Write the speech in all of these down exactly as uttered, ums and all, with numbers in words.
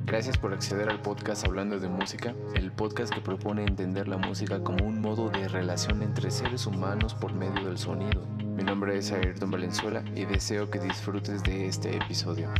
Gracias por acceder al podcast Hablando de Música, el podcast que propone entender la música como un modo de relación entre seres humanos por medio del sonido. Mi nombre es Ayrton Valenzuela y deseo que disfrutes de este episodio.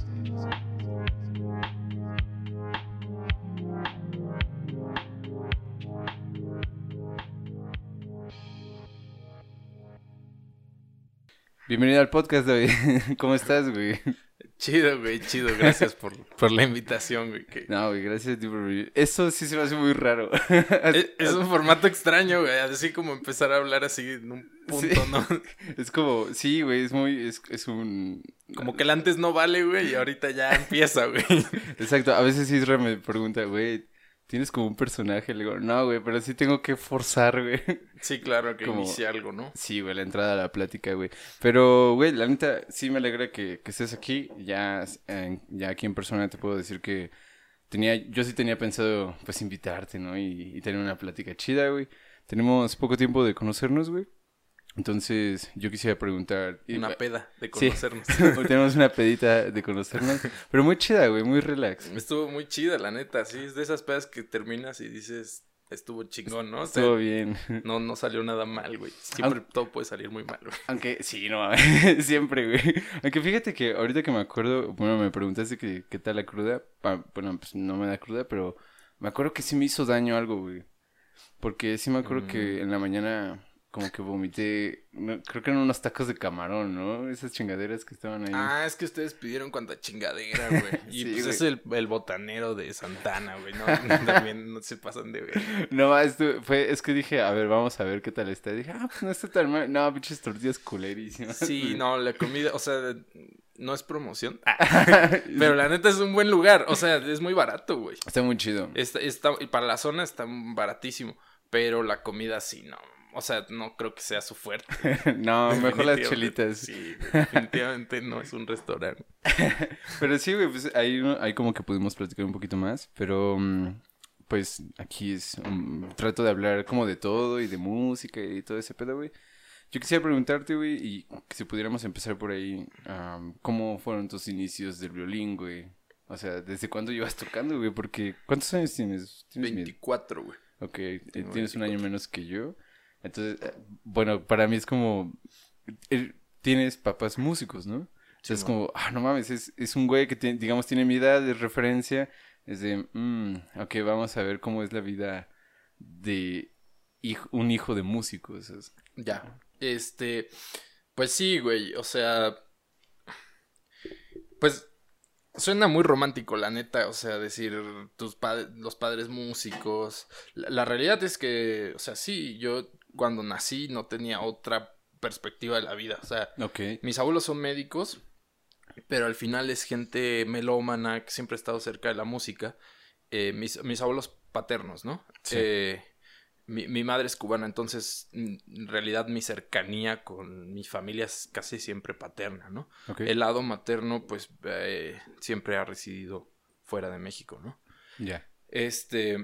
Bienvenido al podcast, David. ¿Cómo estás, güey? Chido, güey, chido. Gracias por, por la invitación, güey. Que... No, güey, gracias a ti por venir. Eso sí se me hace muy raro. Es, es un formato extraño, güey. Así como empezar a hablar así en un punto, sí. ¿No? Es como, sí, güey, es muy, es, es un... Como que el antes no vale, güey, y ahorita ya empieza, güey. Exacto. A veces Isra me pregunta, güey, ¿tienes como un personaje? Le digo, no, güey, pero sí tengo que forzar, güey. Sí, claro, que como... inicie algo, ¿no? Sí, güey, la entrada a la plática, güey. Pero, güey, la neta, sí me alegra que, que estés aquí. Ya, eh, ya aquí en persona te puedo decir que tenía, yo sí tenía pensado, pues, invitarte, ¿no? Y, y tener una plática chida, güey. Tenemos poco tiempo de conocernos, güey. Entonces, yo quisiera preguntar... Una peda de conocernos. Sí, tenemos una pedita de conocernos, pero muy chida, güey, muy relax. Estuvo muy chida, la neta, sí, es de esas pedas que terminas y dices, estuvo chingón, ¿no? Estuvo o sea, bien. No, no salió nada mal, güey. Siempre Aunque, todo puede salir muy mal, güey. Aunque, sí, no, siempre, güey. Aunque fíjate que ahorita que me acuerdo, bueno, me preguntaste que qué tal la cruda. Ah, bueno, pues no me da cruda, pero me acuerdo que sí me hizo daño algo, güey. Porque sí me acuerdo mm. que en la mañana... Como que vomité, no, creo que eran unos tacos de camarón, ¿no? Esas chingaderas que estaban ahí. Ah, es que ustedes pidieron cuanta chingadera, güey. Y sí, pues güey. Es el, el botanero de Santana, güey. No, también no se pasan de ver. No, esto fue, es que dije, a ver, vamos a ver qué tal está. Y dije, ah, pues no está tan mal. No, pinches tortillas culerísimas. Sí, no, la comida, o sea, no es promoción. Pero la neta es un buen lugar. O sea, es muy barato, güey. Está muy chido. Está, está, y para la zona está baratísimo. Pero la comida sí, no. O sea, no creo que sea su fuerte. No, mejor las chelitas. Sí, definitivamente no es un restaurante. Pero sí, güey, pues ahí, ahí como que pudimos platicar un poquito más. Pero, pues, aquí es un trato de hablar como de todo y de música y todo ese pedo, güey. Yo quisiera preguntarte, güey, y que si pudiéramos empezar por ahí, um, ¿cómo fueron tus inicios del violín, güey? O sea, ¿desde cuándo llevas tocando, güey? Porque, ¿cuántos años tienes? ¿Tienes veinticuatro, güey. Ok, Tengo tienes veinticuatro. Un año menos que yo. Entonces, bueno, para mí es como... Tienes papás músicos, ¿no? O sea, sí, es no. como, ah, no mames, es, es un güey que, tiene, digamos, tiene mi edad de referencia. Es de, mmm, ok, vamos a ver cómo es la vida de hijo, un hijo de músicos. ¿Sabes? Ya, este... Pues sí, güey, o sea... Pues... Suena muy romántico, la neta, o sea, decir tus padres, los padres músicos. La, la realidad es que, o sea, sí, yo cuando nací no tenía otra perspectiva de la vida. O sea, okay. Mis abuelos son médicos, pero al final es gente melómana que siempre ha estado cerca de la música. Eh, mis, mis abuelos paternos, ¿no? Sí. Eh, mi, mi madre es cubana, entonces en realidad mi cercanía con mi familia es casi siempre paterna, ¿no? Okay. El lado materno, pues, eh, siempre ha residido fuera de México, ¿no? Ya. Yeah. Este,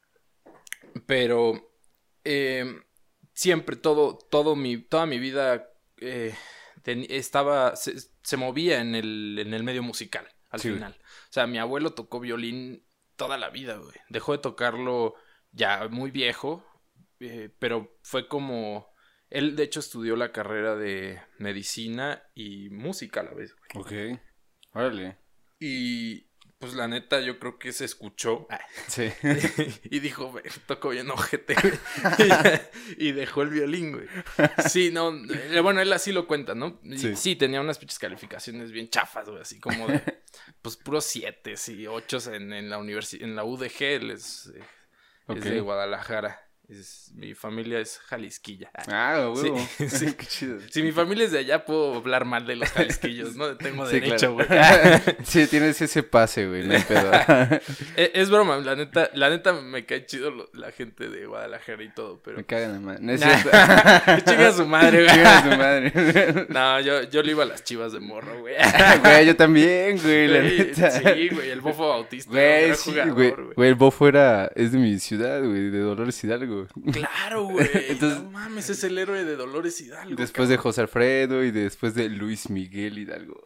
pero eh, siempre todo, todo mi, toda mi vida eh, ten, estaba, se, se movía en el, en el medio musical, al sí. final. O sea, mi abuelo tocó violín toda la vida, güey. Dejó de tocarlo ya muy viejo. Eh, pero fue como... Él, de hecho, estudió la carrera de medicina y música a la vez. Ok. Órale. Y, pues, la neta, yo creo que se escuchó. Sí. Y dijo, toco bien ojete, güey. y, y dejó el violín, güey. Sí, no... Bueno, él así lo cuenta, ¿no? Y, sí. sí, tenía unas pinches calificaciones bien chafas, güey. Así como de... Pues, puros siete y ocho en, en la universidad... En la U D G, él es... Eh, okay. Es de Guadalajara. Es, mi familia es jalisquilla. Ah, huevo. Sí, sí. Qué chido. Si mi familia es de allá, puedo hablar mal de los jalisquillos, ¿no? Tengo sí, derecho, güey. Claro. Sí, tienes ese pase, güey, no hay pedo. es, es broma, la neta, la neta me cae chido lo, la gente de Guadalajara y todo, pero... Me cagan la madre. No es nah. cierto. Chinga a su madre, güey. Chinga a su madre. No, yo, yo le iba a las Chivas de morro, güey. Güey, yo también, güey, la neta. Sí, güey, el Bofo Bautista. Güey, sí, güey. Güey, el Bofo era, es de mi ciudad, güey, de Dolores Hidalgo. Hidalgo. Claro, güey. Entonces, no mames, es el héroe de Dolores Hidalgo. Después cabrón. de José Alfredo y después de Luis Miguel Hidalgo.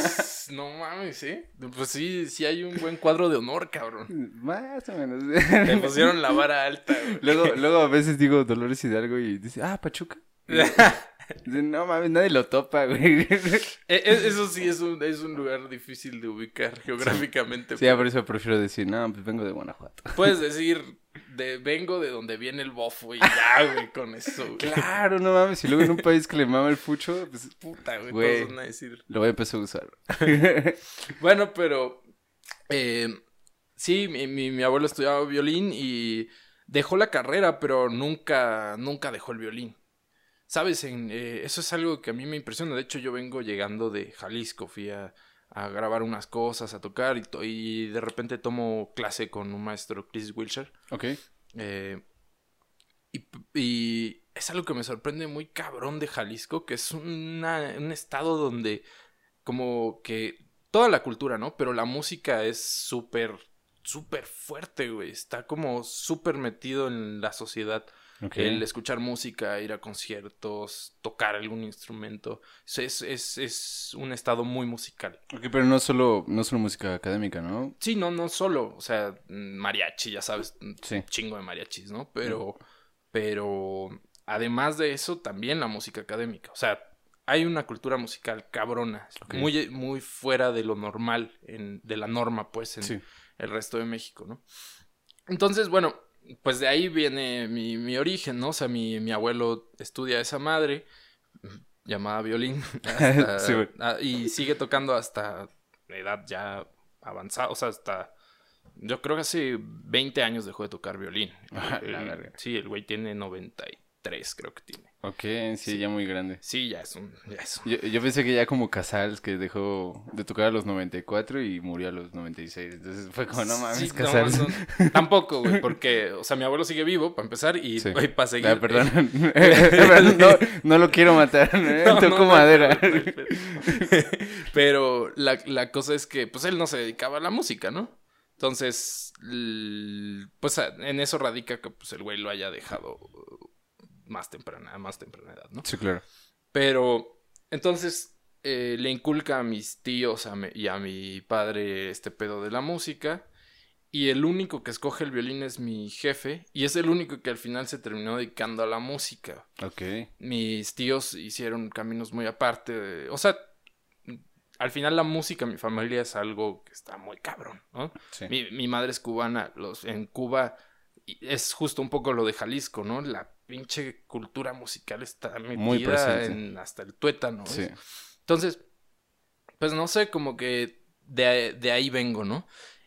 No mames, ¿eh? Pues sí, sí hay un buen cuadro de honor, cabrón. Más o menos. Te pusieron la vara alta, güey. Luego, luego a veces digo Dolores Hidalgo y dice, ah, Pachuca. Dice, no mames, nadie lo topa, güey. Eso sí es un, es un lugar difícil de ubicar geográficamente. Sí, pero... por eso prefiero decir, no, pues vengo de Guanajuato. Puedes decir, de, vengo de donde viene el bofo y ya, güey, con eso, güey. Claro, no mames, y luego en un país que le mama el fucho, pues... Puta, güey, güey todos van a decir. Lo voy a empezar a usar. Bueno, pero... Eh, sí, mi, mi, mi abuelo estudiaba violín y dejó la carrera, pero nunca, nunca dejó el violín. ¿Sabes? En, eh, eso es algo que a mí me impresiona. De hecho, yo vengo llegando de Jalisco. Fui a, a grabar unas cosas, a tocar. Y, to y de repente tomo clase con un maestro, Chris Wilshire. Ok. Eh, y, y es algo que me sorprende muy cabrón de Jalisco. Que es una, un estado donde como que toda la cultura, ¿no? Pero la música es súper, súper fuerte, güey. Está como súper metido en la sociedad. Okay. El escuchar música, ir a conciertos, tocar algún instrumento. Es, es, es un estado muy musical. Ok, pero no solo, no solo música académica, ¿no? Sí, no, no solo. O sea, mariachi, ya sabes, sí. Un chingo de mariachis, ¿no? Pero, mm. pero además de eso, también la música académica. O sea, hay una cultura musical cabrona, okay. muy, muy fuera de lo normal, en, de la norma, pues, en sí. el resto de México, ¿no? Entonces, bueno... Pues de ahí viene mi, mi origen, ¿no? O sea, mi, mi abuelo estudia esa madre, llamada violín, hasta, sí, a, y sigue tocando hasta edad ya avanzada, o sea, hasta... Yo creo que hace veinte años dejó de tocar violín. Ah, el, la verga. Sí, el güey tiene noventa y tres, creo que tiene. Ok, sí, sí, ya muy grande. Sí, ya es un... Ya es un... Yo, yo pensé que ya como Casals, que dejó de tocar a los noventa y cuatro y murió a los noventa y seis. Entonces fue como, no mames, sí, Casals. No, no, tampoco, güey, porque, o sea, mi abuelo sigue vivo, para empezar, y sí. para seguir... Ah, perdón, no, no lo quiero matar, ¿eh? no, Toco no, madera. No, no, no, pero la, la cosa es que, pues, él no se dedicaba a la música, ¿no? Entonces, pues, en eso radica que, pues, el güey lo haya dejado... más temprana, más temprana edad, ¿no? Sí, claro. Pero, entonces, eh, le inculca a mis tíos a me, y a mi padre este pedo de la música, y el único que escoge el violín es mi jefe, y es el único que al final se terminó dedicando a la música. Ok. Mis tíos hicieron caminos muy aparte, de, o sea, al final la música en mi familia es algo que está muy cabrón, ¿no? Sí. Mi, mi madre es cubana, los, en Cuba es justo un poco lo de Jalisco, ¿no? La pinche cultura musical está metida en hasta el tuétano. Sí. Entonces, pues no sé, como que de, de ahí vengo, ¿no?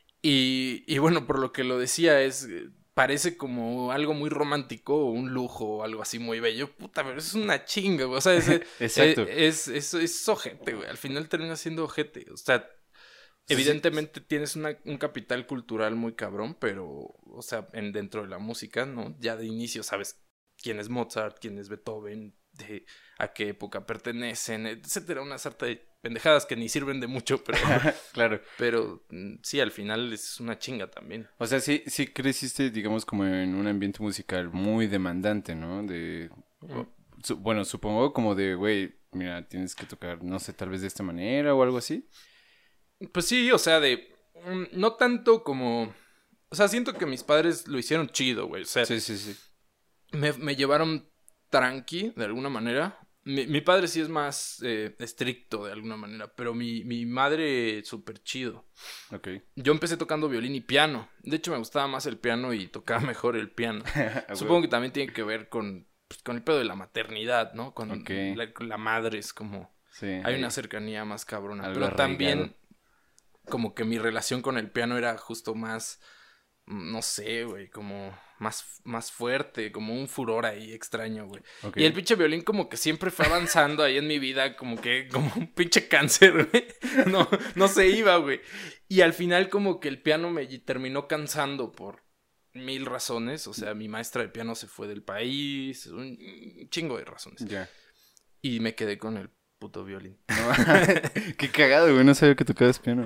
Y, y bueno, por lo que lo decía es, parece como algo muy romántico o un lujo o algo así muy bello. Puta, pero es una chinga, güey. O sea, es, Exacto. es, es, es, es ojete, güey. Al final termina siendo ojete. O sea, evidentemente sí, tienes una, un capital cultural muy cabrón, pero, o sea, en, dentro de la música, ¿no? Ya de inicio sabes quién es Mozart, quién es Beethoven, de a qué época pertenecen, etcétera. Una sarta de pendejadas que ni sirven de mucho, pero... claro. Pero sí, al final es una chinga también. O sea, sí, sí creciste, digamos, como en un ambiente musical muy demandante, ¿no? De... Uh-huh. Su, bueno, supongo como de, güey, mira, tienes que tocar, no sé, tal vez de esta manera o algo así. Pues sí, o sea, de... No tanto como... O sea, siento que mis padres lo hicieron chido, güey. O sea, sí, sí, sí. Me, me llevaron tranqui, de alguna manera. Mi, mi padre sí es más eh, estricto, de alguna manera. Pero mi, mi madre, súper chido. Ok. Yo empecé tocando violín y piano. De hecho, me gustaba más el piano y tocaba mejor el piano. Supongo que también tiene que ver con, pues, con el pedo de la maternidad, ¿no? Con, okay. la, con la madre es como... Sí, hay, hay una cercanía más cabrona. Pero arraigado. también como que mi relación con el piano era justo más... No sé, güey, como más, más fuerte, como un furor ahí extraño, güey. Okay. Y el pinche violín como que siempre fue avanzando ahí en mi vida, como que, como un pinche cáncer, güey. No, no se iba, güey. Y al final como que el piano me terminó cansando por mil razones. O sea, mi maestra de piano se fue del país, un chingo de razones. Ya. Yeah. Y me quedé con el puto violín. No, qué cagado, güey, no sabía que tocabas piano.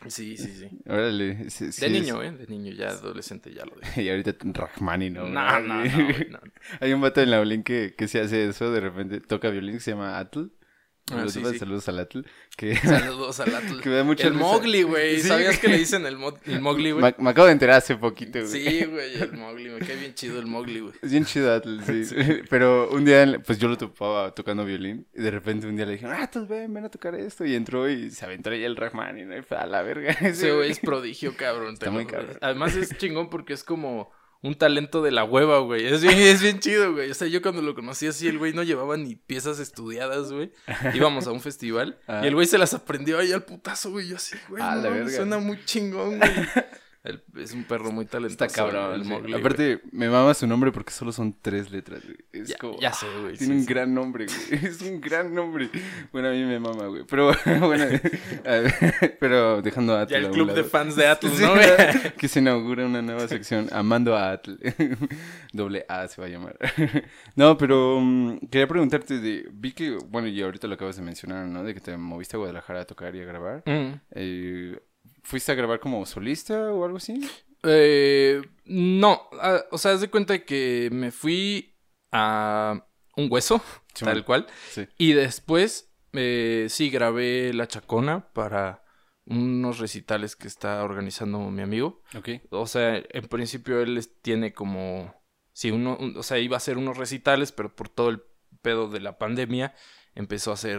Sí, sí, sí. Órale. Sí, De sí niño, es... ¿eh? De niño, ya adolescente ya lo dije. Y ahorita Rahmani, ¿no? No, no, no, güey, no. Hay un vato en la Olin que, que se hace eso, de repente toca violín, que se llama Atl. Ah, Los sí, demás, sí. Saludos al Atl. Que... Saludos al Atl. que me da mucha El risa. Mowgli, güey. Sí, ¿Sabías güey. que le dicen el, mo el Mowgli, güey? Me, me acabo de enterar hace poquito, güey. Sí, güey, el Mowgli. Me cae bien chido el Mowgli, güey. Es bien chido Atl, sí. Pero un día, pues yo lo topaba tocando violín. Y de repente un día le dijeron, ah, Atl, ven, ven a tocar esto. Y entró y se aventó ahí el Rahman. Y no, y fue a la verga. Ese güey es prodigio, cabrón. Está muy cabrón. Además es chingón porque es como un talento de la hueva, güey. Es bien, es bien chido, güey. O sea, yo cuando lo conocí así, el güey no llevaba ni piezas estudiadas, güey. Íbamos a un festival Ah. y el güey se las aprendió ahí al putazo, güey. Yo así, güey, A no la mames, verga. suena muy chingón, güey. El- es un perro muy talentoso. Está cabrón. el sí. Mowgli, Aparte, me mama su nombre porque solo son tres letras, güey. Es Ya- como... ya sé, güey, Tiene sí, un sí. gran nombre, güey. Es un gran nombre. Bueno, a mí me mama, güey. Pero bueno, a ver, pero dejando a Atl Ya el a un club de lado. fans de Atl, Sí, ¿no, güey? que se inaugura una nueva sección, Amando a Atl. Doble A se va a llamar. No, pero um, quería preguntarte de... Vi que, bueno, y ahorita lo acabas de mencionar, ¿no? De que te moviste a Guadalajara a tocar y a grabar. Mm. Eh, ¿Fuiste a grabar como solista o algo así? Eh, no, ah, o sea, haz de cuenta que me fui a un hueso, Sí, tal man. cual, Sí. y después eh, sí grabé La Chacona para unos recitales que está organizando mi amigo. Ok. O sea, en principio él es- tiene como, sí, uno, un- o sea, iba a hacer unos recitales, pero por todo el pedo de la pandemia empezó a hacer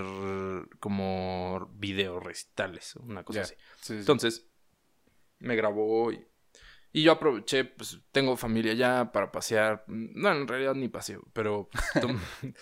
como video recitales, una cosa Ya. así. Sí, sí. Entonces, me grabó y, y yo aproveché, pues tengo familia ya para pasear. No, en realidad ni paseo, pero pues, tom-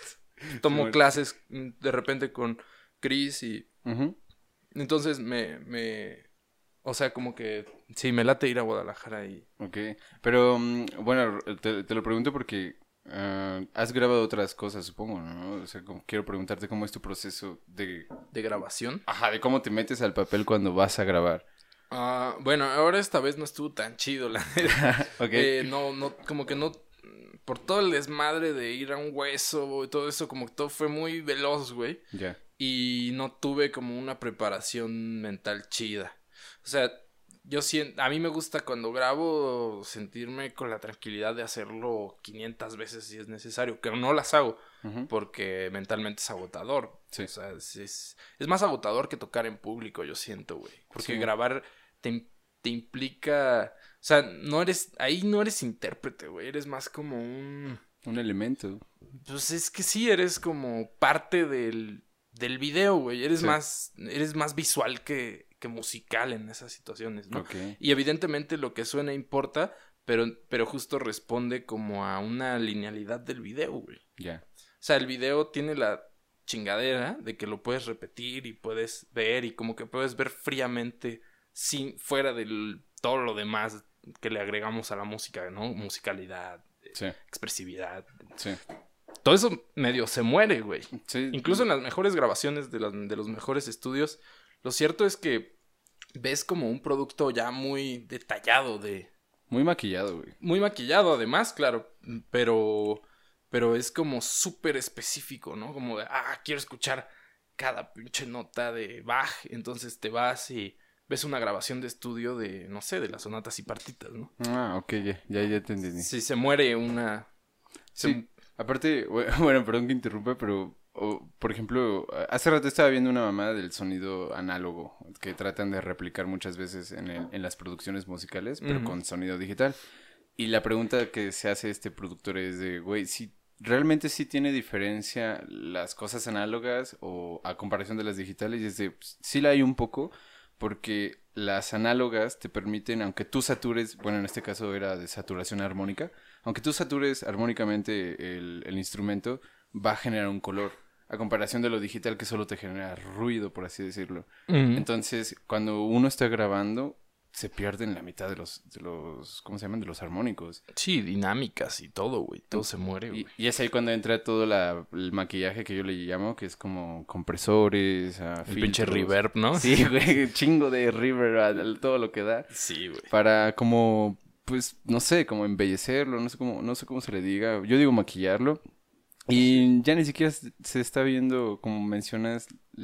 tomo Bueno. clases mm, de repente con Chris y Ujú. entonces me, me, o sea, como que sí, me late ir a Guadalajara y... Ok, pero mm, bueno, te, te lo pregunto porque ah, has grabado otras cosas, supongo, ¿no? O sea, como, quiero preguntarte cómo es tu proceso de... de grabación. Ajá, de cómo te metes al papel cuando vas a grabar. Ah, bueno, ahora esta vez no estuvo tan chido, la neta. Ok. Eh, no, no, como que no, por todo el desmadre de ir a un hueso y todo eso, como que todo fue muy veloz, güey. Ya. Y no tuve como una preparación mental chida. O sea, yo siento, a mí me gusta cuando grabo sentirme con la tranquilidad de hacerlo quinientas veces si es necesario, que no las hago Ujú. porque mentalmente es agotador. Sí. O sea, es, es, es más agotador que tocar en público, yo siento, güey. Porque Sí. grabar te, im- te implica, o sea, no eres, ahí no eres intérprete, güey, eres más como un... Un elemento. Pues es que sí, eres como parte del, del video, güey. Eres Sí. más, eres más visual que, que musical en esas situaciones, ¿no? Ok. Y evidentemente lo que suena importa, pero, pero justo responde como a una linealidad del video, güey. Ya. O sea, el video tiene la chingadera de que lo puedes repetir y puedes ver y como que puedes ver fríamente sin, fuera de todo lo demás que le agregamos a la música, ¿no? Musicalidad, Sí. expresividad. Sí. Todo eso medio se muere, güey. Sí. Incluso en las mejores grabaciones de, las, de los mejores estudios, lo cierto es que ves como un producto ya muy detallado de... Muy maquillado, güey. Muy maquillado además, claro, pero... Pero es como súper específico, ¿no? Como de, ah, quiero escuchar cada pinche nota de Bach. Entonces te vas y ves una grabación de estudio de, no sé, de las sonatas y partitas, ¿no? Ah, ok, ya, ya, ya te entendí. Si se muere una... se- Sí. Aparte, bu- bueno, perdón que interrumpa, pero, o, por ejemplo, hace rato estaba viendo una mamada del sonido análogo que tratan de replicar muchas veces en, el- en las producciones musicales, pero Ujú. con sonido digital. Y la pregunta que se hace este productor es de, güey, si realmente sí tiene diferencia las cosas análogas o a comparación de las digitales, y es de, pues, sí la hay un poco, porque las análogas te permiten, aunque tú satures, bueno, en este caso era de saturación armónica, aunque tú satures armónicamente el, el instrumento, va a generar un color, a comparación de lo digital que solo te genera ruido, por así decirlo. Ujú. Entonces, cuando uno está grabando, se pierden la mitad de los, de los, ¿cómo se llaman? De los armónicos. Sí, dinámicas y todo, güey. Todo se muere, güey. Y, y es ahí cuando entra todo la, el maquillaje que yo le llamo, que es como compresores, a El pinche filtros. reverb, ¿no? Sí, güey, chingo de reverb, a- a todo lo que da. Sí, güey. Para como, pues, no sé, como embellecerlo, no sé cómo, no sé cómo se le diga. Yo digo maquillarlo. Y ya ni siquiera se se está viendo, como mencionas, la,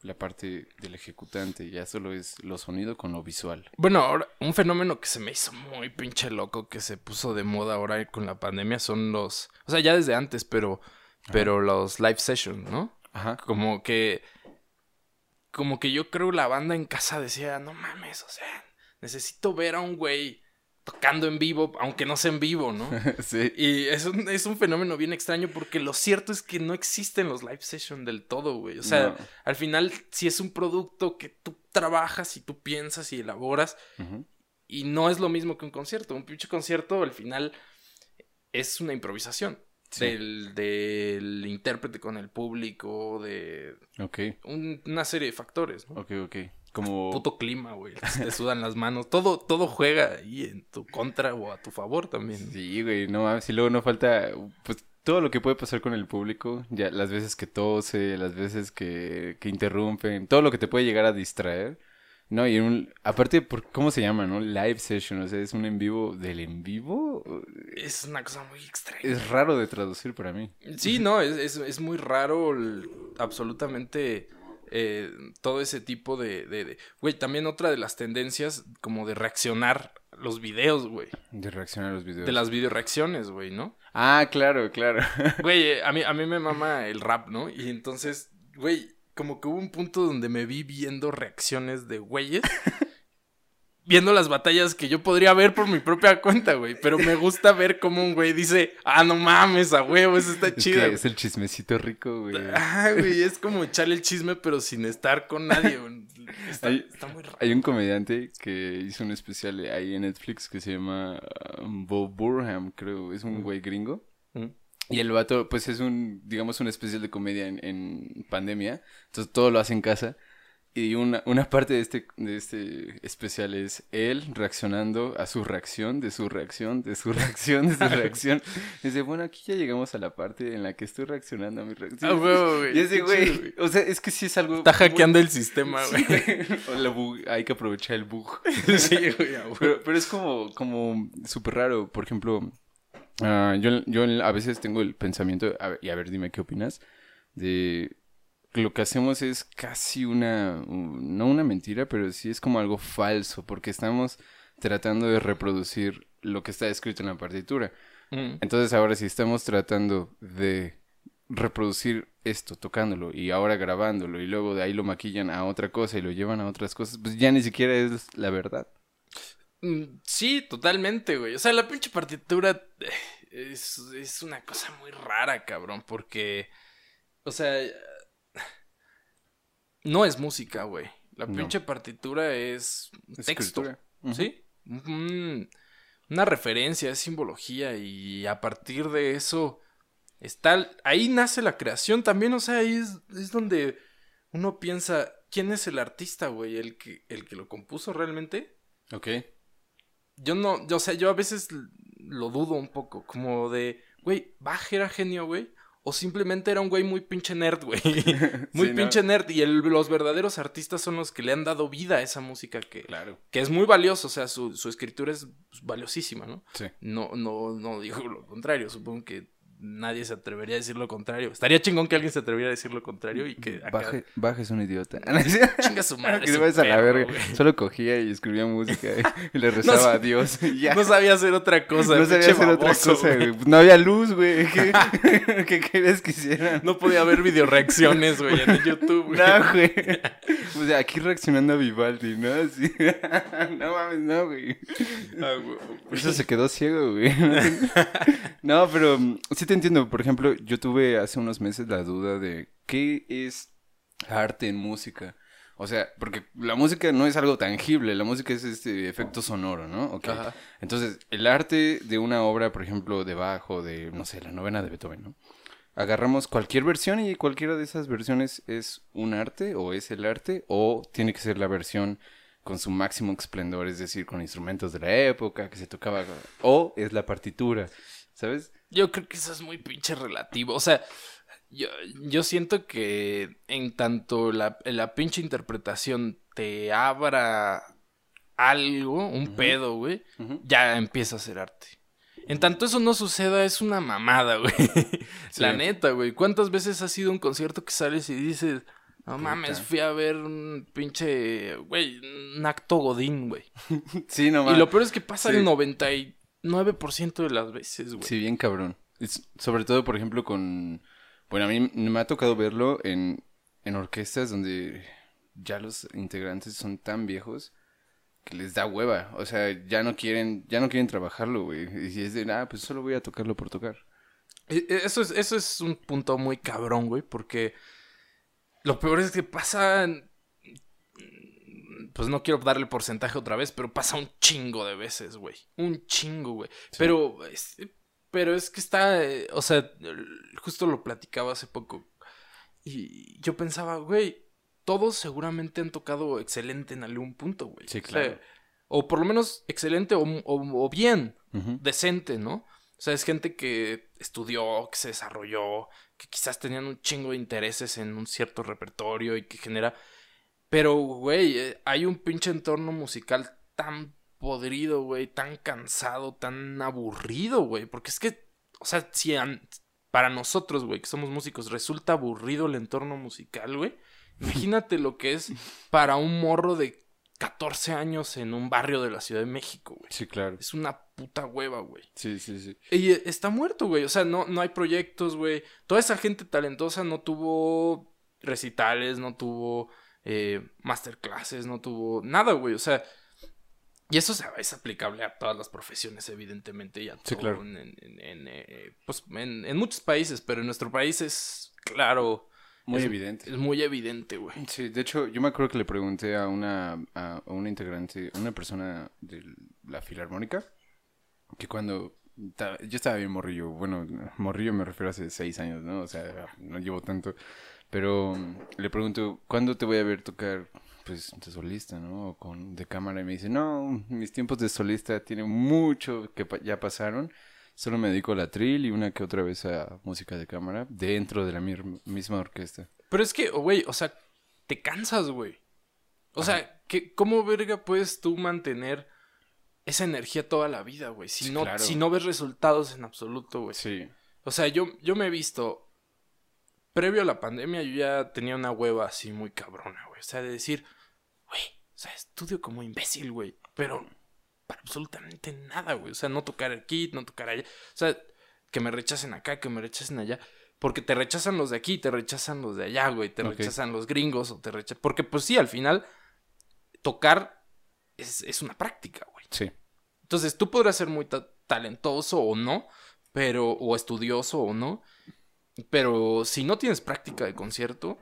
la parte del ejecutante, ya solo es lo sonido con lo visual. Bueno, ahora, un fenómeno que se me hizo muy pinche loco, que se puso de moda ahora con la pandemia, son los... O sea, ya desde antes, pero... Ajá. Pero los live sessions, ¿no? Ajá. Como que... Como que yo creo la banda en casa decía, no mames, o sea, necesito ver a un güey tocando en vivo, aunque no sea en vivo, ¿no? Sí. Y es un, es un fenómeno bien extraño porque lo cierto es que no existen los live sessions del todo, güey. O sea, no. Al final, si es un producto que tú trabajas y tú piensas y elaboras, uh-huh. y no es lo mismo que un concierto. Un pinche concierto, al final, es una improvisación. Sí. Del, del intérprete con el público, de okay. un, una serie de factores, ¿no? Ok, ok. Como... Puto clima, güey. Te sudan las manos. Todo, todo juega ahí en tu contra o a tu favor también. Sí, güey. No mames. Y luego no falta... Pues todo lo que puede pasar con el público. Ya las veces que tose, las veces que, que interrumpen. Todo lo que te puede llegar a distraer. No, y un... Aparte, por ¿cómo se llama, no? Live session. O sea, es un en vivo del en vivo. Es una cosa muy extraña. Es raro de traducir para mí. Sí, no. Es, es, es muy raro. El, absolutamente... Eh, todo ese tipo de, de, de... Güey, también otra de las tendencias como de reaccionar los videos, güey. De reaccionar a los videos. De las videoreacciones, güey, ¿no? Ah, claro, claro. Güey, a mí, a mí me mama el rap, ¿no? Y entonces, güey, como que hubo un punto donde me vi viendo reacciones de güeyes. Viendo las batallas que yo podría ver por mi propia cuenta, güey. Pero me gusta ver cómo un güey dice, ah, no mames, a huevo, eso está es chido. Que es el chismecito rico, güey. Ah, güey, es como echarle el chisme, pero sin estar con nadie, güey. Está, hay, está muy raro. Hay un comediante que hizo un especial ahí en Netflix que se llama um, Bo Burnham, creo. Es un güey gringo. ¿Mm? Y el vato, pues es un, digamos, un especial de comedia en, en pandemia. Entonces todo lo hace en casa. Y una, una parte de este, de este especial es él reaccionando a su reacción, de su reacción, de su reacción, de su reacción. Y dice, bueno, aquí ya llegamos a la parte en la que estoy reaccionando a mi reacción. Ah, güey, güey. Y ese güey, o sea, es que sí es algo... Está hackeando muy... el sistema, güey. Sí, o la bug, hay que aprovechar el bug. Sí, güey. Pero, pero es como, como súper raro. Por ejemplo, uh, yo, yo a veces tengo el pensamiento, a ver, y a ver, dime qué opinas, de... Lo que hacemos es casi una, no una mentira, pero sí es como algo falso, porque estamos tratando de reproducir lo que está escrito en la partitura. Mm. Entonces ahora si estamos tratando de reproducir esto, tocándolo, y ahora grabándolo, y luego de ahí lo maquillan a otra cosa y lo llevan a otras cosas, pues ya ni siquiera es la verdad. Sí, totalmente, güey. O sea, la pinche partitura es, es una cosa muy rara, cabrón, porque, o sea... No es música, güey. La pinche no. partitura es texto, uh-huh. ¿sí? Mm, una referencia, es simbología y a partir de eso está... Ahí nace la creación también, o sea, ahí es, es donde uno piensa, ¿quién es el artista, güey? ¿El que, el que lo compuso realmente? Ok. Yo no, yo, o sea, yo a veces lo dudo un poco, como de, güey, Bach era genio, güey. O simplemente era un güey muy pinche nerd, güey. Muy sí, pinche ¿no? nerd. Y el, los verdaderos artistas son los que le han dado vida a esa música que, claro. que es muy valiosa. O sea, su, su escritura es valiosísima, ¿no? Sí. No, no, no digo lo contrario. Supongo que nadie se atrevería a decir lo contrario. Estaría chingón que alguien se atreviera a decir lo contrario y que... Acá... Baje, Baje es un idiota. Chinga su madre. Que se vayas a la verga. Güey. Solo cogía y escribía música y le rezaba no, a Dios. Y ya. No sabía hacer otra cosa. No sabía hacer baboso, otra cosa, güey. No había luz, güey. ¿Qué, ¿Qué querías que hiciera? No podía ver videoreacciones, güey, en YouTube, güey. No, güey. O sea, aquí reaccionando a Vivaldi, ¿no? Así. No mames, no, güey. Ah, güey. Eso se quedó ciego, güey. No, pero sí te entiendo. Por ejemplo, yo tuve hace unos meses la duda de qué es arte en música. O sea, porque la música no es algo tangible, la música es este efecto sonoro, ¿no? Okay. Ajá. Entonces, el arte de una obra, por ejemplo, de Bach o de, no sé, la novena de Beethoven, ¿no? Agarramos cualquier versión y cualquiera de esas versiones es un arte o es el arte o tiene que ser la versión con su máximo esplendor, es decir, con instrumentos de la época que se tocaba, o es la partitura, ¿sabes? Yo creo que eso es muy pinche relativo, o sea... Yo, yo siento que en tanto la, la pinche interpretación te abra algo, un uh-huh. pedo, güey, uh-huh. ya empieza a ser arte. En tanto eso no suceda, es una mamada, güey. Sí. La neta, güey. ¿Cuántas veces has ido a un concierto que sales y dices, No mames, fui a ver un pinche, güey, un acto godín, güey. Sí, no mames. Y lo peor es que pasa Sí. el noventa y nueve por ciento de las veces, güey. Sí, bien cabrón. Es, sobre todo, por ejemplo, con... Bueno, a mí me ha tocado verlo en, en orquestas donde ya los integrantes son tan viejos que les da hueva. O sea, ya no quieren, ya no quieren trabajarlo, güey. Y si es de, ah, pues solo voy a tocarlo por tocar. E- e- Eso es, eso es un punto muy cabrón, güey, porque lo peor es que pasa, pues no quiero darle porcentaje otra vez, pero pasa un chingo de veces, güey. Un chingo, güey. Sí. Pero, es, pero es que está, eh, o sea, justo lo platicaba hace poco. Y yo pensaba, güey, todos seguramente han tocado excelente en algún punto, güey. Sí, O sea, claro. o por lo menos excelente o, o- o bien, Ujú. decente, ¿no? O sea, es gente que estudió, que se desarrolló, que quizás tenían un chingo de intereses en un cierto repertorio y que genera... Pero, güey, eh, hay un pinche entorno musical tan podrido, güey, tan cansado, tan aburrido, güey. Porque es que, o sea, si an- para nosotros, güey, que somos músicos, resulta aburrido el entorno musical, güey. Imagínate lo que es para un morro de catorce años en un barrio de la Ciudad de México, güey. Sí, claro. Es una puta hueva, güey. Sí, sí, sí. Y eh, está muerto, güey. O sea, no, no hay proyectos, güey. Toda esa gente talentosa no tuvo recitales, no tuvo eh, masterclasses, no tuvo nada, güey. O sea, y eso es aplicable a todas las profesiones, evidentemente, y a Sí, todo claro. en, en- en- en, eh, pues, en, en muchos países, pero en nuestro país es, claro, Muy es, evidente. es muy evidente, güey. Sí, de hecho, yo me acuerdo que le pregunté a una, a, a una integrante, a una persona de la Filarmónica, que cuando ta- yo estaba bien morrillo, bueno, morrillo me refiero a hace seis años, ¿no? O sea, no llevo tanto, pero mm, le pregunto, ¿cuándo te voy a ver tocar, pues, de solista, ¿no? O con, de cámara, y me dice, no, mis tiempos de solista tienen mucho que pa- ya pasaron, solo me dedico a la tril y una que otra vez a música de cámara dentro de la mir- misma orquesta. Pero es que, güey, o sea, te cansas, güey. O sea, que, ¿cómo verga puedes tú mantener esa energía toda la vida, güey? Si, Sí, no, claro. si no ves resultados en absoluto, güey. Sí. O sea, yo, yo me he visto, previo a la pandemia, yo ya tenía una hueva así muy cabrona, güey. O sea, de decir, güey, o sea, estudio como imbécil, güey. Pero para absolutamente nada, güey. O sea, no tocar el kit, no tocar allá. O sea, que me rechacen acá, que me rechacen allá. Porque te rechazan los de aquí, te rechazan los de allá, güey. Te Ok. rechazan los gringos o te rechazan... Porque pues sí, al final, tocar es, es una práctica, güey. Sí. Entonces, tú podrás ser muy ta- talentoso o no, pero... O estudioso o no. Pero si no tienes práctica de concierto,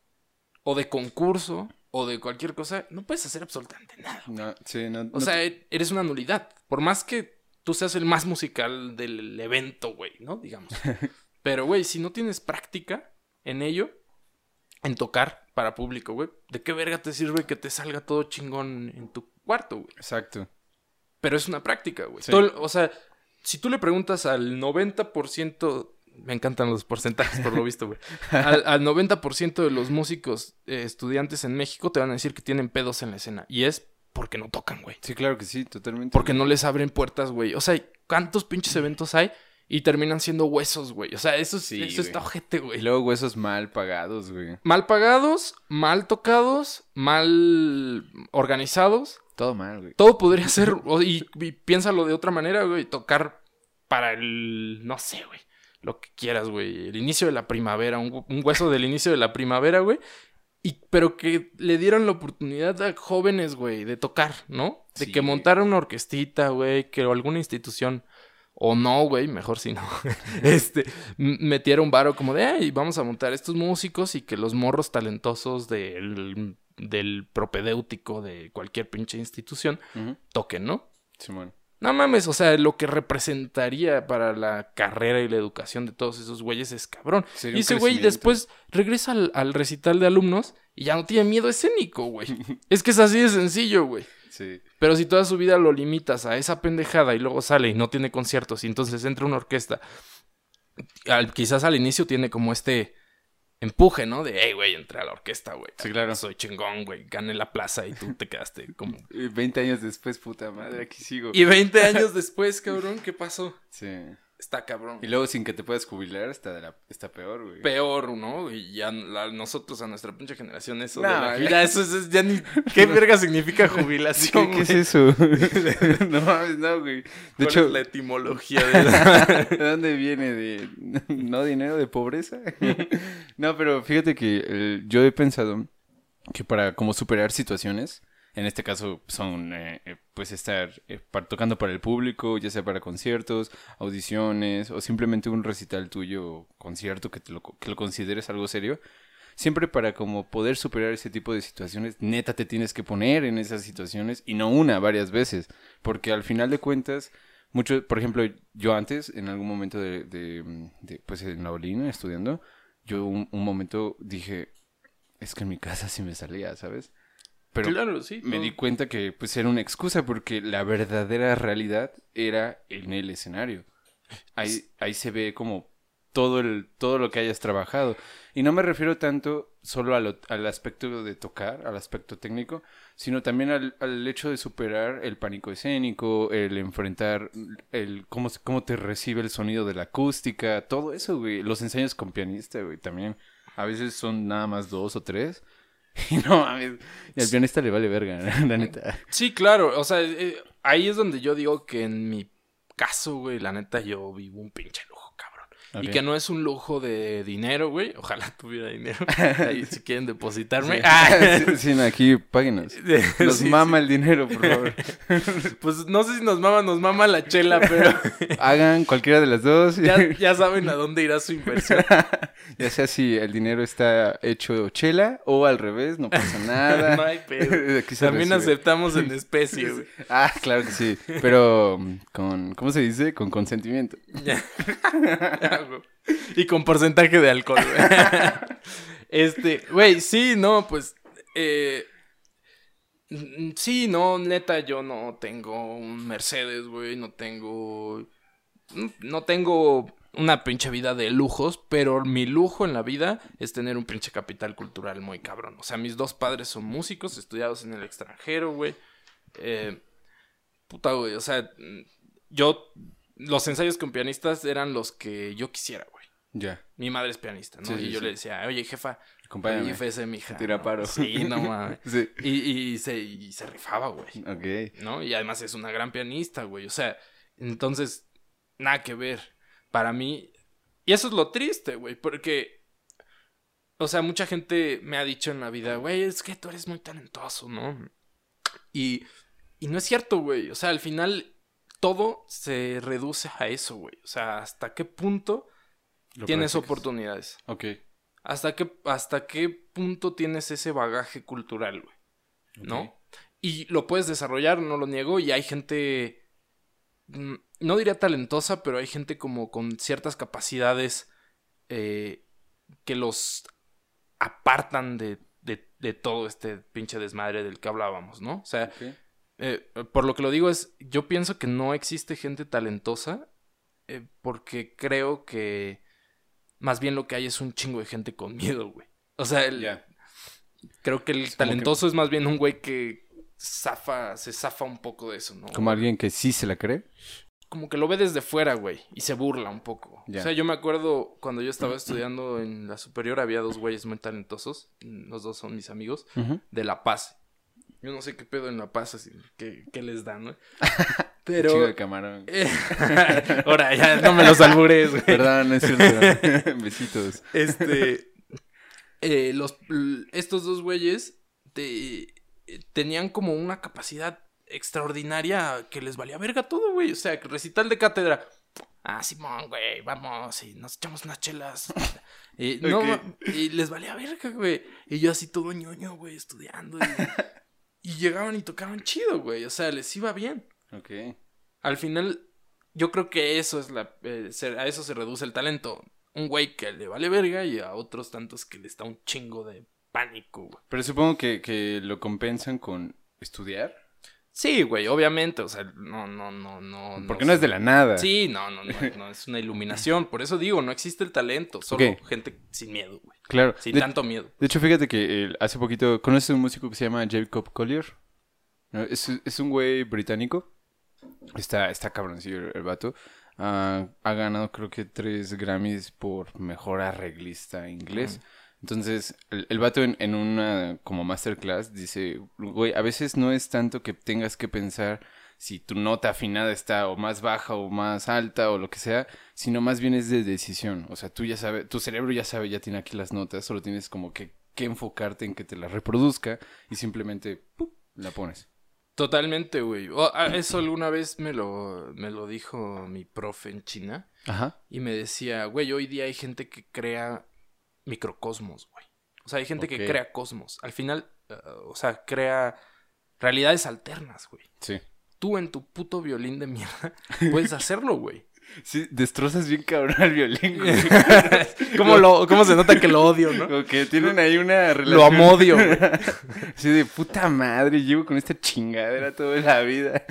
o de concurso, o de cualquier cosa, no puedes hacer absolutamente nada. No, sí, no, O no sea, te- e- eres una nulidad. Por más que tú seas el más musical del evento, güey, ¿no? Digamos. Pero, güey, si no tienes práctica en ello, en tocar para público, güey, ¿de qué verga te sirve que te salga todo chingón en tu cuarto, güey? exacto. Pero es una práctica, güey. Sí. Todo el- O sea, si tú le preguntas al noventa por ciento... Me encantan los porcentajes, por lo visto, güey. Al, al noventa por ciento de los músicos eh, estudiantes en México te van a decir que tienen pedos en la escena. Y es porque no tocan, güey. Sí, claro que sí, totalmente. Porque no les abren puertas, güey. O sea, ¿cuántos pinches eventos hay? Y terminan siendo huesos, güey. O sea, eso, es- Sí, eso güey. está ojete, Y güey. luego huesos mal pagados, güey. Mal pagados, mal tocados, mal organizados. Todo mal, güey. Todo podría ser... o- y, y piénsalo de otra manera, güey. Tocar para el... No sé, güey. Lo que quieras, güey. El inicio de la primavera. Un, hu- un hueso del inicio de la primavera, güey. Y, pero que le dieron la oportunidad a jóvenes, güey, de tocar, ¿no? De Sí, que güey. montaran una orquestita, güey, que alguna institución, o no, güey, mejor si no, este, m- metiera un varo como de, ay, vamos a montar estos músicos y que los morros talentosos del, del propedéutico de cualquier pinche institución Ujú. toquen, ¿no? Simón. No mames, o sea, lo que representaría para la carrera y la educación de todos esos güeyes es cabrón. Sería Y un ese güey crecimiento. después regresa al, al recital de alumnos y ya no tiene miedo escénico, güey. Es que es así de sencillo, güey. Sí. Pero si toda su vida lo limitas a esa pendejada y luego sale y no tiene conciertos y entonces entra una orquesta, al- quizás al inicio tiene como este empuje, ¿no? De, hey, güey, entré a la orquesta, güey. Sí, claro. Soy chingón, güey. Gané la plaza y tú te quedaste como... Y veinte años después, puta madre, aquí sigo. Y veinte años después, cabrón, ¿qué pasó? Sí. está cabrón. Y luego sin que te puedas jubilar está, de la, está peor, güey. Peor, ¿no? Y ya la, nosotros, a nuestra pinche generación, eso No, de la ya- ya eso, es- es- ya ni... ¿Qué verga significa jubilación, ¿Qué, qué es güey? eso? No mames, no, güey. De ¿Cuál hecho, es la etimología de ¿de dónde viene? ¿De no dinero, de pobreza? No, pero fíjate que eh, yo he pensado que para como superar situaciones, en este caso son eh, eh, pues estar eh, par- tocando para el público, ya sea para conciertos, audiciones o simplemente un recital tuyo, concierto que, te lo, que lo consideres algo serio. Siempre para como poder superar ese tipo de situaciones, neta te tienes que poner en esas situaciones y no una, varias veces. Porque al final de cuentas, mucho, por ejemplo, yo antes, en algún momento de, de, de, pues en la Olina, estudiando, yo un, un momento dije, es que en mi casa sí me salía, ¿sabes? Pero Claro, sí. me todo. di cuenta que pues era una excusa porque la verdadera realidad era en el escenario. Ahí, ahí se ve como todo el todo lo que hayas trabajado. Y no me refiero tanto solo a lo- al aspecto de tocar, al aspecto técnico, sino también al, al hecho de superar el pánico escénico, el enfrentar el cómo, se- cómo te recibe el sonido de la acústica, todo eso, güey. Los ensayos con pianista, güey, también. A veces son nada más dos o tres. Y no mames, y al pianista le vale verga, la neta. Sí, claro. O sea, eh, ahí es donde yo digo que en mi caso, güey, la neta, yo vivo un pinche lujo, cabrón. Y Ok. que no es un lujo de dinero, güey. Ojalá tuviera dinero. Ahí, si quieren depositarme. Sí. Ah. Sí, sí, no, aquí páguenos. Nos Sí, mama el dinero, por favor. Pues no sé si nos mama, nos mama la chela, pero Hagan cualquiera de las dos. ya, ya saben a dónde irá su inversión. Ya sea si el dinero está hecho chela o al revés, no pasa nada. No hay pedo. Aquí se También recibe. aceptamos en especie, güey. Ah, claro que sí. Pero mm, con, ¿cómo se dice? Con consentimiento. Y con porcentaje de alcohol, güey. Este, güey, sí, no, pues, eh, mm, sí, no, neta, yo no tengo un Mercedes, güey, no tengo, mm, no tengo una pinche vida de lujos, pero mi lujo en la vida es tener un pinche capital cultural muy cabrón. O sea, mis dos padres son músicos, estudiados en el extranjero, güey. Eh, puta, güey, o sea, mm, yo, los ensayos con pianistas eran los que yo quisiera, güey. Ya. Mi madre es pianista, ¿no? Sí, sí, y yo sí. le decía, oye, jefa, Acompáñame. rifese, mija. Tira ¿no? paro. Sí, no mames. Sí. Y, y, se, y se rifaba, güey. Ok. ¿No? Y además es una gran pianista, güey. O sea, entonces, nada que ver. Para mí. Y eso es lo triste, güey. Porque. O sea, mucha gente me ha dicho en la vida, güey, es que tú eres muy talentoso, ¿no? Y. Y no es cierto, güey. O sea, al final. Todo se reduce a eso, güey. O sea, ¿hasta qué punto Lo tienes practicas. oportunidades? Ok. ¿Hasta qué, ¿Hasta qué punto tienes ese bagaje cultural, güey? ¿no? Ok. Y lo puedes desarrollar, no lo niego, y hay gente, mm, no diría talentosa, pero hay gente como con ciertas capacidades eh, que los apartan de, de, de todo este pinche desmadre del que hablábamos, ¿no? O sea, Ok. eh, por lo que lo digo es, yo pienso que no existe gente talentosa eh, porque creo que más bien lo que hay es un chingo de gente con miedo, güey. O sea, el- Ya. creo que el Es como talentoso es más bien un güey que zafa, se zafa un poco de eso, ¿no? Como alguien que sí se la cree. Como que lo ve desde fuera, güey, y se burla un poco. Ya. O sea, yo me acuerdo cuando yo estaba estudiando en la superior, había dos güeyes muy talentosos, los dos son mis amigos, Ujú. de La Paz. Yo no sé qué pedo en La Paz, así, qué, qué les dan, ¿no? Pero... Chico de Pero... camarón. eh, Ahora, ya no me los albures, güey. Perdón, no es cierto. Besitos. Este... eh, los, l- estos dos güeyes te- tenían como una capacidad extraordinaria que les valía verga todo, güey. O sea, que recital de cátedra. Ah, Simón, güey, vamos, y nos echamos unas chelas. Y, no, Ok. ma- y les valía verga, güey. Y yo así todo ñoño, güey, estudiando. Y, y llegaban y tocaban chido, güey. O sea, les iba bien. Ok. Al final, yo creo que eso es la... eh, se- a eso se reduce el talento. Un güey que le vale verga y a otros tantos que le está un chingo de pánico, güey. Pero supongo que, que lo compensan con estudiar. Sí, güey, obviamente, o sea, no, no, no, no. Porque no es de la nada. Sí, no, no, no, no, es una iluminación. Por eso digo, no existe el talento, solo Ok. gente sin miedo, güey. Claro. Sin De, tanto miedo. de hecho, fíjate que eh, hace poquito... ¿Conoces un músico que se llama Jacob Collier? ¿No? Es, es un güey británico. Está, está cabroncillo el, el vato. Uh, ha ganado creo que tres Grammys por mejor arreglista inglés. Uh-huh. Entonces, el, el vato en, en una como masterclass dice, güey, a veces no es tanto que tengas que pensar si tu nota afinada está o más baja o más alta o lo que sea, sino más bien es de decisión. O sea, tú ya sabes, tu cerebro ya sabe, ya tiene aquí las notas, solo tienes como que, que enfocarte en que te la reproduzca y simplemente ¡pum!, la pones. Totalmente, güey. Oh, eso alguna vez me lo, me lo dijo mi profe en China. Ajá. Y me decía, güey, hoy día hay gente que crea microcosmos, güey. O sea, hay gente okay. que crea cosmos. Al final, uh, o sea, crea realidades alternas, güey. Sí. Tú en tu puto violín de mierda puedes hacerlo, güey. Sí, destrozas bien cabrón al violín, güey. ¿Cómo, lo, ¿Cómo se nota que lo odio, no? Como que tienen ahí una relación. Lo amodio, güey. Así de puta madre, llevo con esta chingadera toda la vida.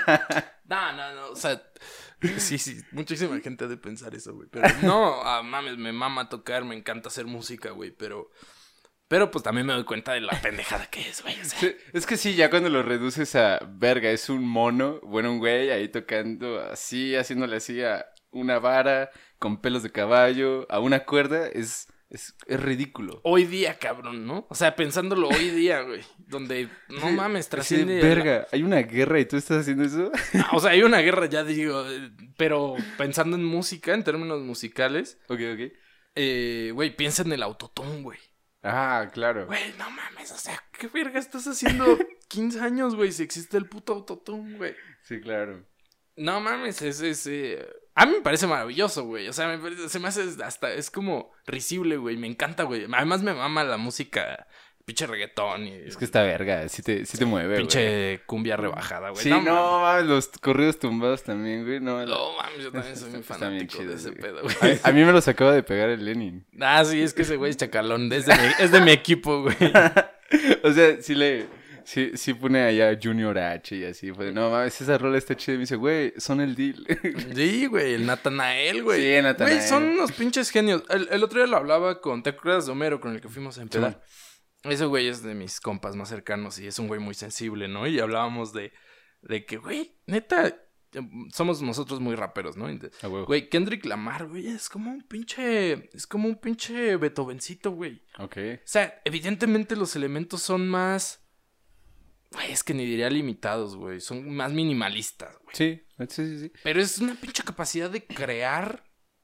No, no, no, o sea... Sí, sí, muchísima gente ha de pensar eso, güey. Pero no, ah, mames, me mama tocar, me encanta hacer música, güey, pero... Pero pues también me doy cuenta de la pendejada que es, güey. O sea. Sí, es que sí, ya cuando lo reduces a verga, es un mono, bueno, un güey ahí tocando así, haciéndole así a una vara con pelos de caballo, a una cuerda, es, es, es ridículo. Hoy día, cabrón, ¿no? O sea, pensándolo hoy día, güey, donde, no sí, mames, trasciende... Sí, verga, la... ¿hay una guerra y tú estás haciendo eso? No, o sea, hay una guerra, ya digo, pero pensando en música, en términos musicales... Ok, ok. Eh, güey, piensa en el autotune, güey. Ah, claro. Güey, no mames, o sea, ¿qué verga estás haciendo quince años, güey? Si existe el puto autotune, güey. Sí, claro. No mames, es... es eh... A mí me parece maravilloso, güey. O sea, me parece, se me hace hasta... Es como risible, güey. Me encanta, güey. Además me mama la música... Pinche reggaetón y... Es que está verga, sí te, sí te mueve, pinche güey. Pinche cumbia rebajada, güey. Sí, no, no mames, los corridos tumbados también, güey. No, no mames, yo también soy muy fanático chido, de ese güey. pedo, güey. A, a mí me los acaba de pegar el Lenin. Ah, sí, es que ese güey es chacalón. Es de mi, es de mi equipo, güey. O sea, sí le... Sí, sí pone allá Junior H y así. Pues, no mames, esa rola está chida. Y me dice, güey, son el deal. Sí, güey, el Natanael, güey. Sí, Natanael. Güey, son unos pinches genios. El, el otro día lo hablaba con... ¿Te acuerdas de Homero con el que fuimos a empedar? Sí. Ese güey es de mis compas más cercanos y es un güey muy sensible, ¿no? Y hablábamos de, de que, güey, neta, somos nosotros muy raperos, ¿no? Ah, güey. Güey, Kendrick Lamar, güey, es como un pinche, es como un pinche Beethovencito, güey. Ok. O sea, evidentemente los elementos son más, güey, es que ni diría limitados, güey, son más minimalistas, güey. Sí, sí, sí, sí. Pero es una pinche capacidad de crear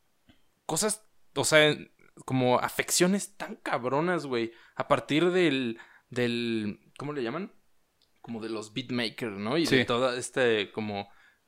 cosas, o sea... como afecciones tan cabronas, güey. A partir del, del... ¿Cómo le llaman? Como de los beatmakers, ¿no? Y sí. de todo este, como...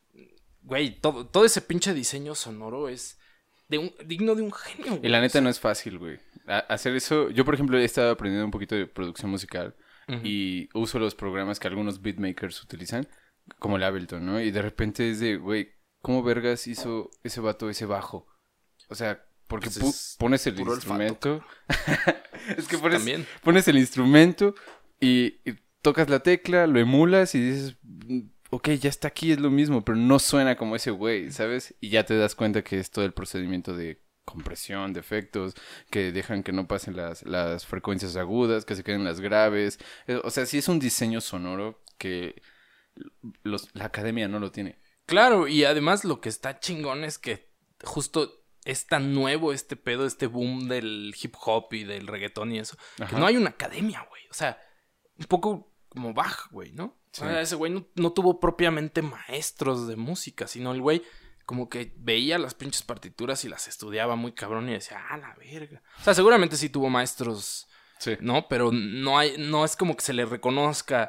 Güey, todo, todo ese pinche diseño sonoro es de un, digno de un genio, güey. Y la neta no es fácil, güey. A, hacer eso... Yo, por ejemplo, he estado aprendiendo un poquito de producción musical. Uh-huh. Y uso los programas que algunos beatmakers utilizan. Como el Ableton, ¿no? Y de repente es de, güey, ¿cómo vergas hizo ese vato ese bajo? O sea... Porque pues pu- pones el instrumento. Olfato, es que pones, También. pones el instrumento y, y tocas la tecla, lo emulas y dices, ok, ya está aquí, es lo mismo, pero no suena como ese güey, ¿sabes? Y ya te das cuenta que es todo el procedimiento de compresión, de efectos, que dejan que no pasen las, las frecuencias agudas, que se queden las graves. O sea, sí es un diseño sonoro que los, la academia no lo tiene. Claro, y además lo que está chingón es que justo... es tan nuevo este pedo, este boom del hip hop y del reggaetón y eso. Ajá. Que no hay una academia, güey. O sea, un poco como Bach, güey, ¿no? Sí. O sea, ese güey no, no tuvo propiamente maestros de música, sino el güey como que veía las pinches partituras y las estudiaba muy cabrón y decía, ah, la verga. O sea, seguramente sí tuvo maestros, sí. ¿no? Pero no hay, no es como que se le reconozca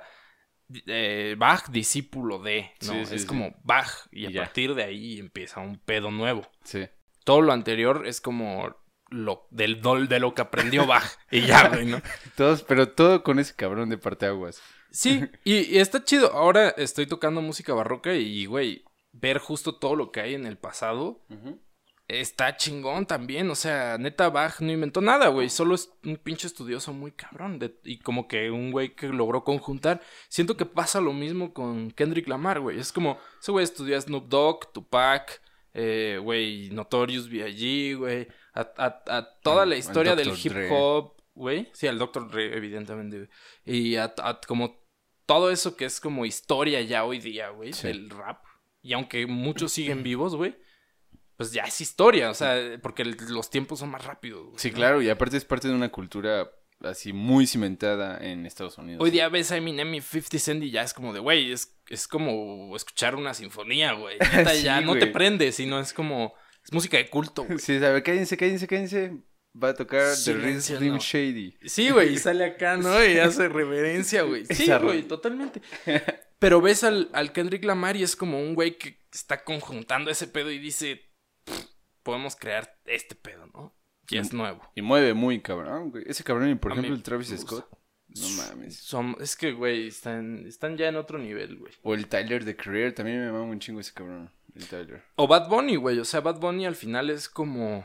eh, Bach discípulo de, ¿no? Sí, sí, es sí. como Bach y a Ya. partir de ahí empieza un pedo nuevo. Sí. Todo lo anterior es como lo del dol de lo que aprendió Bach. Y ya, güey, ¿no? Todos, pero todo con ese cabrón de parteaguas. Sí, y, y está chido. Ahora estoy tocando música barroca y, güey, ver justo todo lo que hay en el pasado Uh-huh. está chingón también. O sea, neta, Bach no inventó nada, güey. Solo es un pinche estudioso muy cabrón. De, y como que un güey que logró conjuntar. Siento que pasa lo mismo con Kendrick Lamar, güey. Es como, ese güey estudió a Snoop Dogg, Tupac... Eh, güey, Notorious B I G, güey, a, a, a toda la historia del hip hop, güey, sí, al doctor Dre, evidentemente, güey. Y a, a como todo eso que es como historia ya hoy día, güey, sí. del rap, y aunque muchos siguen vivos, güey, pues ya es historia, o sea, porque el- los tiempos son más rápidos. Güey, Sí, ¿no? claro, y aparte es parte de una cultura así muy cimentada en Estados Unidos. Hoy día ves a Eminem y fifty Cent y ya es como de, güey, es, es como escuchar una sinfonía, güey. Neta, Sí, ya no güey. te prende, sino es como, es música de culto, güey. Sí, a ver, cállense, cállense, cállense. Va a tocar The Real Silencio, Slim no. Shady. Sí, güey, y sale acá, ¿no? Y hace reverencia, güey. Sí, Esa güey, rola. totalmente. Pero ves al, al Kendrick Lamar y es como un güey que está conjuntando ese pedo y dice, "Pff, podemos crear este pedo, ¿no? Que es nuevo. Y mueve muy cabrón, güey. Ese cabrón, y por A ejemplo, mí el Travis me gusta. Scott. No mames. Son, es que, güey, están, están ya en otro nivel, güey. O el Tyler, The Creator. También me mama un chingo ese cabrón. El Tyler. O Bad Bunny, güey. O sea, Bad Bunny al final es como...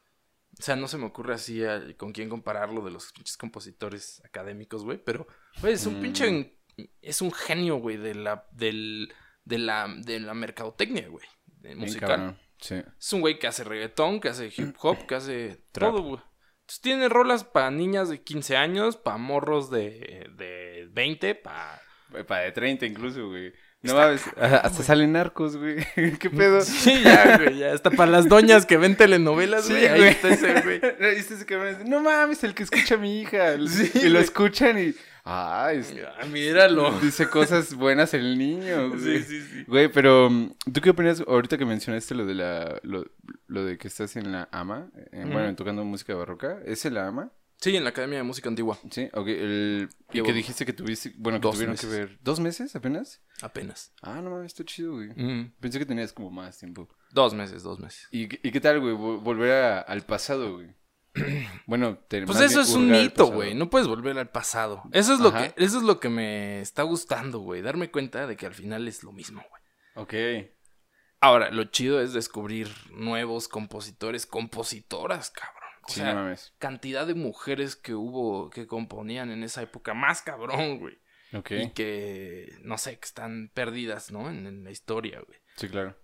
O sea, no se me ocurre así a- con quién compararlo de los pinches compositores académicos, güey. Pero, güey, es un Mm. pinche... Es un genio, güey, de la, del, de la, de la mercadotecnia, güey. de Bien Musical. cabrón. Sí. Es un güey que hace reggaetón, que hace hip hop, que hace Trap. todo, güey. Entonces tiene rolas para niñas de quince años, para morros de, de veinte, para... Para de treinta incluso, güey. No Está mames. cabrón, Hasta güey. salen narcos, güey. ¿Qué pedo? Sí, ya, güey, ya. Hasta para las doñas que ven telenovelas, Sí, güey. Ahí güey. está ese, güey. ¿Viste ese cabrón? No mames, el que escucha a mi hija. Sí, y lo güey. escuchan y. Ah, es- Ah, míralo. dice cosas buenas el niño. Güey. Sí, sí, sí. Güey, pero mm, ¿tú qué opinas ahorita que mencionaste lo de la lo, lo de que estás en la AMA? Eh, Bueno, Ujú. tocando música barroca. ¿Es en la AMA? Sí, en la Academia de Música Antigua. Sí, ok. El, y Llevo que dijiste que tuviste, bueno, que dos tuvieron meses. que ver. ¿Dos meses apenas? Apenas. Ah, no mames, está chido, güey. Mm. Pensé que tenías como más tiempo. Dos meses, dos meses. ¿Y, qué- y qué tal, güey? Vol- Volver a- al pasado, güey. Bueno, te- Pues más eso bien es un hurgar al mito, pasado. güey. No puedes volver al pasado. Eso es lo Ajá. que, eso es lo que me está gustando, güey. Darme cuenta de que al final es lo mismo, güey. Ok. Ahora, lo chido es descubrir nuevos compositores, compositoras, cabrón. O Sí, sea, no mames. cantidad de mujeres que hubo, que componían en esa época, más cabrón, güey. Ok. Y que, no sé, que están perdidas, ¿no? En, en la historia, güey. Sí, claro.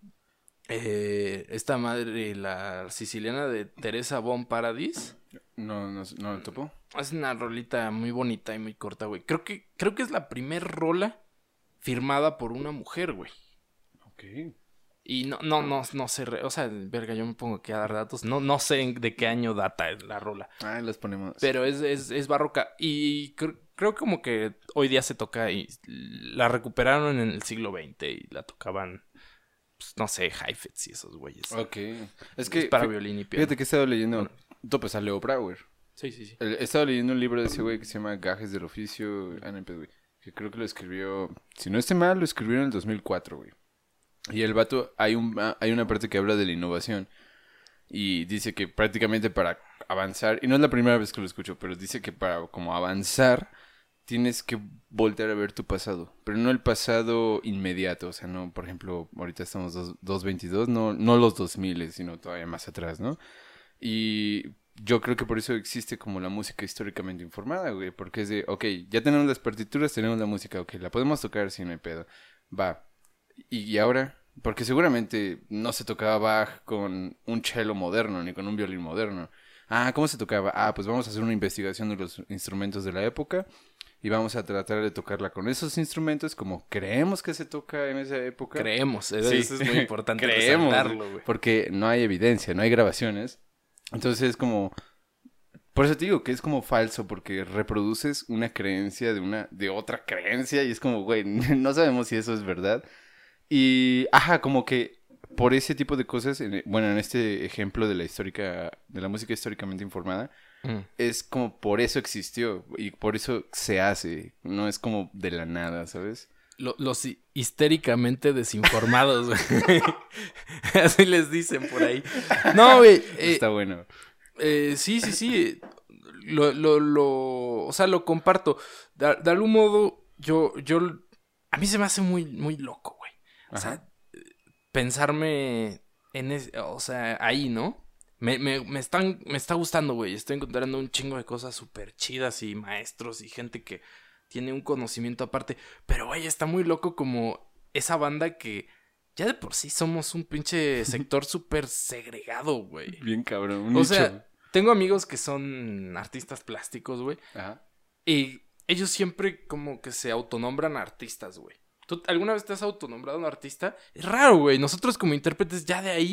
Eh, esta madre, la siciliana de Teresa Bon Paradis, No, no, no lo topo. es una rolita muy bonita y muy corta, güey. Creo que, creo que es la primer rola firmada por una mujer, güey. Ok. Y no, no, no, no sé, re- o sea, verga, yo me pongo aquí a dar datos. No, no sé en- de qué año data la rola. Ah, las ponemos. Pero es, es, es barroca. Y cr- creo como que hoy día se toca y la recuperaron en el siglo veinte y la tocaban, pues, no sé, Heifetz y esos güeyes. Ok. Es Es que, para fí- violín y piano. fíjate que he estado leyendo. Topes a Leo Brauer. Sí, sí, sí. El- He estado leyendo un libro de ese güey que se llama Gajes del Oficio. Ah, no, güey. Que creo que lo escribió. Si no esté mal, lo escribió en el dos mil cuatro, güey. Y el vato, hay, un, ah, hay una parte que habla de la innovación. Y dice que prácticamente para avanzar, y no es la primera vez que lo escucho, pero dice que para como avanzar, tienes que voltear a ver tu pasado. Pero no el pasado inmediato, o sea, no, por ejemplo, ahorita estamos dos, dos veintidós, no, no los dos mil, sino todavía más atrás, ¿no? Y yo creo que por eso existe como la música históricamente informada, güey. Porque es de, ok, ya tenemos las partituras, tenemos la música, ok, la podemos tocar si no hay pedo. Va. ¿Y, y ahora? Porque seguramente no se tocaba Bach con un cello moderno, ni con un violín moderno. Ah, ¿cómo se tocaba? Ah, pues vamos a hacer una investigación de los instrumentos de la época y vamos a tratar de tocarla con esos instrumentos como creemos que se toca en esa época. Creemos, eso, Sí. eso es muy importante Creemos, resaltarlo, güey. porque no hay evidencia, no hay grabaciones. Entonces es como... Por eso te digo que es como falso, porque reproduces una creencia de una de otra creencia y es como, güey, no sabemos si eso es verdad. Y, ajá, como que por ese tipo de cosas, en- bueno, en este ejemplo de la histórica, de la música históricamente informada, Mm. es como por eso existió y por eso se hace, no es como de la nada, ¿sabes? Lo- los hi- histéricamente desinformados, güey. Así les dicen por ahí. No, güey. eh, Está bueno. eh, sí, sí, sí. Lo, lo, lo, o sea, lo comparto. De, de algún modo, yo, yo, a mí se me hace muy, muy loco, güey. O Ajá. sea, eh, pensarme en ese, o sea, ahí, ¿no? Me, me, me están, me está gustando, güey. Estoy encontrando un chingo de cosas súper chidas y maestros y gente que tiene un conocimiento aparte. Pero, güey, está muy loco como esa banda que ya de por sí somos un pinche sector súper segregado, güey. Bien cabrón. Un O nicho. sea, tengo amigos que son artistas plásticos, güey. Ajá. Y ellos siempre como que se autonombran artistas, güey. ¿Tú alguna vez te has autonombrado un artista? Es raro, güey. Nosotros como intérpretes ya de ahí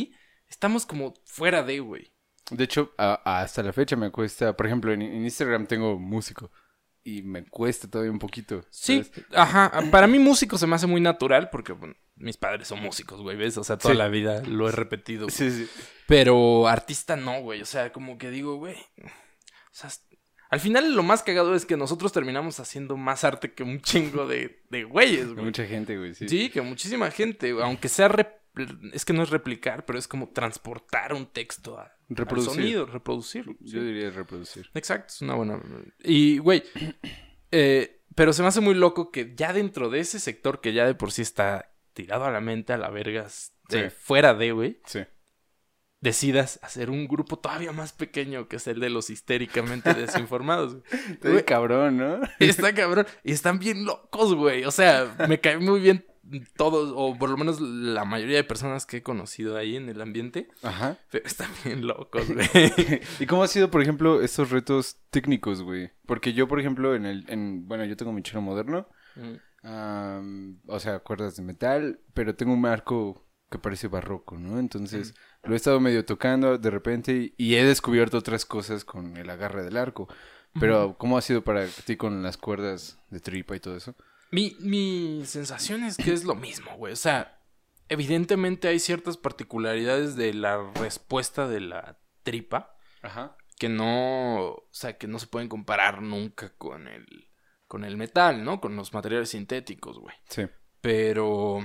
estamos como fuera de, güey. De hecho, a, hasta la fecha me cuesta, por ejemplo, en, en Instagram tengo músico y me cuesta todavía un poquito. Sí, ¿sabes? ajá. Para mí músico se me hace muy natural porque bueno, mis padres son músicos, güey, ¿ves? O sea, toda Sí. la vida lo he repetido. Sí, sí. Pero artista no, güey. O sea, como que digo, güey. O sea, al final lo más cagado es que nosotros terminamos haciendo más arte que un chingo de, de güeyes, güey. Mucha gente, güey, sí. Sí, que muchísima gente, güey. Aunque sea... Rep... Es que no es replicar, pero es como transportar un texto a, Reproducir. al sonido, reproducirlo. Yo sí. diría reproducir. Exacto, es una buena... Y, güey, eh, pero se me hace muy loco que ya dentro de ese sector que ya de por sí está tirado a la mente, a la verga, de, Sí. fuera de, güey, Sí. decidas hacer un grupo todavía más pequeño que es el de los histéricamente desinformados. Está bien cabrón, ¿no? Está cabrón. Y están bien locos, güey. O sea, me cae muy bien todos, o por lo menos la mayoría de personas que he conocido ahí en el ambiente. Ajá. Pero están bien locos, güey. ¿Y cómo ha sido, por ejemplo, estos retos técnicos, güey? Porque yo, por ejemplo, en el... En, bueno, yo tengo mi chelo moderno. Mm. Um, o sea, cuerdas de metal. Pero tengo un marco que parece barroco, ¿no? Entonces, mm. lo he estado medio tocando de repente. Y he descubierto otras cosas con el agarre del arco. Pero, uh-huh. ¿cómo ha sido para ti con las cuerdas de tripa y todo eso? Mi, mi sensación es que es lo mismo, güey. O sea, evidentemente hay ciertas particularidades de la respuesta de la tripa. Ajá. Que no, o sea, que no se pueden comparar nunca con el, con el metal, ¿no? Con los materiales sintéticos, güey. Sí. Pero,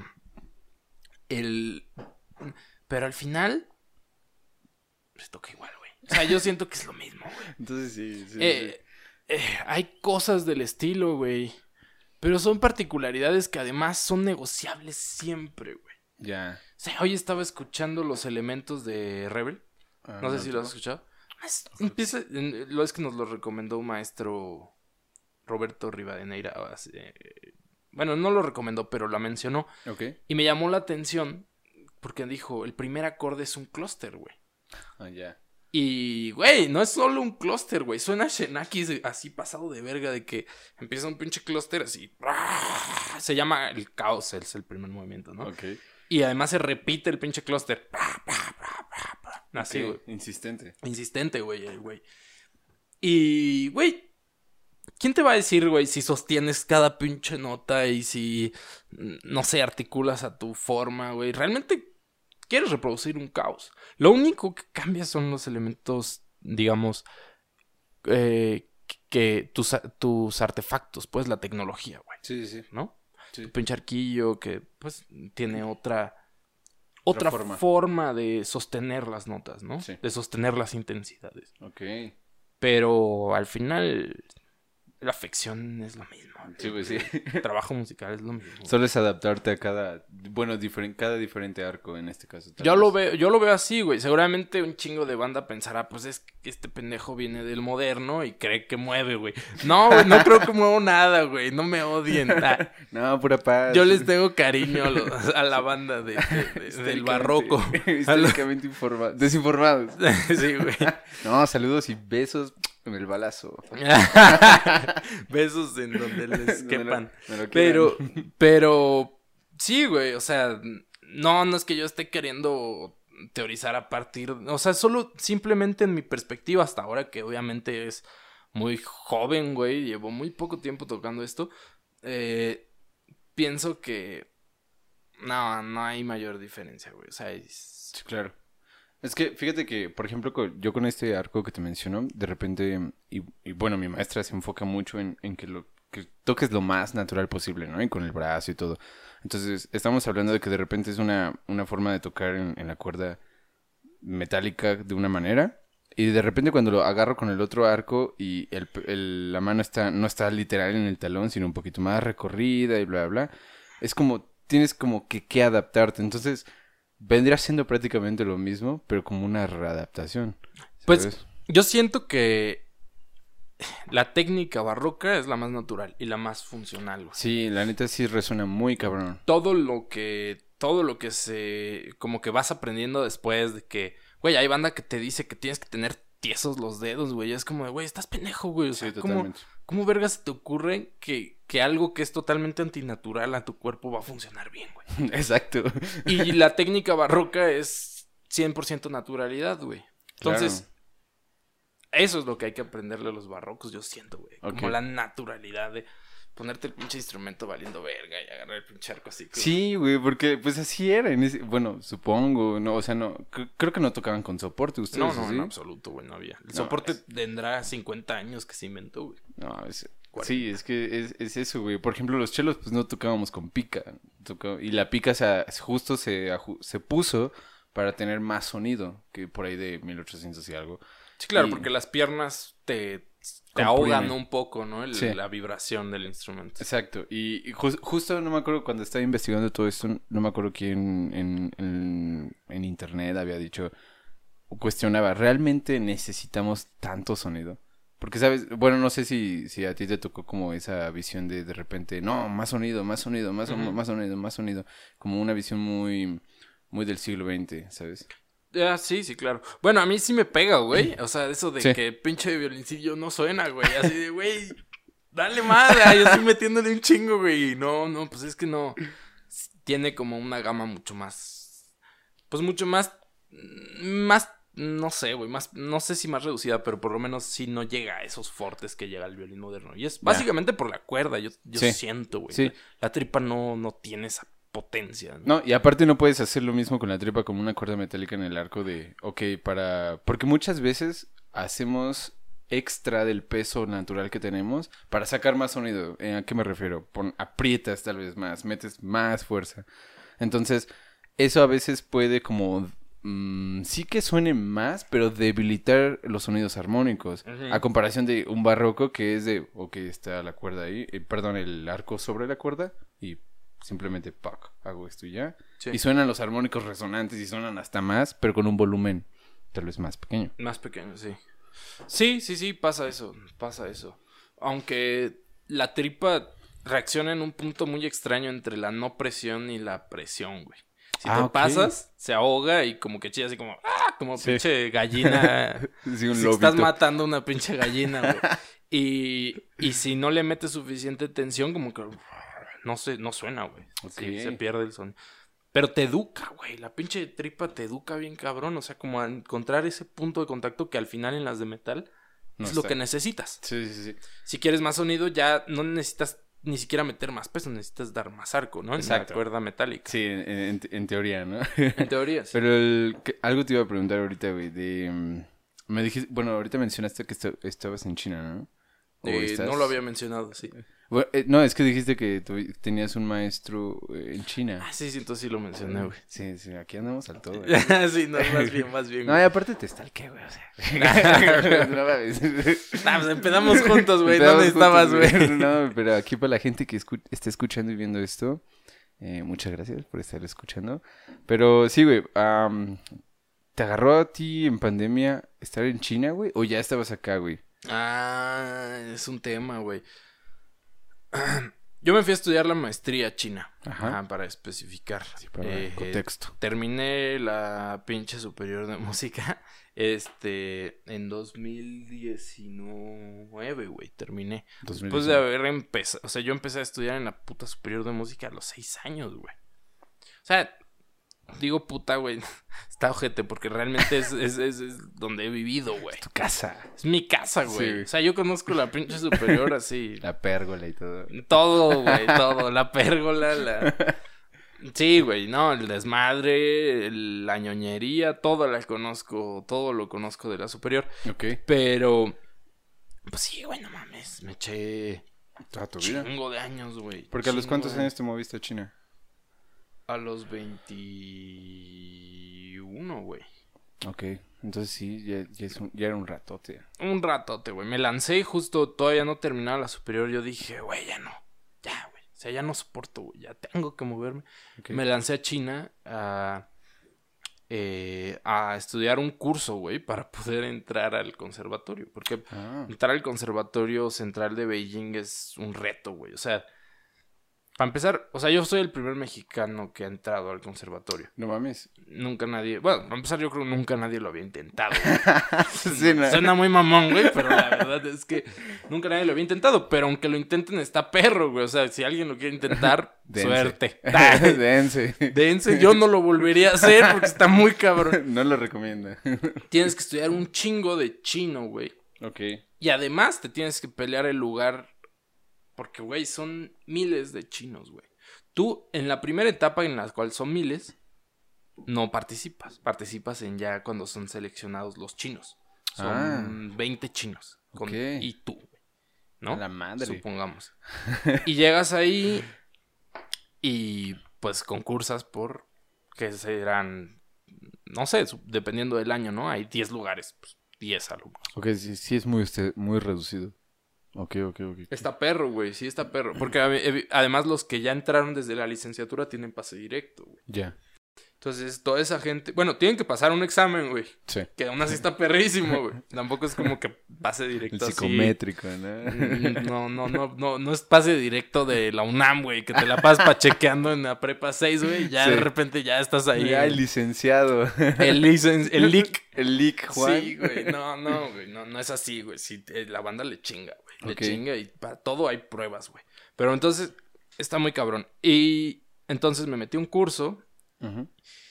el, pero al final, se toca igual, güey. O sea, yo siento que es lo mismo, güey. Entonces sí, sí, eh, sí. Eh, hay cosas del estilo, güey. Pero son particularidades que además son negociables siempre, güey. Ya. O sea, hoy estaba escuchando los elementos de Rebel. Ah, No sé no, si no. lo has escuchado. Es, empieza, en- lo es que nos lo recomendó un maestro Roberto Rivadeneira. eh, Bueno, no lo recomendó, pero lo mencionó. Ok. Y me llamó la atención porque dijo, el primer acorde es un clúster, güey. Ah, ya. Y, güey, no es solo un clúster, güey. Suena Shenaki así pasado de verga de que empieza un pinche clúster así. Se llama el caos, es el primer movimiento, ¿no? Ok. Y además se repite el pinche clúster. Así, Ok, güey. insistente. Insistente, güey, el güey. Y, güey, ¿quién te va a decir, güey, si sostienes cada pinche nota y si, no sé, articulas a tu forma, güey? Realmente quieres reproducir un caos. Lo único que cambia son los elementos, digamos, eh, que tus, tus artefactos, pues la tecnología, güey, Sí, sí, sí. ¿no? Sí. Tu pinche arquillo que, pues, tiene otra... Otra, Otra forma. forma. de sostener las notas, ¿no? Sí. De sostener las intensidades. Ok. Pero al final, la afección es lo mismo. Sí, pues sí. El trabajo musical es lo mismo. Solo es adaptarte a cada, bueno, diferen- cada diferente arco en este caso. tal Yo vez. lo veo, yo lo veo así, güey. Seguramente un chingo de banda pensará, pues es que este pendejo viene del moderno y cree que mueve, güey. No, güey, no creo que muevo nada, güey. No me odien. Ah, No, pura paz. yo les tengo cariño a, los- a la banda de, de- de- del barroco. Históricamente informa- desinformados. Sí, güey. No, saludos y besos en el balazo. Besos en donde les Me lo- quepan. me lo quieran. Pero, pero, sí, güey, o sea, no, no es que yo esté queriendo teorizar a partir, o sea, solo simplemente en mi perspectiva hasta ahora, que obviamente es muy joven, güey, llevo muy poco tiempo tocando esto, eh, pienso que no, no hay mayor diferencia, güey, o sea, es... Sí, claro. Es que, fíjate que, por ejemplo, co- yo con este arco que te menciono, de repente, y, y bueno, mi maestra se enfoca mucho en, en que lo que toques lo más natural posible, ¿no? Y con el brazo y todo. Entonces, estamos hablando de que de repente es una, una forma de tocar en, en la cuerda metálica de una manera. Y de repente cuando lo agarro con el otro arco y el, el- la mano está no está literal en el talón, sino un poquito más recorrida y bla, bla, bla. Es como, tienes como que, que adaptarte. Entonces, vendría siendo prácticamente lo mismo, pero como una readaptación. Pues, ¿sabes? yo siento que la técnica barroca es la más natural y la más funcional, güey. Sí, la neta sí resuena muy cabrón. Todo lo que, todo lo que se, como que vas aprendiendo después de que, güey, hay banda que te dice que tienes que tener tiesos los dedos, güey. Es como de, güey, estás pendejo, güey. O sea, Sí, ¿cómo, totalmente. ¿cómo verga se te ocurre que, que algo que es totalmente antinatural a tu cuerpo va a funcionar bien, güey? Exacto. Y la técnica barroca es cien por ciento naturalidad, güey. Entonces, claro. Eso es lo que hay que aprenderle a los barrocos, yo siento, güey. Okay. Como la naturalidad de ponerte el pinche instrumento valiendo verga y agarrar el pinche arco así. Como... Sí, güey, porque pues así era. En ese... Bueno, supongo, no, o sea, no, c- creo que no tocaban con soporte ustedes. No, no, ¿sí? en absoluto, güey, no había. El no, soporte es... tendrá cincuenta años que se inventó, güey. No, es... Sí, es que es, es eso, güey. Por ejemplo, los chelos, pues no tocábamos con pica. Tocó... Y la pica se, justo se, se puso para tener más sonido, que por ahí de mil ochocientos y algo. Sí, claro, y... y... porque las piernas te, te ahogan un poco, ¿no? El, sí. La vibración del instrumento. Exacto. Y, y ju- justo no me acuerdo cuando estaba investigando todo esto, no me acuerdo quién en, en, en internet había dicho, o cuestionaba, ¿realmente necesitamos tanto sonido? Porque, ¿sabes? Bueno, no sé si, si a ti te tocó como esa visión de de repente, no, más sonido, más sonido, más, uh-huh. más sonido, más sonido. Como una visión muy, muy del siglo veinte, ¿sabes? Ah, sí, sí, claro. Bueno, a mí sí me pega, güey. O sea, eso de sí. que pinche violincillo no suena, güey. Así de, güey, dale madre. Yo estoy metiéndole un chingo, güey. No, no, pues es que no. Tiene como una gama mucho más. Pues mucho más. Más. No sé, güey. Más. No sé si más reducida, pero por lo menos sí no llega a esos fortes que llega el violín moderno. Y es básicamente yeah. por la cuerda. Yo, yo sí. siento, güey. Sí. La tripa no, no tiene esa potencia, ¿no? No, y aparte no puedes hacer lo mismo con la tripa como una cuerda metálica en el arco de, ok, para... Porque muchas veces hacemos extra del peso natural que tenemos para sacar más sonido. ¿A qué me refiero? Pon, aprietas tal vez más, metes más fuerza. Entonces, eso a veces puede como... Mmm, sí que suene más, pero debilitar los sonidos armónicos. Uh-huh. A comparación de un barroco que es de, ok, está la cuerda ahí, eh, perdón, el arco sobre la cuerda y... Simplemente, ¡pac! Hago esto y ya. Sí. Y suenan los armónicos resonantes y suenan hasta más, pero con un volumen tal vez más pequeño. Más pequeño, sí. Sí, sí, sí, pasa eso, pasa eso. Aunque la tripa reacciona en un punto muy extraño entre la no presión y la presión, güey. Si ah, te okay. pasas, se ahoga y como que chilla así como... ¡Ah! Como sí. pinche gallina. Sí, un si lobito. Estás matando una pinche gallina, güey. y, y si no le metes suficiente tensión, como que... No se, no suena, güey. Okay. Sí, se pierde el sonido. Pero te educa, güey. La pinche tripa te educa bien cabrón. O sea, como a encontrar ese punto de contacto que al final en las de metal no es está. Lo que necesitas. Sí, sí, sí. Si quieres más sonido, ya no necesitas ni siquiera meter más peso. Necesitas dar más arco, ¿no? Exacto. En la cuerda metálica. Sí, en, en, en teoría, ¿no? En teoría, sí. Pero el, que, algo te iba a preguntar ahorita, güey. De, um, me dijiste... Bueno, ahorita mencionaste que est- estabas en China, ¿no? Eh, no lo había mencionado, sí. Bueno, eh, no, es que dijiste que tu, tenías un maestro eh, en China. Ah, sí, sí, entonces sí lo mencioné, güey. Sí, sí, aquí andamos al todo. Sí, no, más bien, más bien. No, y aparte te está el qué, güey, o sea. No mames. No, pues empezamos juntos, güey, ¿dónde estabas, güey? No, pero aquí para la gente que escu- está escuchando y viendo esto, eh, muchas gracias por estar escuchando. Pero sí, güey, um, ¿te agarró a ti en pandemia estar en China, güey? ¿O ya estabas acá, güey? Ah, es un tema, güey. Yo me fui a estudiar la maestría a China. Ajá. Ajá, para especificar. Sí, para eh, el contexto. Eh, terminé la pinche superior de música. Este. En dos mil diecinueve, güey. Terminé. dos mil diecinueve. Después de haber empezado. O sea, yo empecé a estudiar en la puta superior de música a los seis años, güey. O sea. Digo puta, güey. Está ojete porque realmente es, es, es, es donde he vivido, güey. Es tu casa. Es mi casa, güey. Sí. O sea, yo conozco la pinche superior así. La pérgola y todo. Todo, güey, todo. La pérgola, la... Sí, güey, no, el desmadre, el, la ñoñería, todo la conozco, todo lo conozco de la superior. Ok. Pero, pues sí, güey, no mames, me eché... ¿Toda tu vida? Chingo de años, güey. Porque a los cuántos años te moviste a China? A los veintiuno, güey. Ok, entonces sí, ya, ya, es un, ya era un ratote. Un ratote, güey. Me lancé y justo todavía no terminaba la superior. Yo dije, güey, ya no. Ya, güey. O sea, ya no soporto, güey. Ya tengo que moverme. Okay. Me lancé a China a, eh, a estudiar un curso, güey, para poder entrar al conservatorio. Porque ah. entrar al conservatorio central de Beijing es un reto, güey. O sea... Para empezar, o sea, yo soy el primer mexicano que ha entrado al conservatorio. No mames. Nunca nadie... Bueno, para empezar, yo creo que nunca nadie lo había intentado. Sí, no. Suena muy mamón, güey, pero la verdad es que nunca nadie lo había intentado. Pero aunque lo intenten, está perro, güey. O sea, si alguien lo quiere intentar, Dense. suerte. Dense. Dense, yo no lo volvería a hacer porque está muy cabrón. No lo recomiendo. Tienes que estudiar un chingo de chino, güey. Ok. Y además te tienes que pelear el lugar... Porque, güey, son miles de chinos, güey. Tú, en la primera etapa en la cual son miles, no participas. Participas en ya cuando son seleccionados los chinos. Son Ah. veinte chinos. Con, Ok. Y tú, güey. ¿No? A la madre. Supongamos. Y llegas ahí y, pues, concursas por... Que serán... No sé, su- dependiendo del año, ¿no? Hay diez lugares, pues, diez alumnos. Ok, sí, sí es muy, este, muy reducido. Ok, ok, ok. Está perro, güey, sí está perro. Porque a- además los que ya entraron desde la licenciatura tienen pase directo, güey. Ya. Entonces, toda esa gente... Bueno, tienen que pasar un examen, güey. Sí. Que aún así está perrísimo, güey. Tampoco es como que pase El directo así. psicométrico, ¿no? Mm, No, no, no, no, no es pase directo de la UNAM, güey. Que te la pasas pachequeando en la prepa seis, güey. Y ya Sí. de repente ya estás ahí. Ya, el licenciado. El licen- el lic. El leak, Juan. Sí, güey. No, no, güey. No, no es así, güey. Sí, eh, la banda le chinga, güey. Le Ok. chinga y para todo hay pruebas, güey. Pero entonces, está muy cabrón. Y entonces me metí a un curso, Ujú.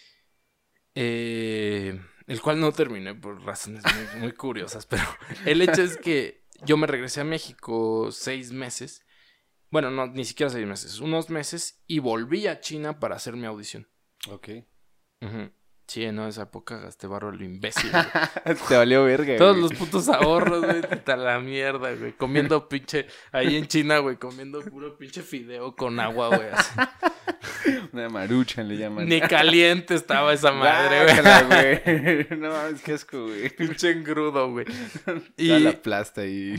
eh, el cual no terminé por razones muy, muy curiosas. Pero el hecho es que yo me regresé a México seis meses. Bueno, no, ni siquiera seis meses. Unos meses y volví a China para hacer mi audición. Ok. Ujú. Sí, en esa época gasté barro a lo imbécil, güey. Te valió verga, Todos güey. los putos ahorros, güey, hasta la mierda, güey. Comiendo pinche, ahí en China, güey, comiendo puro pinche fideo con agua, güey. así. Una maruchan le llaman. Ni caliente estaba esa madre, güey. Guácala, güey. No mames, qué asco, güey. Pinche engrudo, güey. Y... Y, la plasta y...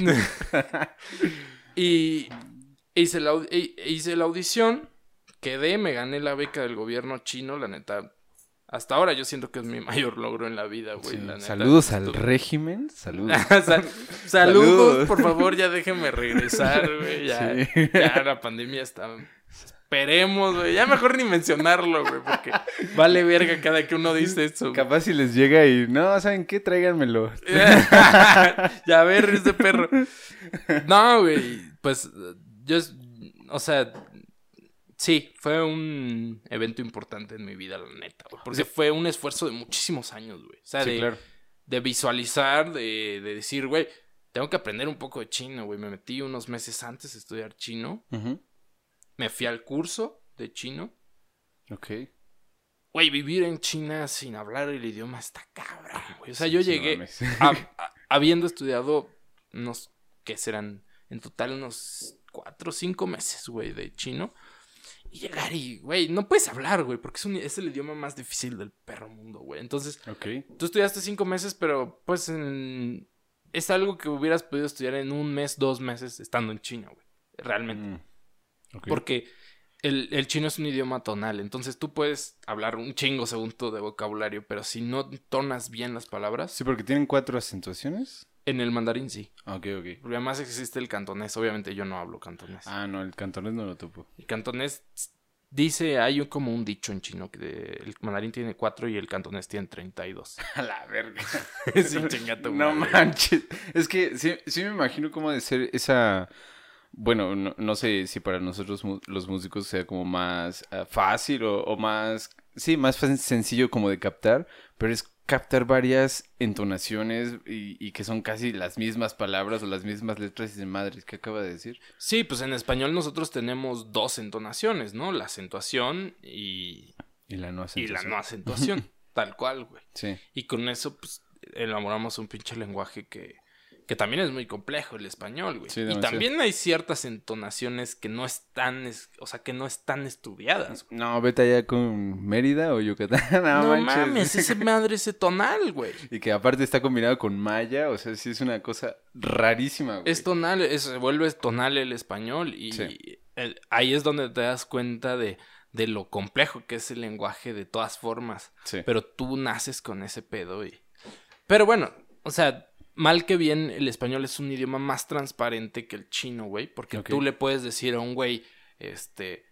y hice, la, au- hi- hice la audición, quedé, me gané la beca del gobierno chino, la neta. Hasta ahora yo siento que es mi mayor logro en la vida, güey. Sí. La neta. Saludos al Estu- régimen. Saludos. Sal- saludos, Saludos. por favor, ya déjenme regresar, güey. Ya, Sí. ya la pandemia está. Esperemos, güey. Ya mejor ni mencionarlo, güey, porque vale verga cada que uno dice eso. güey. Capaz si les llega y... No, ¿saben qué? Tráiganmelo. Ya ver, ese perro. No, güey. Pues yo, es- o sea, sí, fue un evento importante en mi vida, la neta, güey. Porque fue un esfuerzo de muchísimos años, güey. O sea, Sí, de, claro. de visualizar, de, de decir, güey, tengo que aprender un poco de chino, güey. Me metí unos meses antes a estudiar chino. Ujú. Me fui al curso de chino. Ok. Güey, vivir en China sin hablar el idioma está cabrón, güey. O sea, yo Sí, no llegué mames. a- a- habiendo estudiado unos, ¿qué serán? En total unos cuatro o cinco meses, güey, de chino. Y llegar y, güey, no puedes hablar, güey, porque es, un- es el idioma más difícil del perro mundo, güey. Entonces, Ok. tú estudiaste cinco meses, pero pues en- es algo que hubieras podido estudiar en un mes, dos meses estando en China, güey. Realmente. Mm. Ok. Porque el, el chino es un idioma tonal. Entonces tú puedes hablar un chingo según tu de vocabulario, pero si no tonas bien las palabras, Sí, porque tienen cuatro acentuaciones. en el mandarín sí. Ok, ok. Porque además existe el cantonés. Obviamente yo no hablo cantonés. Ah, no, el cantonés no lo topo. El cantonés dice, hay un- como un dicho en chino que de- el mandarín tiene cuatro y el cantonés tiene treinta y dos. A la verga. Sí, chinga tu No madre. manches. Es que sí, sí me imagino cómo de ser esa... Bueno, no, no sé si para nosotros mu- los músicos sea como más ah, fácil o, o más... Sí, más fan- sencillo como de captar, pero es captar varias entonaciones y, y que son casi las mismas palabras o las mismas letras y de madres. ¿Qué acaba de decir? Sí, pues en español nosotros tenemos dos entonaciones, ¿no? La acentuación y, Y la no y la acentuación. no acentuación. Tal cual, güey. Sí. Y con eso, pues, elaboramos un pinche lenguaje que, que también es muy complejo, el español, güey. Sí, y demasiado. también hay ciertas entonaciones que no están, es- o sea, que no están estudiadas. No, vete allá con Mérida o Yucatán. No, No, manches. mames, ese madre, ese tonal, güey. Y que aparte está combinado con maya, o sea, sí es una cosa rarísima, güey. Es tonal, es- se vuelve tonal el español y Sí. el- ahí es donde te das cuenta de, de lo complejo que es el lenguaje de todas formas. Sí. Pero tú naces con ese pedo y... Pero bueno, o sea, mal que bien, el español es un idioma más transparente que el chino, güey. Porque Ok. tú le puedes decir a un güey, este...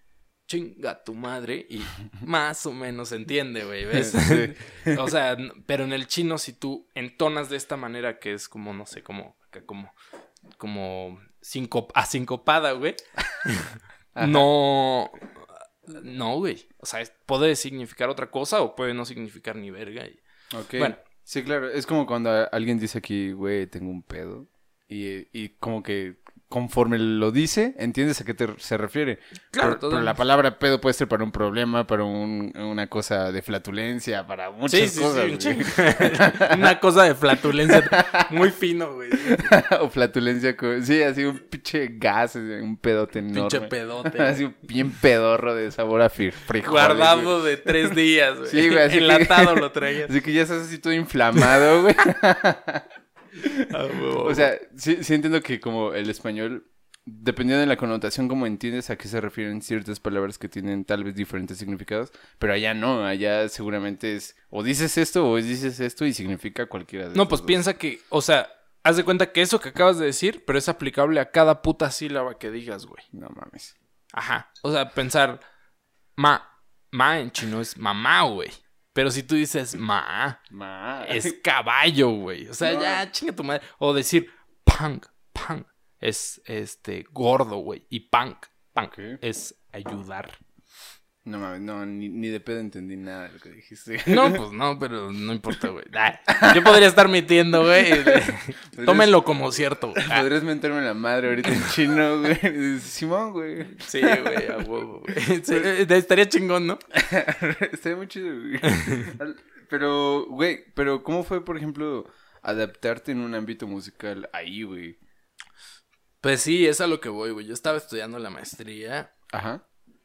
chinga tu madre, y más o menos se entiende, güey, ¿ves? Sí. O sea, n- pero en el chino, si tú entonas de esta manera, que es como, no sé, como, acá como, como sinco- asincopada, güey, Ajá. no, no, güey. O sea, es- puede significar otra cosa o puede no significar ni verga. y- Ok. Bueno. Sí, claro. Es como cuando a- alguien dice aquí, güey, tengo un pedo. Y, y como que conforme lo dice, entiendes a qué te, se refiere. Claro, pero, todo- pero la palabra pedo puede ser para un problema, para un- una cosa de flatulencia, para muchas Sí, sí, cosas. sí, un güey. chingo. Una cosa de flatulencia muy fino, güey. O flatulencia, con- sí, así un pinche gas, un pedote enorme. Pinche pedote. Así un bien pedorro de sabor a fri- frijol. Guardado de tres días, güey. Sí, güey, así que- Enlatado lo traías. Así que ya estás así todo inflamado, güey. Ah, huevo, O sea, sí, sí entiendo que como el español, dependiendo de la connotación, como entiendes a qué se refieren ciertas palabras que tienen tal vez diferentes significados, pero allá no, allá seguramente es o dices esto o dices esto y significa cualquiera de No, estos pues dos. piensa que, o sea, haz de cuenta que eso que acabas de decir, pero es aplicable a cada puta sílaba que digas, güey. No mames. Ajá. O sea, pensar, ma, ma en chino es mamá, güey. Pero si tú dices ma, Ma. es caballo, güey. O sea, No. ya, chinga tu madre. O decir punk, punk, es este gordo, güey. Y punk, punk, Ok. es ayudar. No mames, no, ni, ni de pedo entendí nada de lo que dijiste. No, pues no, pero no importa, güey. Ah, yo podría estar mintiendo, güey. Tómenlo como cierto, güey. Ah, Podrías mentarme la madre ahorita en chino, güey. Y dices, Simón, güey. sí, güey, a huevo, güey. Sí, eh, estaría chingón, ¿no? Estaría muy chido, güey. Al- Pero, güey, pero ¿cómo fue, por ejemplo, adaptarte en un ámbito musical ahí, güey? Pues sí, es a lo que voy, güey. Yo estaba estudiando la maestría Ajá.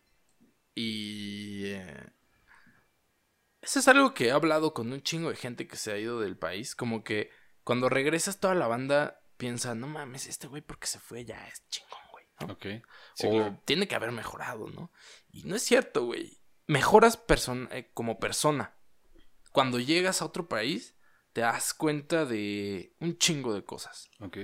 y... eh, eso es algo que he hablado con un chingo de gente que se ha ido del país. Como que cuando regresas toda la banda piensa, no mames, este güey porque se fue ya es chingón, güey, ¿no? Ok. Sí, o claro. tiene que haber mejorado, ¿no? Y no es cierto, güey. Mejoras person- eh, como persona. Cuando llegas a otro país, te das cuenta de un chingo de cosas. Ok.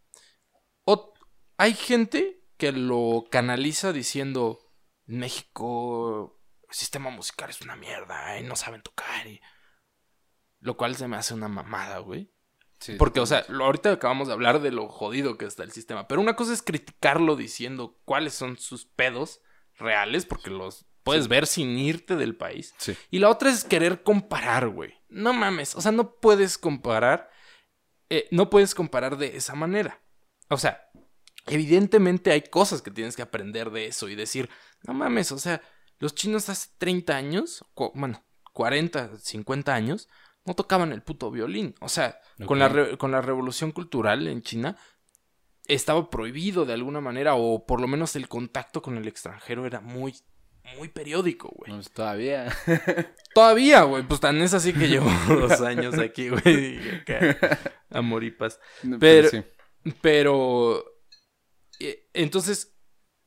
O hay gente que lo canaliza diciendo, en México el sistema musical es una mierda, y no saben tocar. Y... Lo cual se me hace una mamada, güey. Sí, Porque, o sea, lo, ahorita acabamos de hablar de lo jodido que está el sistema. Pero una cosa es criticarlo diciendo cuáles son sus pedos reales, porque los puedes Sí. ver sin irte del país. Sí. Y la otra es querer comparar, güey. No mames, o sea, no puedes comparar, eh, no puedes comparar de esa manera. O sea, evidentemente hay cosas que tienes que aprender de eso y decir, no mames, o sea, los chinos hace treinta años, cu- bueno, cuarenta, cincuenta años, no tocaban el puto violín. O sea, con, la Ok. re- con la revolución cultural en China estaba prohibido de alguna manera, o por lo menos el contacto con el extranjero era muy, muy periódico, güey. No, pues, todavía. Todavía, güey, pues tan es así que llevo dos años aquí, güey, y acá, amor y paz. No, Pero- sí. Pero, eh, entonces,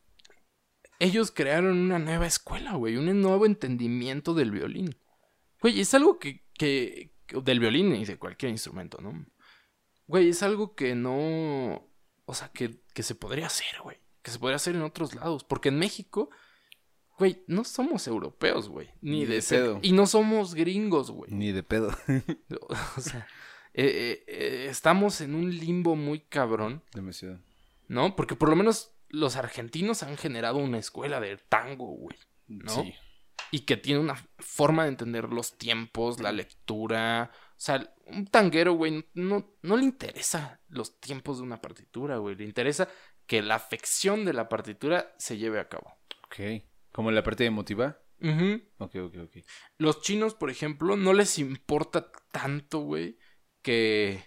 ellos crearon una nueva escuela, güey, un nuevo entendimiento del violín. Güey, es algo que, que, del violín y de cualquier instrumento, ¿no? Güey, es algo que no, o sea, que, que se podría hacer, güey, que se podría hacer en otros lados, porque en México, güey, no somos europeos, güey, ni, Ni de, de cer- pedo. y no somos gringos, güey. Ni de pedo. O sea, eh, eh, eh, estamos en un limbo muy cabrón, Demasiado. ¿no? Porque por lo menos los argentinos han generado una escuela de tango, güey, ¿no? Sí. Y que tiene una forma de entender los tiempos, la lectura. O sea, un tanguero, güey, no, no le interesa los tiempos de una partitura, güey. Le interesa que la afección de la partitura se lleve a cabo. Ok. ¿Como la parte emotiva? Ujú. Ok, ok, ok. Los chinos, por ejemplo, no les importa tanto, güey, que...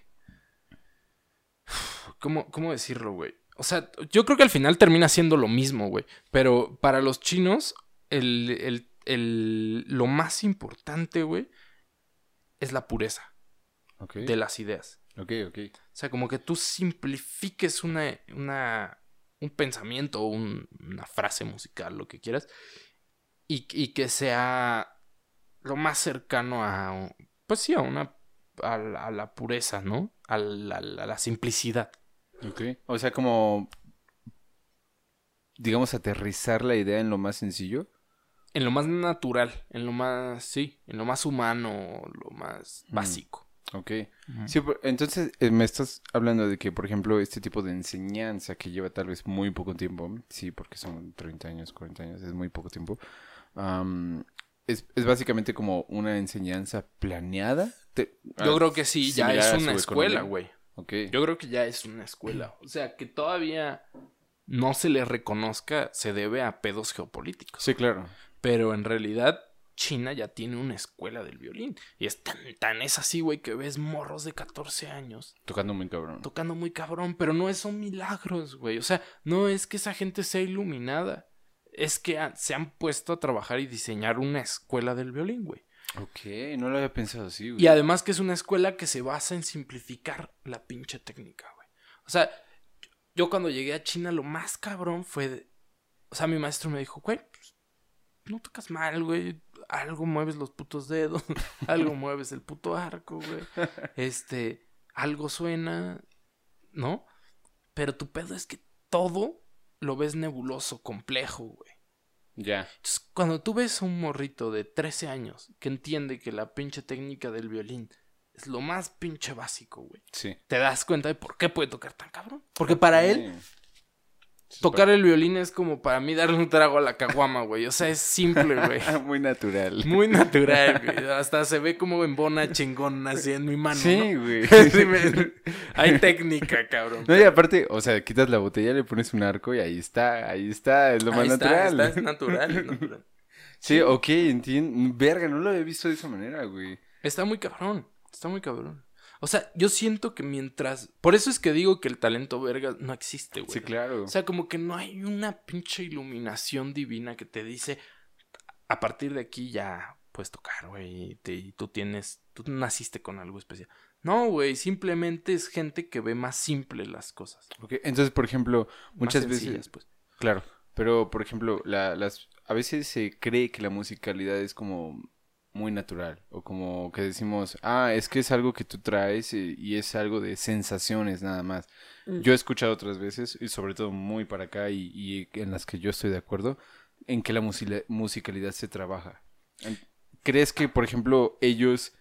¿Cómo, cómo decirlo, güey? O sea, yo creo que al final termina siendo lo mismo, güey. Pero para los chinos, el, el, el, lo más importante, güey, es la pureza Ok. de las ideas. Ok, ok. O sea, como que tú simplifiques una, una, un pensamiento o un- una frase musical, lo que quieras, y, y que sea lo más cercano a, pues sí, a una, a la, a la pureza, ¿no? A la, a la- a la simplicidad. Ok. O sea, como... digamos, aterrizar la idea en lo más sencillo. en lo más natural, en lo más, sí, en lo más humano, lo más Mm. básico. Ok. Ujú. Sí, por- entonces eh, me estás hablando de que, por ejemplo, este tipo de enseñanza que lleva tal vez muy poco tiempo, sí, porque son treinta años, cuarenta años, es muy poco tiempo, am, es, es básicamente como una enseñanza planeada. Te- Yo ah, creo que sí, ya similar es a una su escuela, economía. güey. Ok. Yo creo que ya es una escuela. O sea, que todavía no se le reconozca se debe a pedos geopolíticos. Sí, claro. Pero en realidad China ya tiene una escuela del violín. Y es tan, tan es así, güey, que ves morros de catorce años Tocando muy cabrón. tocando muy cabrón. Pero no son milagros, güey. O sea, no es que esa gente sea iluminada. Es que han- se han puesto a trabajar y diseñar una escuela del violín, güey. Ok, no lo había pensado así, güey. Y además que es una escuela que se basa en simplificar la pinche técnica, güey. O sea, yo cuando llegué a China lo más cabrón fue... de- O sea, mi maestro me dijo, güey, pues, no tocas mal, güey. Algo mueves los putos dedos. Algo mueves el puto arco, güey. Este, algo suena, ¿no? Pero tu pedo es que todo lo ves nebuloso, complejo, güey. Ya. Entonces, cuando tú ves a un morrito de trece años que entiende que la pinche técnica del violín es lo más pinche básico, güey, Sí. te das cuenta de por qué puede tocar tan cabrón. Porque para él, Sí, tocar el violín es como para mí darle un trago a la caguama, güey. O sea, es simple, güey. muy natural. Muy natural, güey. Hasta se ve como embona chingón así en mi mano, Sí, ¿no? güey. Sí, me- Hay técnica, cabrón. No, y aparte, o sea, quitas la botella, le pones un arco y ahí está, ahí está, es lo más Ahí está, natural. está, es natural, es natural. Sí, ok, entiendo. Verga, no lo había visto de esa manera, güey. Está muy cabrón, está muy cabrón. O sea, yo siento que mientras... Por eso es que digo que el talento verga no existe, güey. Sí, claro. O sea, como que no hay una pinche iluminación divina que te dice, a partir de aquí ya puedes tocar, güey, y, te- y tú tienes, tú naciste con algo especial. No, güey, simplemente es gente que ve más simple las cosas. Ok, entonces, por ejemplo, muchas Más sencillas, veces... pues. Claro, pero, por ejemplo, la, las... a veces se cree que la musicalidad es como muy natural, o como que decimos, ah, es que es algo que tú traes y, y es algo de sensaciones nada más. Mm. Yo he escuchado otras veces, y sobre todo muy para acá, y, y en las que yo estoy de acuerdo, en que la musila- musicalidad se trabaja. En- ¿Crees que, por ejemplo, ellos...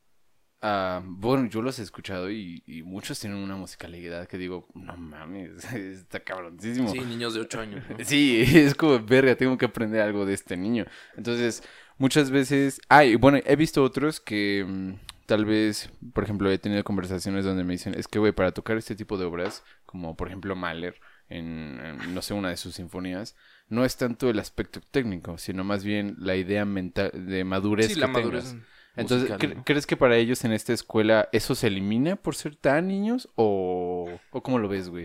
ah, bueno, yo los he escuchado y, y muchos tienen una musicalidad que digo, no mames, está cabroncísimo. Sí, niños de ocho años, ¿no? Sí, es como, verga, tengo que aprender algo de este niño. Entonces, muchas veces... Ay, bueno, he visto otros que mm, tal vez, por ejemplo, he tenido conversaciones donde me dicen, es que, güey, para tocar este tipo de obras, como por ejemplo Mahler, en, en, no sé, una de sus sinfonías, no es tanto el aspecto técnico, sino más bien la idea mental de madurez Sí, que la madurez tengas. Entonces, musical, ¿cre- ¿no? ¿crees que para ellos en esta escuela eso se elimina por ser tan niños? ¿O, o cómo lo ves, güey?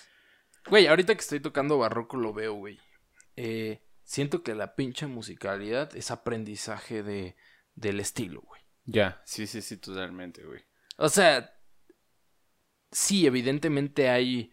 Güey, ahorita que estoy tocando barroco lo veo, güey. Eh, siento que la pinche musicalidad es aprendizaje de, del estilo, güey. Ya, sí, sí, sí, totalmente, güey. O sea, sí, evidentemente hay...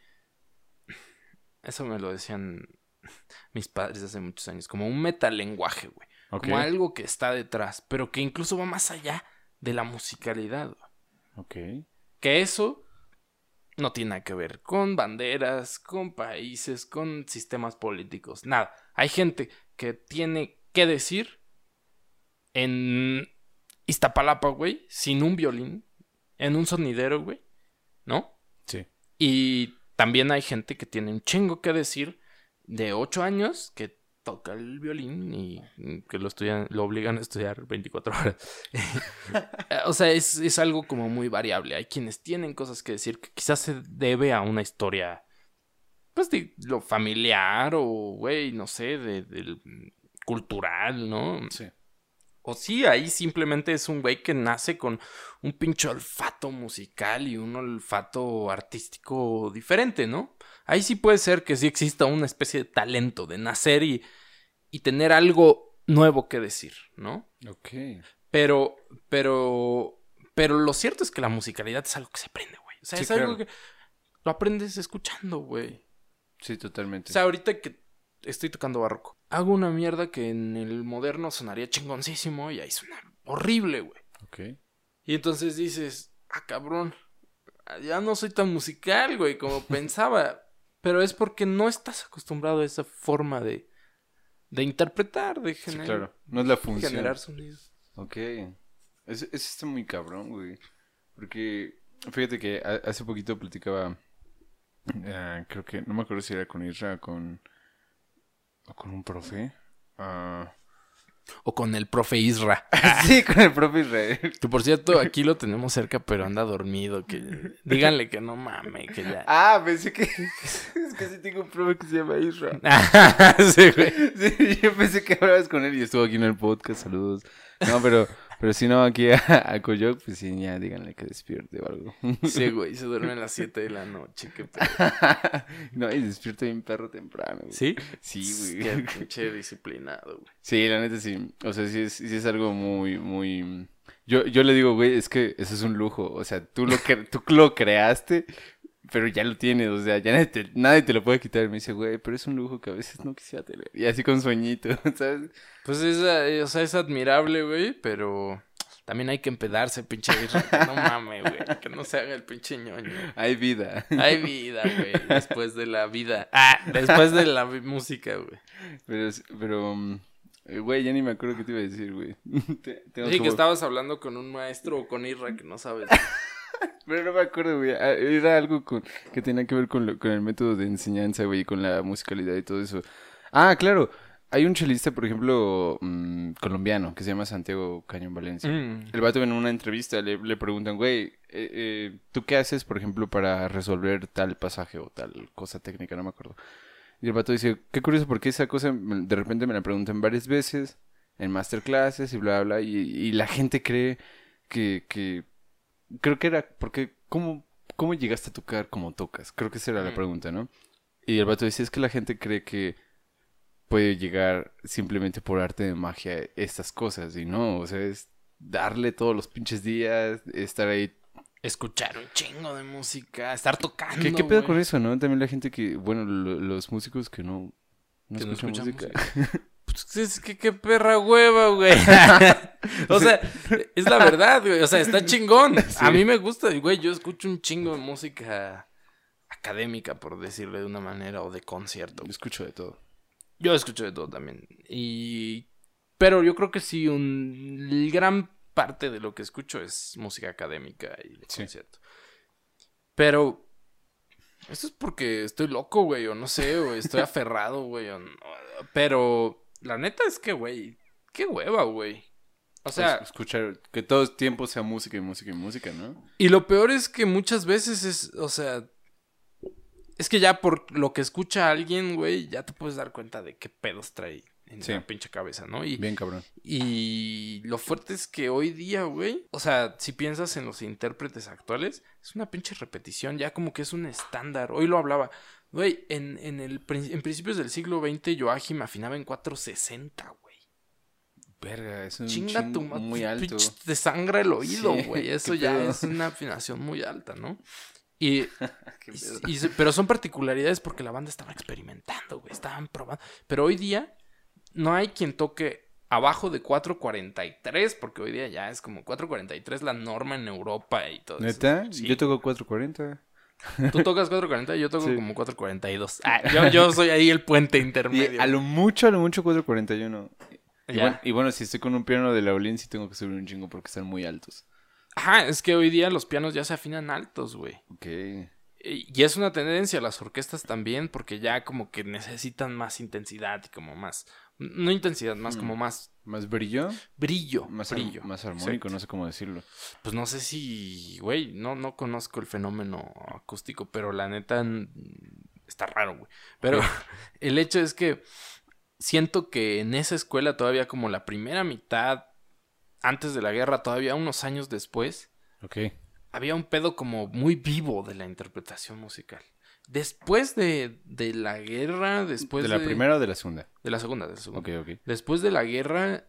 Eso me lo decían mis padres hace muchos años, como un metalenguaje, güey. Ok. Como algo que está detrás, pero que incluso va más allá de la musicalidad, güey. Ok. Que eso no tiene nada que ver con banderas, con países, con sistemas políticos, nada. Hay gente que tiene que decir en Iztapalapa, güey, sin un violín, en un sonidero, güey, ¿no? Sí. Y también hay gente que tiene un chingo que decir de ocho años que toca el violín y que lo estudian, lo obligan a estudiar veinticuatro horas. O sea, es, es algo como muy variable. Hay quienes tienen cosas que decir que quizás se debe a una historia, pues, de lo familiar o, güey, no sé, de, del cultural, ¿no? Sí. O sí, ahí simplemente es un güey que nace con un pinche olfato musical y un olfato artístico diferente, ¿no? Ahí sí puede ser que sí exista una especie de talento de nacer y, y tener algo nuevo que decir, ¿no? Ok. Pero, pero, pero lo cierto es que la musicalidad es algo que se aprende, güey. O sea, Sí, es algo claro. que lo aprendes escuchando, güey. Sí, totalmente. O sea, ahorita que estoy tocando barroco, hago una mierda que en el moderno sonaría chingoncísimo y ahí suena horrible, güey. Ok. Y entonces dices, ah, cabrón, ya no soy tan musical, güey, como pensaba. Pero es porque no estás acostumbrado a esa forma de, De interpretar, de Sí, generar. claro. No es la función. Generar sonidos. Ok. Eso, eso está muy cabrón, güey. Porque, fíjate que a- hace poquito platicaba, ah, creo que, no me acuerdo si era con Isra o con, o con un profe. Ah, O con el profe Isra. sí, con el profe Israel. Que por cierto, aquí lo tenemos cerca, pero anda dormido. Que díganle que no mame, que ya. Ah, pensé que, es que sí tengo un profe que se llama Isra. Sí, güey. Sí, yo pensé que hablabas con él y estuvo aquí en el podcast, saludos. No, pero, pero si no, aquí a, a Coyoc, pues sí, ya díganle que despierte o algo. Sí, güey, se duerme a las siete de la noche. Qué pedo. No, y despierta bien perro temprano, güey. ¿Sí? Sí, Qué güey. pinche disciplinado, güey. Sí, la neta sí. O sea, sí es, sí es algo muy, muy... Yo, yo le digo, güey, es que eso es un lujo. O sea, tú lo, que, tú lo creaste, pero ya lo tienes. O sea, ya nadie te, nadie te lo puede quitar. Y me dice, güey, pero es un lujo que a veces no quisiera tener. Y así con sueñito, ¿sabes? Pues es, eh, o sea, es admirable, güey, pero también hay que empedarse, pinche Isra, que no mame, güey, que no se haga el pinche ñoño. Hay vida. Hay vida, güey, después de la vida. Ah, después de la vi- música, güey. Pero, es- pero, um, eh, güey, ya ni me acuerdo qué te iba a decir, güey. Te- tengo Sí, que como- estabas hablando con un maestro o con Isra que no sabes. Pero no me acuerdo, güey. Ah, era algo con, que tenía que ver con, lo- con el método de enseñanza, güey, y con la musicalidad y todo eso. Ah, claro. Hay un chelista, por ejemplo, mm, colombiano, que se llama Santiago Cañón Valencia. Mm. El vato en una entrevista le, le preguntan, güey, eh, eh, ¿tú qué haces, por ejemplo, para resolver tal pasaje o tal cosa técnica? No me acuerdo. Y el vato dice, qué curioso, porque esa cosa me- de repente me la preguntan varias veces en masterclasses y bla, bla, y, y la gente cree que, que... Creo que era porque, ¿cómo, ¿cómo llegaste a tocar como tocas? Creo que esa era la Mm. pregunta, ¿no? Y el vato dice, es que la gente cree que puede llegar simplemente por arte de magia a estas cosas, y no, o sea, es darle todos los pinches días, estar ahí. Escuchar un chingo de música, estar tocando, ¿Qué, qué pedo güey. con eso, no? También la gente que, bueno, lo- los músicos que no, no Que no escuchan escuchan música. Pues es que qué perra hueva, güey. O sea, es la verdad, güey. O sea, está chingón. A mí me gusta, güey. Yo escucho un chingo de música académica, por decirle de una manera, o de concierto. Yo escucho de todo. Yo escucho de todo también. Y... Pero yo creo que sí, un... gran parte de lo que escucho es música académica y de Sí. concierto. Pero... Eso es porque estoy loco, güey, o no sé, o estoy aferrado, güey, o no. Pero la neta es que, güey, qué hueva, güey. O sea, Es- escuchar, que todo el tiempo sea música y música y música, ¿no? y lo peor es que muchas veces es, o sea, es que ya por lo que escucha alguien, güey, ya te puedes dar cuenta de qué pedos trae en Sí. la pinche cabeza, ¿no? Y, Bien cabrón. y lo fuerte es que hoy día, güey, o sea, si piensas en los intérpretes actuales, es una pinche repetición, ya como que es un estándar. Hoy lo hablaba, güey, en, en, el, prin- en principios del siglo veinte, Joachim afinaba en cuatrocientos sesenta, güey. Verga, es un Chinga chingo tu madre, muy alto. pinche te sangra el oído, Sí, güey. Eso qué ya pedo. es una afinación muy alta, ¿no? Y, Qué y- pedo. y se- pero son particularidades porque la banda estaba experimentando, güey. Estaban probando. Pero hoy día no hay quien toque abajo de cuatro cuarenta y tres, porque hoy día ya es como cuatro cuarenta y tres la norma en Europa y todo eso. ¿Neta? Sí. Yo toco cuatro cuarenta. Tú tocas cuatro cuarenta y yo toco Sí. como cuatro cuarenta y dos. Ah, yo, yo soy ahí el puente Y intermedio. a lo mucho, a lo mucho cuatro cuarenta y uno. Y Ya. bueno, y bueno, si estoy con un piano de Laulín, sí tengo que subir un chingo porque están muy altos. Ajá, es que hoy día los pianos ya se afinan altos, güey. Ok. Y es una tendencia, las orquestas también, porque ya como que necesitan más intensidad y como más... No intensidad, más Mm. como más ¿Más brillo? brillo. Más, ar- brillo. más armónico, Exacto. no sé cómo decirlo. Pues no sé si, güey, no, no conozco el fenómeno acústico, pero la neta mm, está raro, güey. Pero el hecho es que siento que en esa escuela todavía como la primera mitad antes de la guerra, todavía unos años después, Ok. había un pedo como muy vivo de la interpretación musical. Después de, de la guerra, después ¿De de... la primera o de la segunda? De la segunda, de la segunda. Ok, ok. Después de la guerra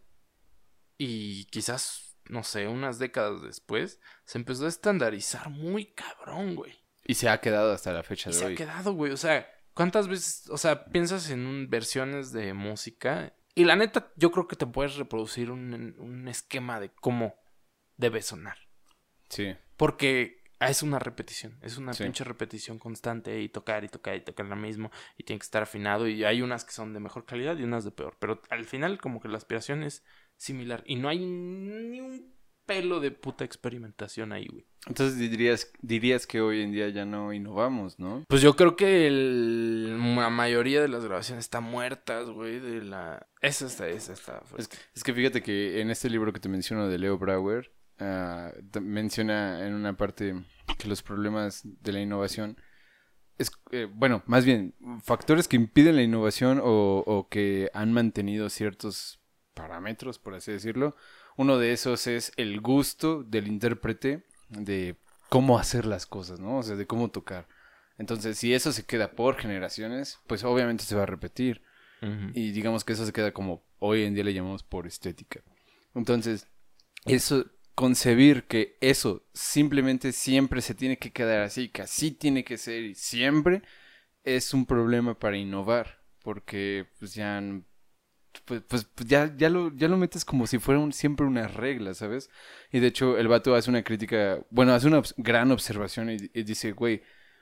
y quizás, no sé, unas décadas después, se empezó a estandarizar muy cabrón, güey. Y se ha quedado hasta la fecha Y de se hoy. ha quedado, güey. O sea, ¿cuántas veces, o sea, piensas en un- versiones de música? Y la neta, yo creo que te puedes reproducir un, un esquema de cómo debe sonar. Sí. Porque Ah, es una repetición, es una Sí. pinche repetición constante y tocar y tocar y tocar lo mismo y tiene que estar afinado y hay unas que son de mejor calidad y unas de peor, pero al final como que la aspiración es similar y no hay ni un pelo de puta experimentación ahí, güey. Entonces dirías, dirías que hoy en día ya no innovamos, ¿no? Pues yo creo que el- la mayoría de las grabaciones están muertas, güey, de la... Esa está, esa está fuerte. Es que, es que fíjate que en este libro que te menciono de Leo Brauer, uh, t- menciona en una parte que los problemas de la innovación es, eh, bueno, más bien, factores que impiden la innovación o, o que han mantenido ciertos parámetros, por así decirlo. Uno de esos es el gusto del intérprete de cómo hacer las cosas, ¿no? O sea, de cómo tocar. Entonces, si eso se queda por generaciones, pues obviamente se va a repetir. Ujú. Y digamos que eso se queda como hoy en día le llamamos por estética. Entonces, eso, concebir que eso simplemente siempre se tiene que quedar así, que así tiene que ser y siempre, es un problema para innovar. Porque pues ya, pues, pues, pues, ya, ya, lo, ya lo metes como si fuera un, siempre una regla, ¿sabes? Y de hecho el vato hace una crítica, bueno, hace una obs- gran observación y, y dice, güey,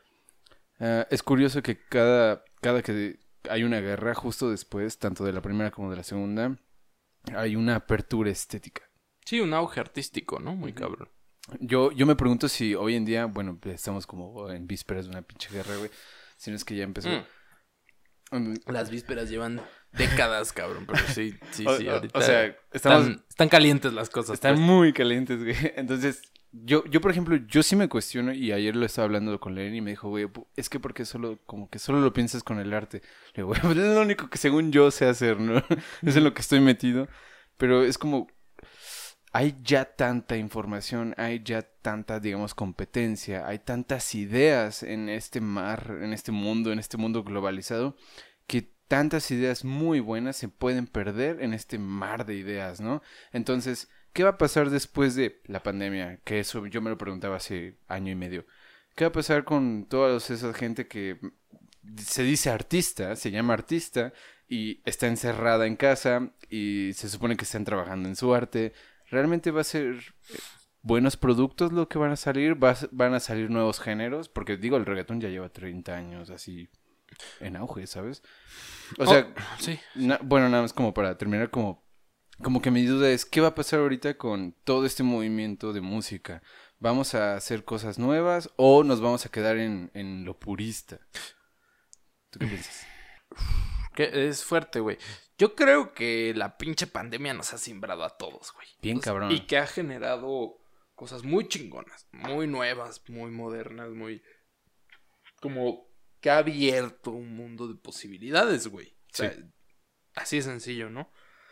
ah, es curioso que cada, cada que hay una guerra, justo después, tanto de la primera como de la segunda, hay una apertura estética. Sí, un auge artístico, ¿no? Muy cabrón. Yo, yo me pregunto si hoy en día, bueno, estamos como en vísperas de una pinche guerra, güey, si no es que ya empezó. Mm. Um, Las vísperas llevan décadas, cabrón, pero sí, sí, o, sí, o- ahorita o sea, estamos, están, están calientes las cosas. están pues. muy calientes, güey. Entonces, yo, yo, por ejemplo, yo sí me cuestiono, y ayer lo estaba hablando con Lenin y me dijo, güey, pu- es que porque solo, como que solo lo piensas con el arte. Le digo, güey, pues es lo único que según yo sé hacer, ¿no? Es en lo que estoy metido. Pero es como, hay ya tanta información, hay ya tanta, digamos, competencia, hay tantas ideas en este mar, en este mundo, en este mundo globalizado, que tantas ideas muy buenas se pueden perder en este mar de ideas, ¿no? Entonces, ¿qué va a pasar después de la pandemia? Que eso yo me lo preguntaba hace año y medio. ¿Qué va a pasar con toda esa gente que se dice artista, se llama artista y está encerrada en casa y se supone que están trabajando en su arte? ¿Realmente va a ser eh, buenos productos lo que van a salir? ¿Va a- ¿Van a salir nuevos géneros? Porque digo, el reggaetón ya lleva treinta años así en auge, ¿sabes? O sea, Oh, sí. na- bueno, nada más como para terminar, como, como que mi duda es, ¿qué va a pasar ahorita con todo este movimiento de música? ¿Vamos a hacer cosas nuevas o nos vamos a quedar en, en lo purista? ¿Tú qué piensas? Que es fuerte, güey. Yo creo que la pinche pandemia nos ha simbrado a todos, güey. Bien O sea, cabrón. Y que ha generado cosas muy chingonas, muy nuevas, muy modernas, muy... Como que ha abierto un mundo de posibilidades, güey. O sea, Sí. así de sencillo, ¿no?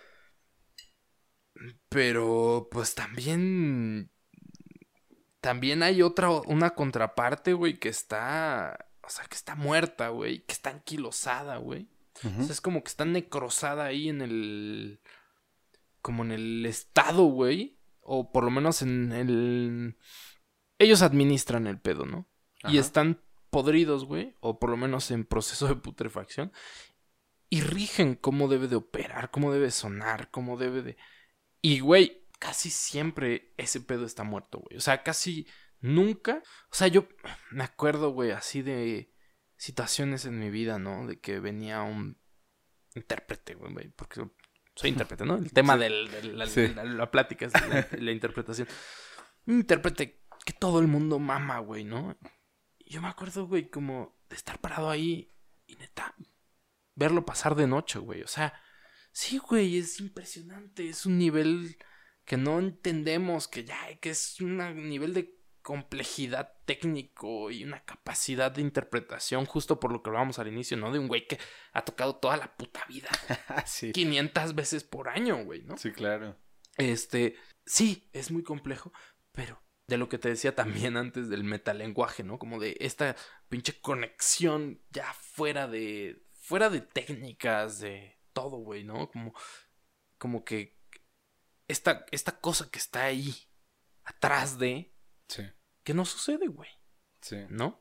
Pero, pues también... También hay otra, una contraparte, güey, que está... O sea, que está muerta, güey. Que está anquilosada, güey. Ujú. O sea, es como que está necrosada ahí en el... Como en el estado, güey. O por lo menos en el... Ellos administran el pedo, ¿no? Y Ajá. están podridos, güey. O por lo menos en proceso de putrefacción. Y rigen cómo debe de operar, cómo debe sonar, cómo debe de... Y, güey, casi siempre ese pedo está muerto, güey. O sea, casi nunca... O sea, yo me acuerdo, güey, así de situaciones en mi vida, ¿no? De que venía un intérprete, güey, porque soy intérprete, ¿no? El tema Sí. del- de la, Sí. la- la plática es la, la interpretación. Un intérprete que todo el mundo mama, güey, ¿no? Y yo me acuerdo, güey, como de estar parado ahí y neta, verlo pasar de noche, güey. O sea, sí, güey, es impresionante. Es un nivel que no entendemos, que ya, que es un nivel de complejidad técnico y una capacidad de interpretación, justo por lo que hablábamos al inicio, ¿no? De un güey que ha tocado toda la puta vida sí. quinientas veces por año, güey, ¿no? Sí, claro. Este, sí, es muy complejo, pero de lo que te decía también antes del metalenguaje, ¿no? Como de esta pinche conexión ya fuera de, fuera de técnicas, de todo, güey, ¿no? Como, como que esta, esta cosa que está ahí, atrás de, Sí, que no sucede, güey, sí. ¿no?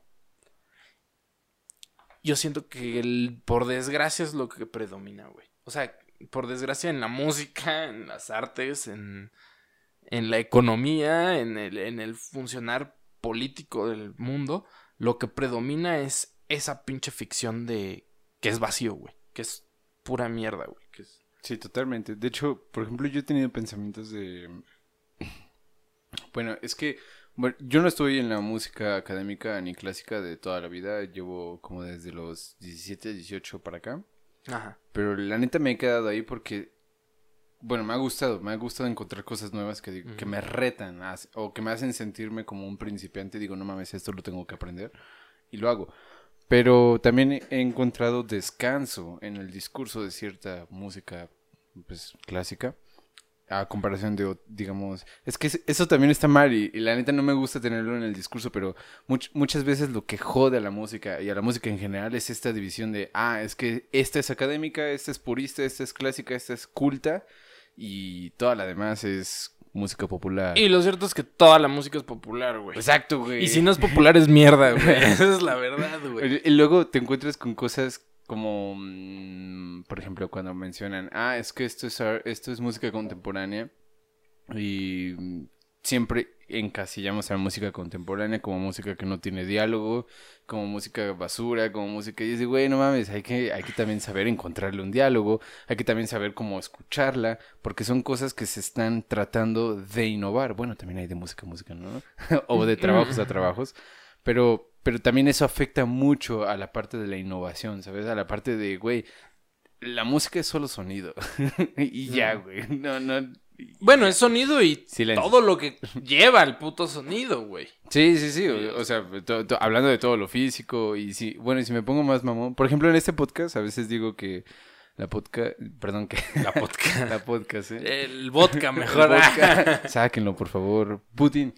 Yo siento que el, por desgracia es lo que predomina, güey. O sea, por desgracia en la música, en las artes, en, en la economía, en el, en el funcionar político del mundo, lo que predomina es esa pinche ficción de que es vacío, güey. Que es pura mierda, güey. Que es... Sí, totalmente. De hecho, por ejemplo, yo he tenido pensamientos de... Bueno, es que... Bueno, yo no estoy en la música académica ni clásica de toda la vida. Llevo como desde los diecisiete, dieciocho para acá. Ajá. Pero la neta me he quedado ahí porque... Bueno, me ha gustado. Me ha gustado encontrar cosas nuevas que, digo, uh-huh. que me retan. A, o que me hacen sentirme como un principiante. Digo, no mames, esto lo tengo que aprender. Y lo hago. Pero también he encontrado descanso en el discurso de cierta música, pues, clásica. A comparación de, digamos... Es que eso también está mal y, y la neta no me gusta tenerlo en el discurso, pero much, muchas veces lo que jode a la música y a la música en general es esta división de... Ah, es que esta es académica, esta es purista, esta es clásica, esta es culta y toda la demás es música popular. Y lo cierto es que toda la música es popular, güey. Exacto, güey. Y si no es popular es mierda, güey. Esa es la verdad, güey. Y luego te encuentras con cosas... Como, mmm, por ejemplo, cuando mencionan, ah, es que esto es, esto es música contemporánea y siempre encasillamos a la música contemporánea como música que no tiene diálogo, como música basura, como música... Y dice, güey, no mames, hay que, hay que también saber encontrarle un diálogo, hay que también saber cómo escucharla, porque son cosas que se están tratando de innovar. Bueno, también hay de música a música, ¿no? O de trabajos a trabajos, pero... Pero también eso afecta mucho a la parte de la innovación, ¿sabes? A la parte de, güey, la música es solo sonido. Y ya, güey. No, no. Bueno, es sonido y Silencio. Todo lo que lleva el puto sonido, güey. Sí, sí, sí. O, o sea, to, to, hablando de todo lo físico. Y si, bueno, y si me pongo más mamón. Por ejemplo, en este podcast a veces digo que la podcast... Perdón, que... La podcast. La podcast, ¿eh? El vodka, mejor. El vodka. Sáquenlo, por favor. Putin.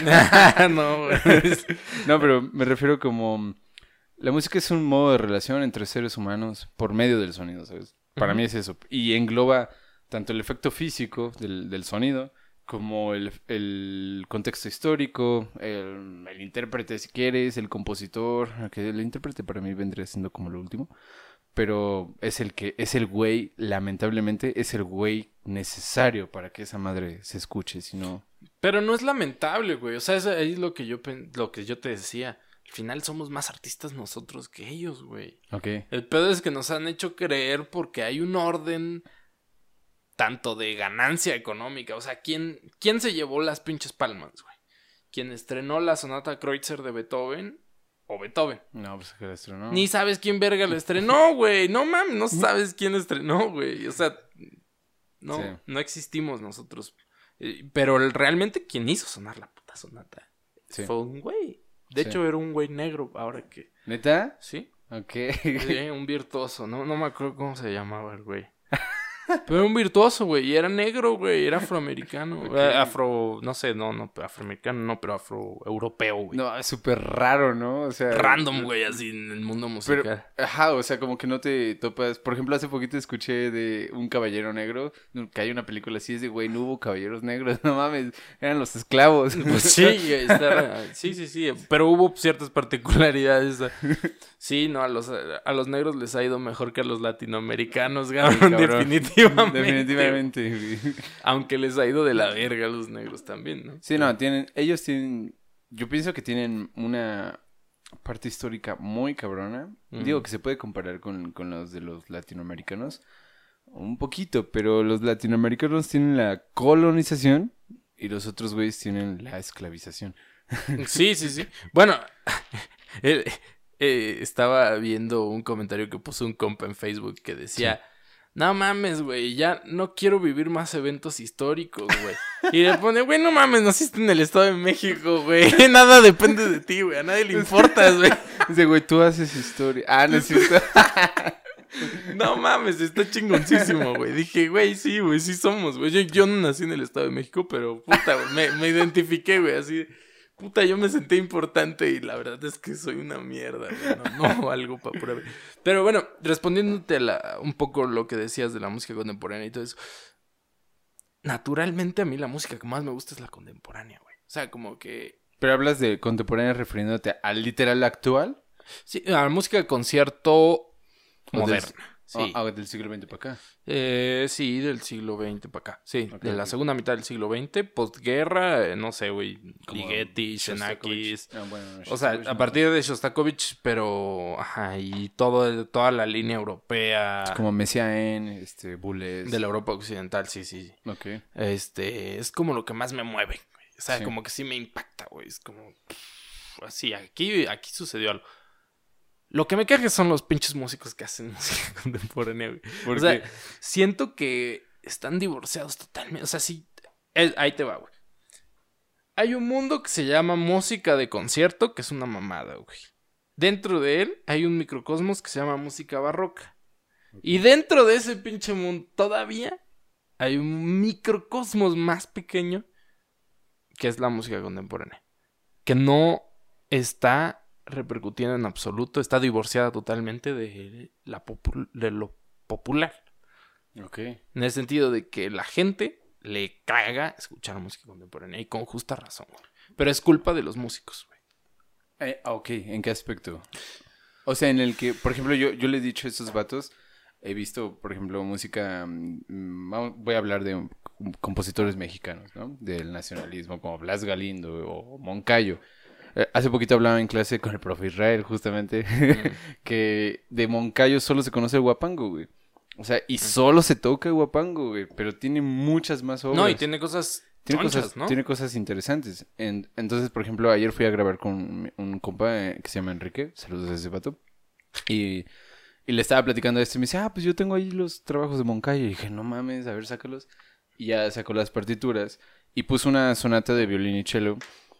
No, güey. No, pero me refiero como... La música es un modo de relación entre seres humanos por medio del sonido, ¿sabes? Para uh-huh. mí es eso. Y engloba tanto el efecto físico del, del sonido como el, el contexto histórico, el, el intérprete si quieres, el compositor. Que el intérprete para mí vendría siendo como lo último. Pero es el que es el güey, lamentablemente, es el güey necesario para que esa madre se escuche, si no... Pero no es lamentable, güey. O sea, es ahí lo que yo lo que yo te decía. Al final somos más artistas nosotros que ellos, güey. Ok. El pedo es que nos han hecho creer porque hay un orden tanto de ganancia económica. O sea, ¿quién, quién se llevó las pinches palmas, güey? ¿Quién estrenó la sonata Kreutzer de Beethoven? O Beethoven. No, pues que la estrenó. Ni sabes quién verga la estrenó, güey. No mames, no sabes quién estrenó, güey. O sea, no, sí. no existimos nosotros. Pero el, realmente quien hizo sonar la puta sonata sí. fue un güey. De sí. hecho, era un güey negro, ahora que... ¿Neta? Sí. Ok. Sí, un virtuoso. No, no me acuerdo cómo se llamaba el güey. Pero era un virtuoso, güey. Y era negro, güey. Era afroamericano. Okay. Eh, afro... No sé, no, no. Afroamericano no, pero afroeuropeo, güey. No, es súper raro, ¿no? O sea... Random, güey, así en el mundo musical. Pero, ajá, o sea, como que no te topas... Por ejemplo, hace poquito escuché de un caballero negro. Que hay una película así, es de, güey, no hubo caballeros negros. No mames, eran los esclavos. Pues sí, estaba... sí, sí, sí. Pero hubo ciertas particularidades. Sí, no, a los, a los negros les ha ido mejor que a los latinoamericanos, cabrón, cabrón. Definitivamente. Definitivamente, güey. Aunque les ha ido de la verga a los negros también, ¿no? Sí, no, tienen, ellos tienen, yo pienso que tienen una parte histórica muy cabrona. Uh-huh. Digo que se puede comparar con, con los de los latinoamericanos, un poquito, pero los latinoamericanos tienen la colonización y los otros güeyes tienen la esclavización. Sí, sí, sí. Bueno, eh, eh, estaba viendo un comentario que puso un compa en Facebook que decía... Sí. No mames, güey, ya no quiero vivir más eventos históricos, güey. Y le pone, güey, no mames, naciste en el Estado de México, güey. Nada depende de ti, güey, a nadie le importas, güey. Dice, güey, tú haces historia. Ah, no es cierto. No mames, está chingoncísimo, güey. Dije, güey, sí, güey, sí somos, güey. Yo, yo no nací en el Estado de México, pero puta, güey, me, me identifiqué, güey, así. Puta, yo me sentí importante y la verdad es que soy una mierda, güey. No, no algo para pura... Pero bueno, respondiéndote a la, un poco lo que decías de la música contemporánea y todo eso. Naturalmente a mí la música que más me gusta es la contemporánea, güey. O sea, como que... ¿Pero hablas de contemporánea refiriéndote al literal actual? Sí, a la música de concierto moderna. Sí. Ah, del siglo veinte para acá. Eh, sí, del siglo veinte para acá. Sí, Ok, de la ok. segunda mitad del siglo veinte, postguerra, eh, no sé, güey, Como Ligeti, Shostakovich. Xenakis. Ah, bueno, no, O sea, Shostakovich a no. partir de Shostakovich, pero, ajá, y todo, el- toda la línea europea Es como Messiaen, este, Boulez. de la Europa occidental, sí, sí. Ok. Este, es como lo que más me mueve, güey. O sea, Sí. como que sí me impacta, güey. Es como, pff, así, aquí, aquí sucedió algo. Lo que me caga son los pinches músicos que hacen música contemporánea, güey. ¿Por O sea, qué? siento que están divorciados totalmente. O sea, sí. es- ahí te va, güey. Hay un mundo que se llama música de concierto, que es una mamada, güey. Dentro de él hay un microcosmos que se llama música barroca. Y dentro de ese pinche mundo todavía hay un microcosmos más pequeño que es la música contemporánea. Que no está repercutiendo en absoluto, está divorciada totalmente de, la popu- de lo popular. Ok. En el sentido de que la gente le caga escuchar música contemporánea y con justa razón, güey. Pero es culpa de los músicos, güey. Eh, ah, ok, ¿en qué aspecto? O sea, en el que, por ejemplo, yo, yo le he dicho a esos vatos, he visto, por ejemplo, música, mm, vamos- voy a hablar de um, compositores mexicanos, ¿no? Del nacionalismo, como Blas Galindo o Moncayo. Eh, hace poquito hablaba en clase con el profe Israel, justamente, que de Moncayo solo se conoce el guapango, güey. O sea, y solo se toca el guapango, güey, pero tiene muchas más obras. No, y tiene cosas Tiene chonchas, cosas, ¿no? tiene cosas interesantes. En- entonces, por ejemplo, ayer fui a grabar con un, un compa eh, que se llama Enrique. Saludos a ese vato. Y, y le estaba platicando de esto. Y me dice, ah, pues yo tengo ahí los trabajos de Moncayo. Y dije, no mames, a ver, sácalos. Y ya sacó las partituras. Y puso una sonata de violín y cello.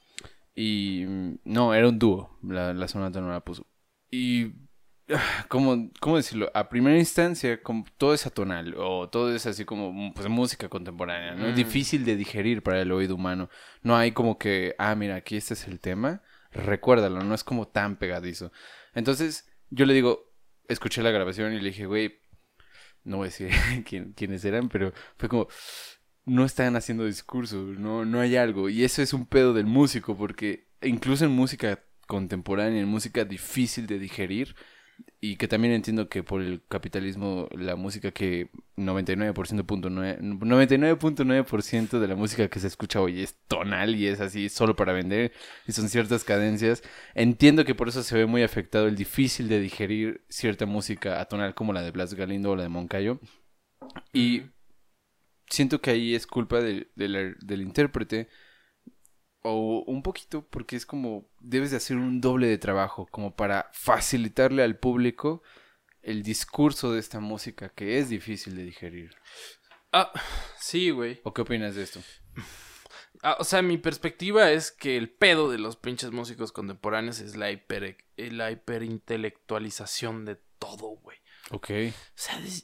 Y mm, no, era un dúo. La, la sonata no la puso. Y ah, ¿Cómo, cómo decirlo? A primera instancia, como todo es atonal o todo es así como pues, música contemporánea, ¿no? Es Mm. difícil de digerir para el oído humano. No hay como que, ah, mira, aquí este es el tema, recuérdalo, no es como tan pegadizo. Entonces, yo le digo, escuché la grabación y le dije, güey, no voy a decir quién, quiénes eran, pero fue como, no están haciendo discurso, no, no hay algo. Y eso es un pedo del músico, porque incluso en música contemporánea, en música difícil de digerir, y que también entiendo que por el capitalismo la música que noventa y nueve punto nueve por ciento noventa y nueve punto nueve por ciento de la música que se escucha hoy es tonal y es así solo para vender y son ciertas cadencias. Entiendo que por eso se ve muy afectado el difícil de digerir cierta música atonal como la de Blas Galindo o la de Moncayo. Y siento que ahí es culpa de- de la- del intérprete. O un poquito, porque es como debes de hacer un doble de trabajo, como para facilitarle al público el discurso de esta música que es difícil de digerir. Ah, sí, güey. ¿O qué opinas de esto? Ah, o sea, mi perspectiva es que el pedo de los pinches músicos contemporáneos es la hiper, eh, la hiperintelectualización de todo, güey. Ok. O sea, es-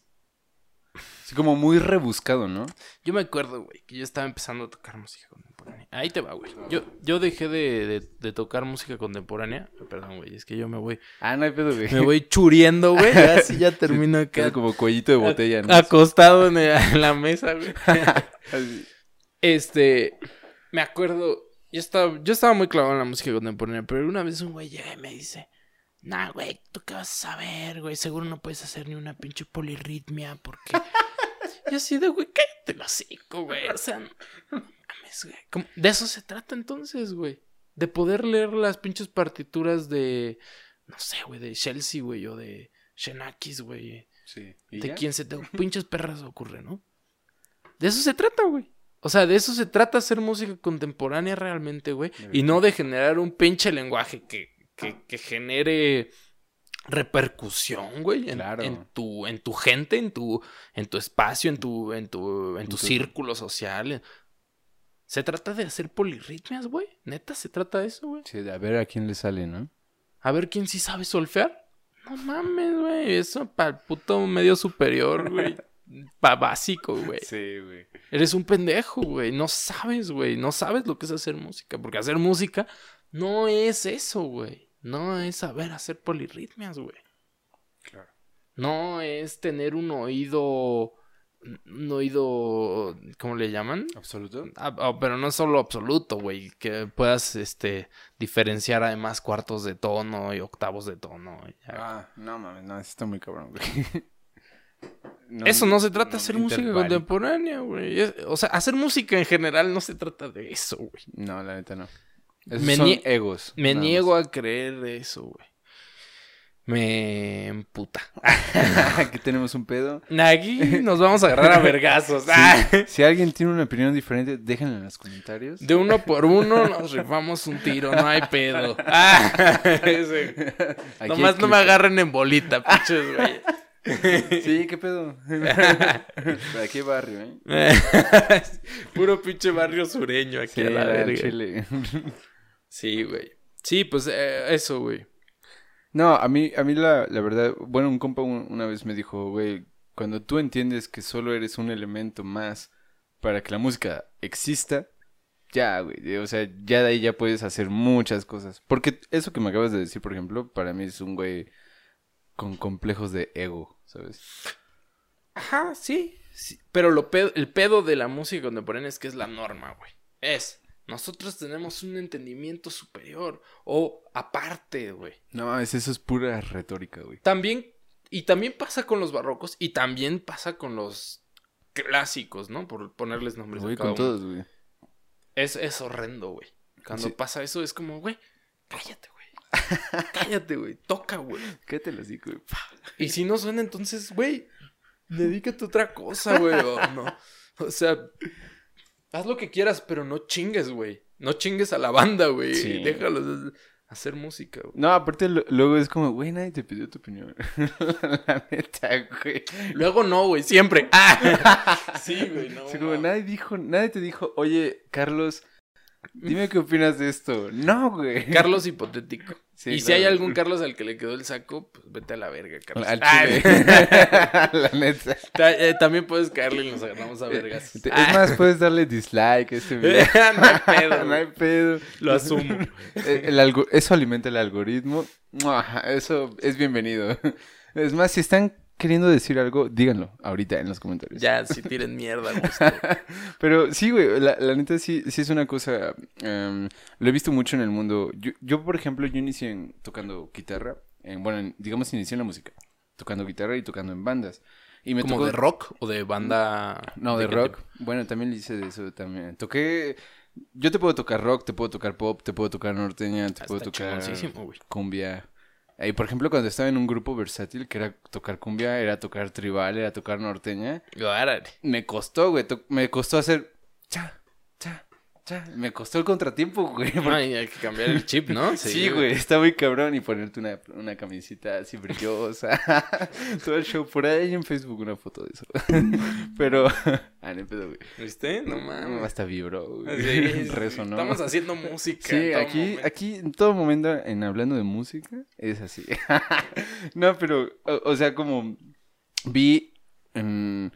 Sí, como muy rebuscado, ¿no? yo me acuerdo, güey, que yo estaba empezando a tocar música contemporánea. Ahí te va, güey. Yo, yo dejé de, de, de tocar música contemporánea. Perdón, güey, es que yo me voy... Ah, no hay pedo, güey. Me voy churiendo, güey. Ya sí, ya termino acá. Queda como cuellito de botella, ¿no? Acostado en, el- en la mesa, güey. Así. Este, me acuerdo, yo estaba, yo estaba muy clavado en la música contemporánea, pero una vez un güey llega y me dice, nah, güey, ¿tú qué vas a saber, güey? Seguro no puedes hacer ni una pinche polirritmia, porque... Yo así de, güey, cállate el hocico, güey, o sea, no mames, güey. ¿Cómo? De eso se trata entonces, güey, de poder leer las pinches partituras de, no sé, güey, de Chelsea, güey, o de Xenakis, güey. Sí. ¿Y De ya? quien se te pinches perras ocurre, ¿no? De eso se trata, güey. O sea, de eso se trata hacer música contemporánea realmente, güey. Y no de generar un pinche lenguaje que, que, que genere repercusión, güey. En, Claro. en tu, en tu gente, en tu, en tu espacio, en tu, en tu, en En tu tu- círculo social. Se trata de hacer polirritmias, güey. Neta, se trata de eso, güey. Sí, de a ver a quién le sale, ¿no? A ver quién sí sabe solfear. No mames, güey. Eso para el puto medio superior, güey. Pa' básico, güey. Sí, güey. Eres un pendejo, güey. No sabes, güey. No sabes lo que es hacer música. Porque hacer música no es eso, güey. No es saber hacer polirritmias, güey. Claro. No es tener un oído... Un oído... ¿Cómo le llaman? ¿Absoluto? Ah, ah, pero no es solo absoluto, güey. Que puedas, este... diferenciar además cuartos de tono y octavos de tono. Ya. Ah, no mames, no, eso está muy cabrón, güey. No, Eso no se trata de no, hacer música interválico. contemporánea, güey. Es- O sea, hacer música en general no se trata de eso, güey. No, la neta no. Esos Me son nie- egos. Me nada niego a creer eso, güey. Me emputa. más. Aquí tenemos un pedo. Aquí nos vamos a agarrar a vergazos. Ah. Si alguien tiene una opinión diferente, déjenla en los comentarios. De uno por uno nos rifamos un tiro, no hay pedo. Ah, ese. Aquí Nomás hay no me clip. agarren en bolita, pinches, güey. Sí, qué pedo. Aquí hay barrio, ¿eh? Puro pinche barrio sureño aquí Sí, a la la verga. Chile. Sí, güey. Sí, pues eh, eso, güey. No, a mí, a mí la, la verdad, bueno, un compa un- una vez me dijo, güey, cuando tú entiendes que solo eres un elemento más para que la música exista, ya, güey, o sea, ya de ahí ya puedes hacer muchas cosas. Porque eso que me acabas de decir, por ejemplo, para mí es un güey con complejos de ego, ¿sabes? Ajá, sí. sí. Pero lo pedo- el pedo de la música contemporánea es que es la norma, güey. Es, nosotros tenemos un entendimiento superior o aparte, güey. No, es, eso es pura retórica, güey. También, y también pasa con los barrocos y también pasa con los clásicos, ¿no? Por ponerles nombres Güey, a cada con uno. todos, güey. Es, es horrendo, güey. Cuando Sí. pasa eso es como, güey, cállate, güey. Cállate, güey. Toca, güey. Cállate los hocico, güey. Y si no suena, entonces, güey, dedícate a otra cosa, güey. O no. O sea, haz lo que quieras, pero no chingues, güey. No chingues a la banda, güey. Sí. Déjalos hacer música, güey. No, aparte lo- luego es como, güey, nadie te pidió tu opinión. La neta, güey. Luego no, güey, siempre. ¡Ah! Sí, güey, no. Así como, mames. nadie dijo, nadie te dijo, oye, Carlos, dime qué opinas de esto. No, güey. Carlos hipotético. Sí, y si claro. hay algún Carlos al que le quedó el saco, pues vete a la verga, Carlos. Al Ah, chile. La neta. ta- eh, también puedes caerle y nos agarramos a vergas. Te- Es más, puedes darle dislike a este video. no hay pedo. No hay pedo. Lo asumo. El- el algo- eso alimenta el algoritmo. ¡Mua! Eso es bienvenido. Es más, si están queriendo decir algo, díganlo ahorita en los comentarios. Ya, si tiren mierda, gusto. Pero sí, güey, la, la neta sí, sí es una cosa, em, lo he visto mucho en el mundo. Yo, yo, por ejemplo, yo inicié en- tocando guitarra, en- bueno, en- digamos inicié en la música, tocando guitarra y tocando en bandas. Y me ¿Como tocó- de rock o de banda? No, de qué rock. tipo? Bueno, también le hice de eso también. Toqué, yo te puedo tocar rock, te puedo tocar pop, te puedo tocar norteña, te Ah, puedo está tocar chingoncísimo, güey. cumbia. Y por ejemplo, cuando estaba en un grupo versátil, que era tocar cumbia, era tocar tribal, era tocar norteña, Árale. me costó, güey. to- Me costó hacer cha, cha, cha. Me costó el contratiempo, güey. porque- Ay, hay que cambiar el chip, ¿no? Sí, güey, está muy cabrón. Y ponerte una, una camisita así brillosa. Todo el show. Por ahí hay en Facebook una foto de eso. Pero, ah, no hay pedo, güey. ¿Viste? No mames. Hasta vibró, güey. Sí, Resonó. Estamos haciendo música. Sí, en todo aquí, momento. aquí en todo momento, en hablando de música, es así. No, pero, o, o sea, como vi, en-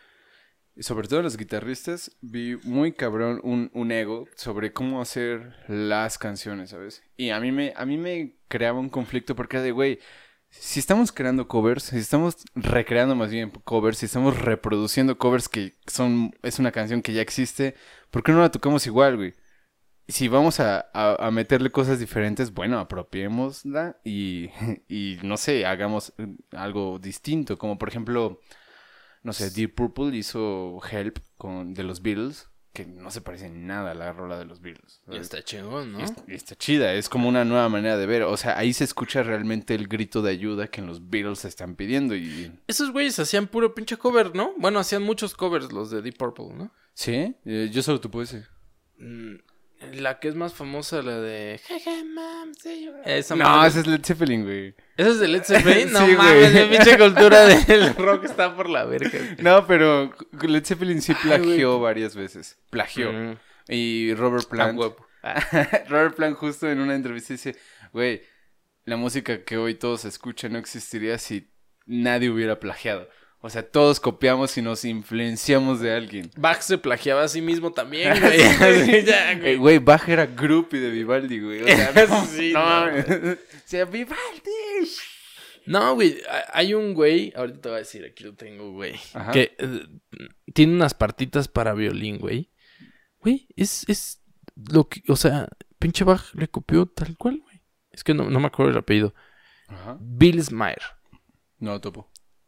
sobre todo los guitarristas, vi muy cabrón un, un ego sobre cómo hacer las canciones, ¿sabes? Y a mí me, a mí me creaba un conflicto porque de, güey, si estamos creando covers, si estamos recreando más bien covers, si estamos reproduciendo covers que son, es una canción que ya existe, ¿por qué no la tocamos igual, güey? Si vamos a, a, a meterle cosas diferentes, bueno, apropiémosla y, y, no sé, hagamos algo distinto. Como por ejemplo, no sé, Deep Purple hizo Help con, de los Beatles, que no se parece en nada a la rola de los Beatles. Y ¿sabes? está chingón, ¿no? Y está, y está chida, es como una nueva manera de ver. O sea, ahí se escucha realmente el grito de ayuda que en los Beatles están pidiendo. Y Esos güeyes hacían puro pinche cover, ¿no? Bueno, hacían muchos covers los de Deep Purple, ¿no? sí, eh, yo solo tuve ese. Mm, la que es más famosa, la de... Jeje, mam, see you. Esa No, madre- ese es Led Zeppelin, güey. ¿Esa es de Led Zeppelin? No Sí, mames, güey. la pinche cultura del rock está por la verga. No, pero Led Zeppelin sí Ay, plagió güey. varias veces. Plagió. Mm. Y Robert Plant. huevo. Robert Plant justo en una entrevista dice, güey, la música que hoy todos escuchan no existiría si nadie hubiera plagiado. O sea, todos copiamos y nos influenciamos de alguien. Bach se plagiaba a sí mismo también, güey. Así ya, güey. Eh, Güey, Bach era groupie de Vivaldi, güey. O sea, no, Sí, no, no. mames. O sea, Vivaldi. No, güey, ha- hay un güey, ahorita te voy a decir, aquí lo tengo, güey, Ajá. que eh, tiene unas partitas para violín, güey. Güey, es, es lo que, o sea, pinche Bach le copió tal cual, güey. Es que no, no me acuerdo el apellido. Ajá. Bill Smaer. No, topo.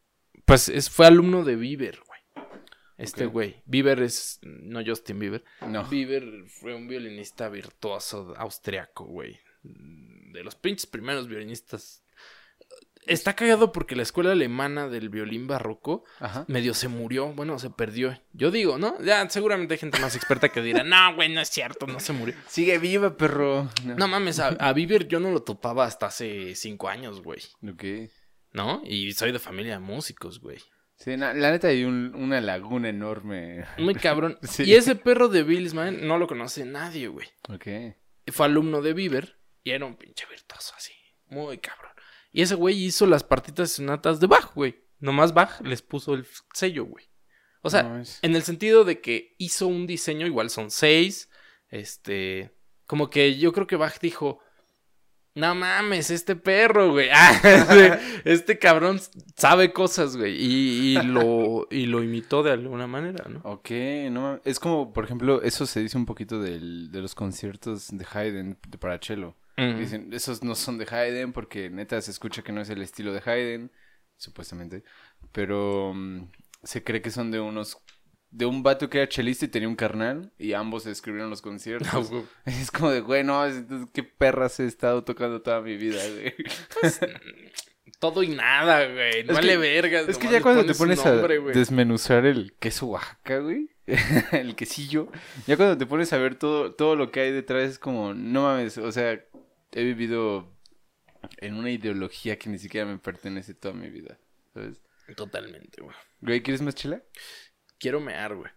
pues es, fue alumno de Bieber, güey. Este Ok. güey. Bieber es, no Justin Bieber. No. Bieber fue un violinista virtuoso austriaco, güey. De los pinches primeros violinistas. Está cagado porque la escuela alemana del violín barroco Ajá. medio se murió, bueno, se perdió. Yo digo, ¿no? Ya seguramente hay gente más experta que dirá, no, güey, no es cierto, no se murió. Sigue viva, perro. No. No mames, a, a Bieber yo no lo topaba hasta hace cinco años, güey. Ok. ¿No? Y soy de familia de músicos, güey. Sí, na- la neta hay un- una laguna enorme. Muy cabrón. Sí. Y ese perro de Billsman no lo conoce nadie, güey. Ok. Fue alumno de Bieber y era un pinche virtuoso así. Muy cabrón. Y ese güey hizo las partitas sonatas de Bach, güey. Nomás Bach les puso el sello, güey. O sea, No, es- en el sentido de que hizo un diseño, igual son seis. Este. Como que yo creo que Bach dijo. No mames, este perro, güey. Ah, este, este cabrón sabe cosas, güey. Y, y lo, y lo imitó de alguna manera, ¿no? Ok, no mames. Es como, por ejemplo, eso se dice un poquito del, de los conciertos de Haydn de para cello. Ujú. Dicen, esos no son de Haydn porque neta se escucha que no es el estilo de Haydn, supuestamente. Pero mm, se cree que son de unos... De un vato que era chelista y tenía un carnal y ambos escribieron los conciertos. Ah, güey. Es como de, güey, no, es- qué perras he estado tocando toda mi vida, güey. Todo y nada, güey. No vale que- vergas. Es que nomás ya le cuando te pones pones un nombre, a güey. desmenuzar el queso Oaxaca, güey, el quesillo, ya cuando te pones a ver todo, todo lo que hay detrás es como, no mames, o sea, he vivido en una ideología que ni siquiera me pertenece toda mi vida, ¿sabes? Totalmente, güey. Güey, ¿quieres más chela? Quiero mear, güey.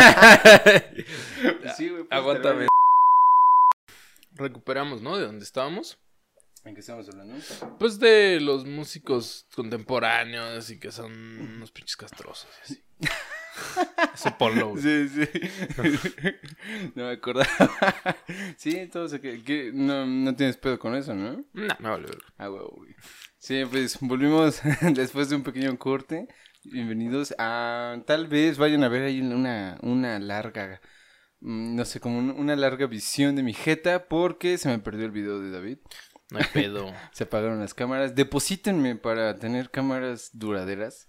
Sí, güey. pues, Aguántame. Recuperamos, ¿no? De dónde estábamos. ¿En qué estamos hablando? Pues de los músicos contemporáneos y que son unos pinches castrosos y así. Ese polo, güey. Sí, sí. No me acordaba. Sí, todo se que, que no, no tienes pedo con eso, ¿no? No, me vale verga. Ah, huevo, güey. Sí, pues volvimos después de un pequeño corte. Bienvenidos a... Tal vez vayan a ver ahí una, una larga... mm, No sé, como un- una larga visión de mi jeta porque se me perdió el video de David. No hay pedo. Se apagaron las cámaras. Deposítenme para tener cámaras duraderas.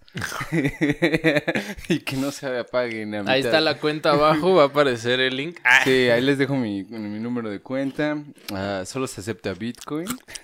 Y que no se apaguen a Ahí mitad. está la cuenta abajo, va a aparecer el link. Ah. Sí, ahí les dejo mi, mi número de cuenta. Ah, solo se acepta Bitcoin.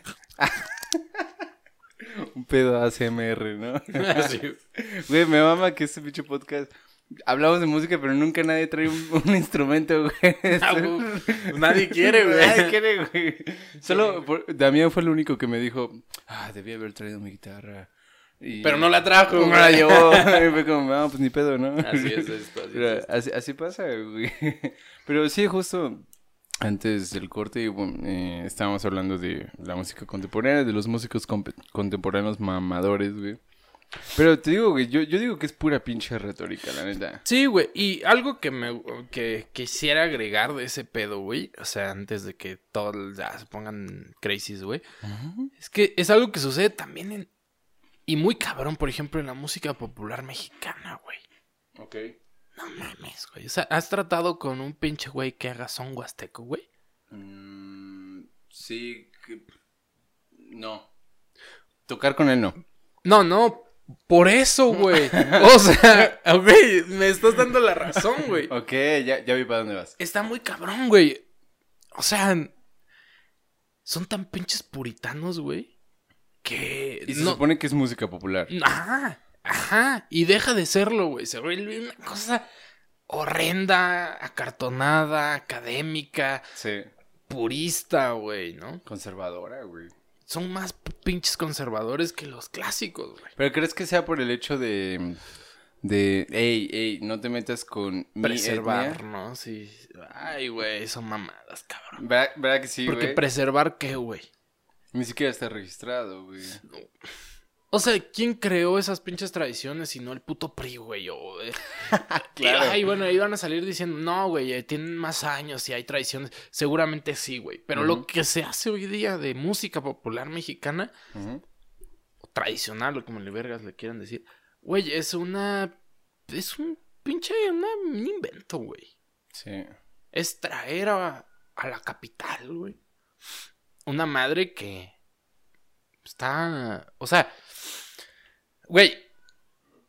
Un pedo A S M R, ¿no? Sí. Güey, me mama que este pinche podcast... Hablamos de música, pero nunca nadie trae un, un instrumento, güey. Ah, güey. Nadie quiere, güey. Nadie quiere, güey. Solo por- Damián fue el único que me dijo... Ah, debí haber traído mi guitarra. Y- Pero no la trajo, No me la llevó. Y fue como, no, pues ni pedo, ¿no? Así es esto, así Pero es esto. así, así pasa, güey. Pero sí, justo antes del corte bueno, eh, estábamos hablando de la música contemporánea, de los músicos compe- contemporáneos mamadores, güey. Pero te digo, güey, yo, yo digo que es pura pinche retórica, la neta. Sí, güey. Y algo que me que quisiera agregar de ese pedo, güey. O sea, antes de que todos ya se pongan crazies, güey. Es que es algo que sucede también en. Y muy cabrón, por ejemplo, en la música popular mexicana, güey. Ok. No mames, güey. O sea, ¿has tratado con un pinche güey que haga son huasteco, güey? Mm, sí, que... No. Tocar con él no. No, no. Por eso, güey. O sea, güey, me estás dando la razón, güey. Ok, ya, ya vi para dónde vas. Está muy cabrón, güey. O sea, son tan pinches puritanos, güey, que Y se no. supone que es música popular. Ajá, ajá. Y deja de serlo, güey. Se vuelve una cosa horrenda, acartonada, académica, Sí. purista, güey, ¿no? Conservadora, güey. Son más pinches conservadores que los clásicos, güey. ¿Pero crees que sea por el hecho de... De... Ey, ey, no te metas con mi Preservar, etnia? ¿no? Sí. Ay, güey, son mamadas, cabrón. ¿Verdad, verdad que sí, Porque güey? preservar qué, güey. Ni siquiera está registrado, güey. O sea, ¿quién creó esas pinches tradiciones si no el puto P R I, güey? O, eh, Claro. y, ay, bueno, iban a salir diciendo, no, güey, eh, tienen más años y hay tradiciones. Seguramente sí, güey. Pero Ujú. lo que se hace hoy día de música popular mexicana, Ujú. o tradicional, o como le vergas le quieran decir, güey, es una... Es un pinche... Una, un invento, güey. Sí. Es traer a, a la capital, güey. Una madre que está... O sea, güey,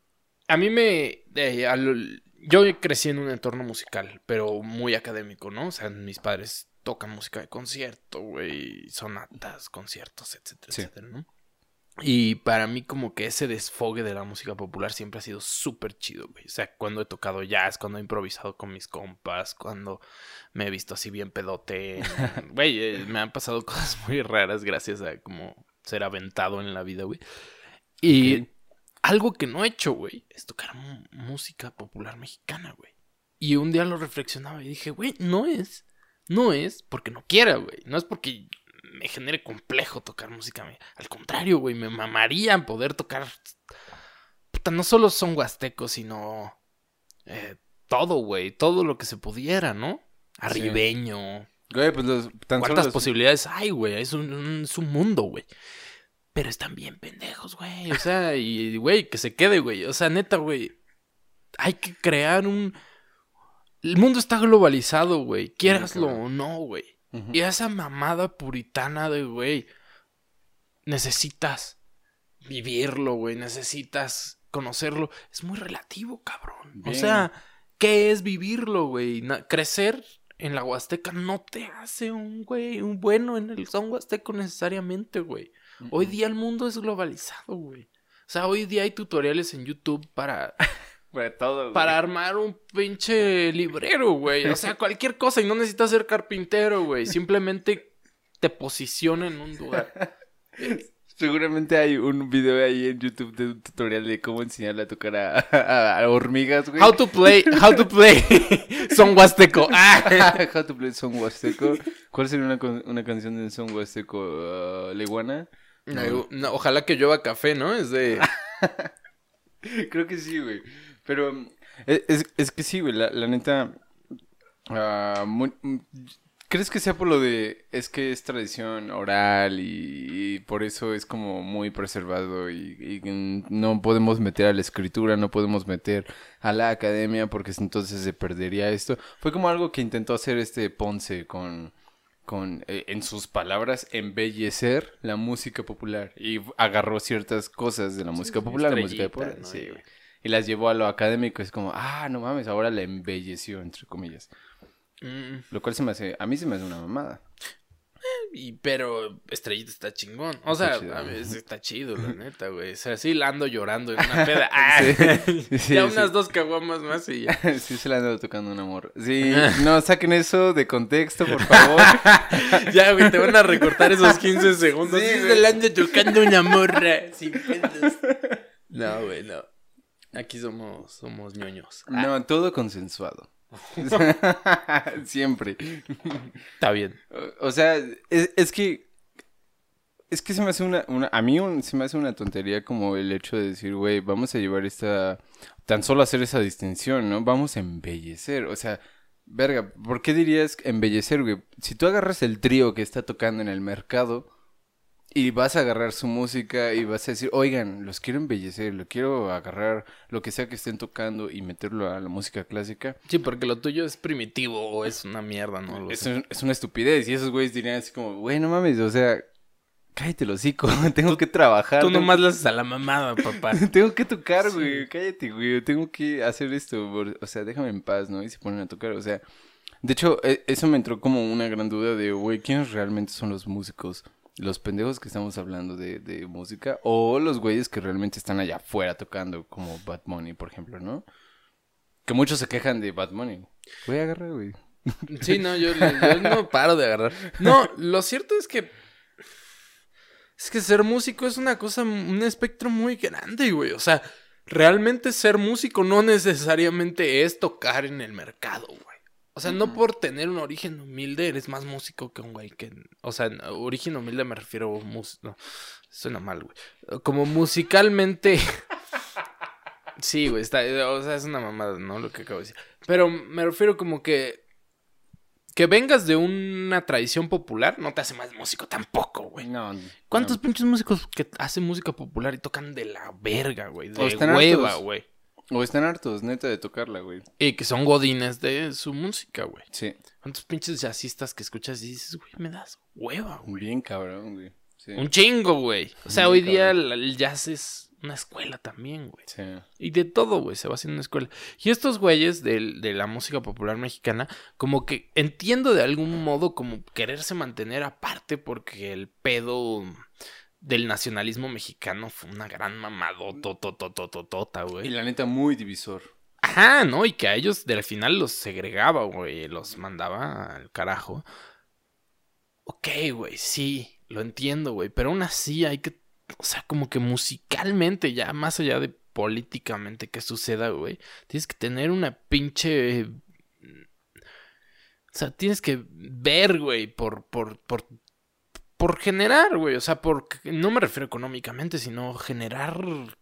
A mí me... Eh, al, yo crecí en un entorno musical, pero muy académico, ¿no? O sea, mis padres tocan música de concierto, güey, sonatas, conciertos, etcétera, Sí. etcétera, ¿no? Y para mí como que ese desfogue de la música popular siempre ha sido súper chido, güey. O sea, cuando he tocado jazz, cuando he improvisado con mis compas, cuando me he visto así bien pedote. Güey, eh, me han pasado cosas muy raras gracias a como ser aventado en la vida, güey. Y Ok. algo que no he hecho, güey, es tocar m- música popular mexicana, güey. Y un día lo reflexionaba y dije, güey, no es, no es porque no quiera, güey. No es porque me genere complejo tocar música. me- Al contrario, güey, me mamaría poder tocar. Puta, no solo son huastecos, sino eh, todo, güey. Todo lo que se pudiera, ¿no? Arribeño. Güey, pues los... Tan solo ¿Cuántas los- posibilidades hay, güey? Es un, un- es un mundo, güey. Pero están bien pendejos, güey. O sea, y, güey, que se quede, güey. O sea, neta, güey. Hay que crear un... El mundo está globalizado, güey. Quieraslo cabrón. o no, güey. Ujú. Y esa mamada puritana de, güey, necesitas vivirlo, güey, necesitas conocerlo. Es muy relativo, cabrón. O Bien. sea, ¿qué es vivirlo, güey? Na- crecer en la Huasteca no te hace un, güey, un bueno en el son huasteco necesariamente, güey. Hoy día el mundo es globalizado, güey. O sea, hoy día hay tutoriales en YouTube para... Para todo, güey. Para armar un pinche librero, güey. O sea, cualquier cosa. Y no necesitas ser carpintero, güey. Simplemente te posiciona en un lugar. Seguramente hay un video ahí en YouTube de un tutorial de cómo enseñarle a tocar a, a- a hormigas, güey. How to play, how to play son huasteco. Ah. How to play Son Huasteco. ¿Cuál sería una, con- una canción de Son Huasteco? Uh, ¿Leguana? No, no, ojalá que llueva café, ¿no? Es de... Creo que sí, güey. Pero um, es, es- es que sí, güey. La, la neta... ah, muy- mm, ¿crees que sea por lo de... Es que es tradición oral y, y por eso es como muy preservado y, y no podemos meter a la escritura, no podemos meter a la academia porque entonces se perdería esto? Fue como algo que intentó hacer este Ponce con... con eh, en sus palabras, embellecer la música popular. Y agarró ciertas cosas de la música popular, la música de estrellita, popular, ¿no? sí, Y- güey. Y las llevó a lo académico. Es como, ah, no mames, ahora la embelleció, entre comillas. Mm, Lo cual se me hace, a mí se me hace una mamada. y, pero Estrellita está chingón. O Está sea, chido. a veces está chido, la neta, güey. O sea, sí la ando llorando en una peda. Ah, Sí, sí, ya sí. unas dos caguamas más y ya. Sí, se la ando tocando un amor. Sí, no, saquen eso de contexto, por favor. Ya, güey, te van a recortar esos quince segundos. Sí, Sí, güey. se la ando tocando una morra. Sin pedos. No, güey, no. Aquí somos, somos ñoños. Ah, No, todo consensuado. Siempre. está bien. O, o sea, es, es que... Es que se me hace una... una a mí un- se me hace una tontería como el hecho de decir, güey, vamos a llevar esta... Tan solo hacer esa distinción, ¿no? Vamos a embellecer. O sea, verga, ¿por qué dirías embellecer, güey? Si tú agarras el trío que está tocando en el mercado y vas a agarrar su música y vas a decir, oigan, los quiero embellecer, lo quiero agarrar lo que sea que estén tocando y meterlo a la música clásica. Sí, porque lo tuyo es primitivo o es una mierda, ¿no? Lo Es, sé. un- es una estupidez. Y esos güeyes dirían así como, güey, no mames, o sea, cállate el hocico, tengo que trabajar. Tú tengo nomás le haces a la mamada, papá. Tengo que tocar, Sí. güey, cállate, güey, tengo que hacer esto, por- o sea, déjame en paz, ¿no? Y se ponen a tocar, o sea, de hecho, e- eso me entró como una gran duda de, güey, ¿quiénes realmente son los músicos? ¿Los pendejos que estamos hablando de, de música? ¿O los güeyes que realmente están allá afuera tocando, como Bad Bunny, por ejemplo, ¿no? Que muchos se quejan de Bad Bunny. Voy a agarrar, güey. Sí, no, yo, yo no paro de agarrar. No, lo cierto es que... Es que ser músico es una cosa, un espectro muy grande, güey. O sea, realmente ser músico no necesariamente es tocar en el mercado, güey. O sea, no por tener un origen humilde eres más músico que un güey que... O sea, origen humilde me refiero a músico... No, suena mal, güey. Como musicalmente... Sí, güey, está... O sea, es una mamada, ¿no? Lo que acabo de decir. Pero me refiero como que... Que vengas de una tradición popular no te hace más músico tampoco, güey. No. ¿Cuántos no. pinches músicos que hacen música popular y tocan de la verga, güey? O De están hueva, hartos. güey. O están hartos, neta, de tocarla, güey. Y que son godines de su música, güey. Sí. ¿Cuántos pinches jazzistas que escuchas y dices, güey, me das hueva, güey? Bien cabrón, güey. Sí. Un chingo, güey. O sea, Muy hoy día cabrón. el, el jazz es una escuela también, güey. Sí. Y de todo, güey, se va haciendo una escuela. Y estos güeyes de, de la música popular mexicana, como que entiendo de algún modo como quererse mantener aparte porque el pedo del nacionalismo mexicano fue una gran mamadotototototota, güey. Y la neta, muy divisor. Ajá, ¿no? Y que a ellos del final los segregaba, güey, los mandaba al carajo. Ok, güey, sí, lo entiendo, güey, pero aún así hay que, o sea, como que musicalmente, ya más allá de políticamente que suceda, güey, tienes que tener una pinche... O sea, tienes que ver, güey, por, por, por, por generar, güey, o sea, por... No me refiero económicamente, sino generar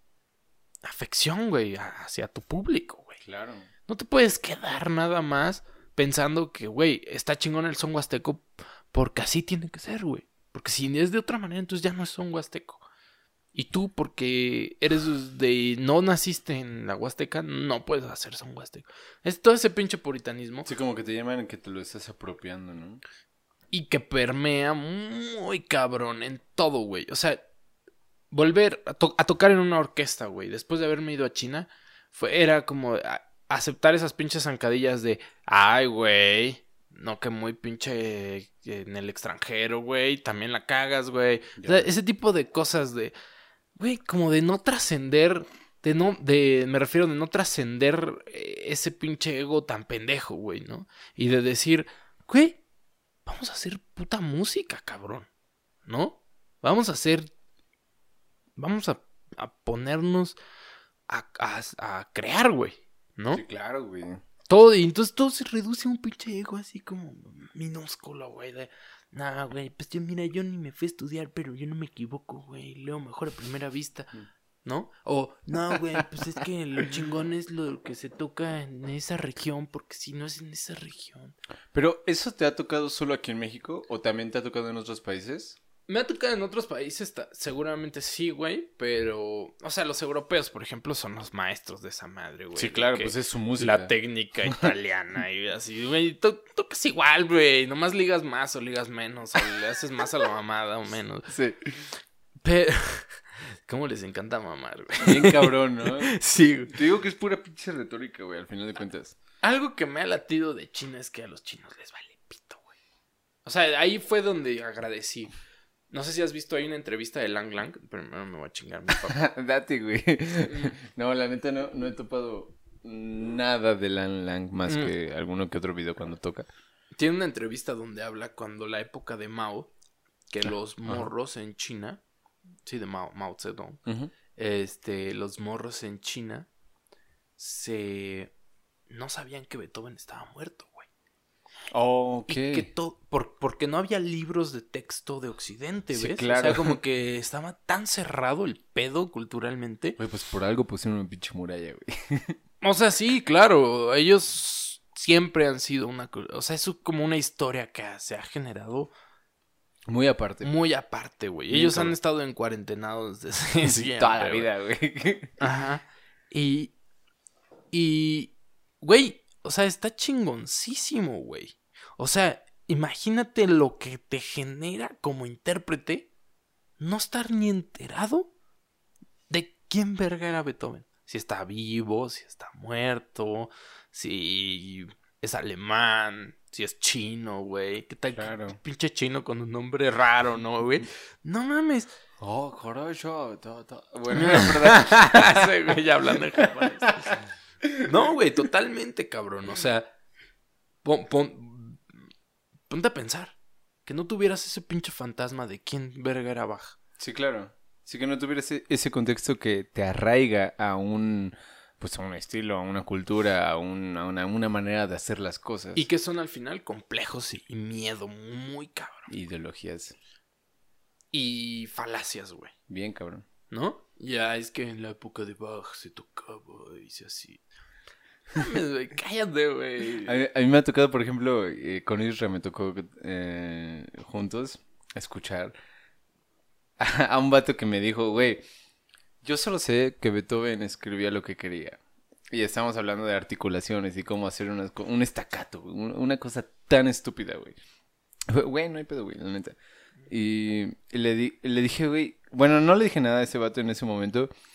afección, güey, hacia tu público, güey. Claro. No te puedes quedar nada más pensando que, güey, está chingón el son huasteco porque así tiene que ser, güey. Porque si es de otra manera, entonces ya no es son huasteco. Y tú, porque eres de... no naciste en la Huasteca, no puedes hacer son huasteco. Es todo ese pinche puritanismo. Sí, como que te llaman que te lo estás apropiando, ¿no? Y que permea muy cabrón en todo, güey. O sea, volver a, to- a tocar en una orquesta, güey, después de haberme ido a China, fue, era como a- aceptar esas pinches zancadillas de, ay, güey, no, que muy pinche en el extranjero, güey, también la cagas, güey. O sea, ese tipo de cosas de, güey, como de no trascender, de no, de, me refiero de no trascender eh, ese pinche ego tan pendejo, güey, ¿no? Y de decir, güey, vamos a hacer puta música, cabrón, ¿no? Vamos a hacer... Vamos a, a ponernos a, a, a crear, güey, ¿no? Sí, claro, güey. Todo, y entonces todo se reduce a un pinche ego así como minúsculo, güey, de... Nah, güey, pues yo, mira, yo ni me fui a estudiar, pero yo no me equivoco, güey, leo mejor a primera vista, ¿no? O, no, güey, pues es que lo chingón es lo que se toca en esa región, porque si no es en esa región... Pero, ¿eso te ha tocado solo aquí en México o también te ha tocado en otros países? Me ha tocado en otros países, ta- seguramente sí, güey, pero... O sea, los europeos, por ejemplo, son los maestros de esa madre, güey. Sí, claro, que pues es su música. la técnica italiana y así, güey. to- Tocas igual, güey. Nomás ligas más o ligas menos, o le haces más a la mamada o menos. Sí. Pero... ¿Cómo les encanta mamar, güey? Bien cabrón, ¿no? Sí, güey. Te digo que es pura pinche retórica, güey, al final de cuentas. Algo que me ha latido de China es que a los chinos les vale pito, güey. O sea, ahí fue donde agradecí. No sé si has visto, hay una entrevista de Lang Lang. Primero me voy a chingar mi papá. Date, güey. No, la neta no, no he topado nada de Lang Lang más Mm. que alguno que otro video cuando toca. Tiene una entrevista donde habla cuando la época de Mao, que los morros en China, sí, de Mao, Mao Zedong, Ujú. este, los morros en China se... no sabían que Beethoven estaba muerto, güey. Ok. Y que todo, por, porque no había libros de texto de Occidente, Sí, ¿ves? claro. O sea, como que estaba tan cerrado el pedo culturalmente. Güey, pues por algo pusieron una pinche muralla, güey. O sea, sí, claro, ellos siempre han sido una... cu- O sea, es como una historia que se ha generado Muy aparte. muy aparte, güey. Bien Ellos cabrón. han estado en cuarentenados desde siempre, Toda la güey. vida, güey. Ajá. Y... Y... Güey, o sea, está chingoncísimo, güey. O sea, imagínate lo que te genera como intérprete no estar ni enterado de quién verga era Beethoven. Si está vivo, si está muerto, si es alemán, si es chino, güey. ¿Qué tal? Claro. Pinche chino con un nombre raro, ¿no, güey? No mames. Oh, Korocho. to- to- Bueno, perdón. Ese güey ya hablando en japonés. No, güey, totalmente, cabrón. O sea, pon, pon- ponte a pensar que no tuvieras ese pinche fantasma de quién verga era Bach. Sí, claro. Sí que no tuviera ese, ese contexto que te arraiga a un... Pues a un estilo, a una cultura, a, un- a una, una manera de hacer las cosas. Y que son al final complejos y, y miedo muy cabrón. Ideologías. Y falacias, güey. Bien, cabrón. ¿No? Ya es que en la época de Bach se tocaba y se así. Mames, güey, cállate, güey. A mí, a mí me ha tocado, por ejemplo, eh, con Isra me tocó eh, juntos escuchar a, a un vato que me dijo, güey, yo solo sé que Beethoven escribía lo que quería. Y estamos hablando de articulaciones y cómo hacer unas co- un estacato, güey, un- una cosa tan estúpida, güey. Güey, no hay pedo, güey, la neta. Y, y le, di- le dije, güey, bueno, no le dije nada a ese vato en ese momento,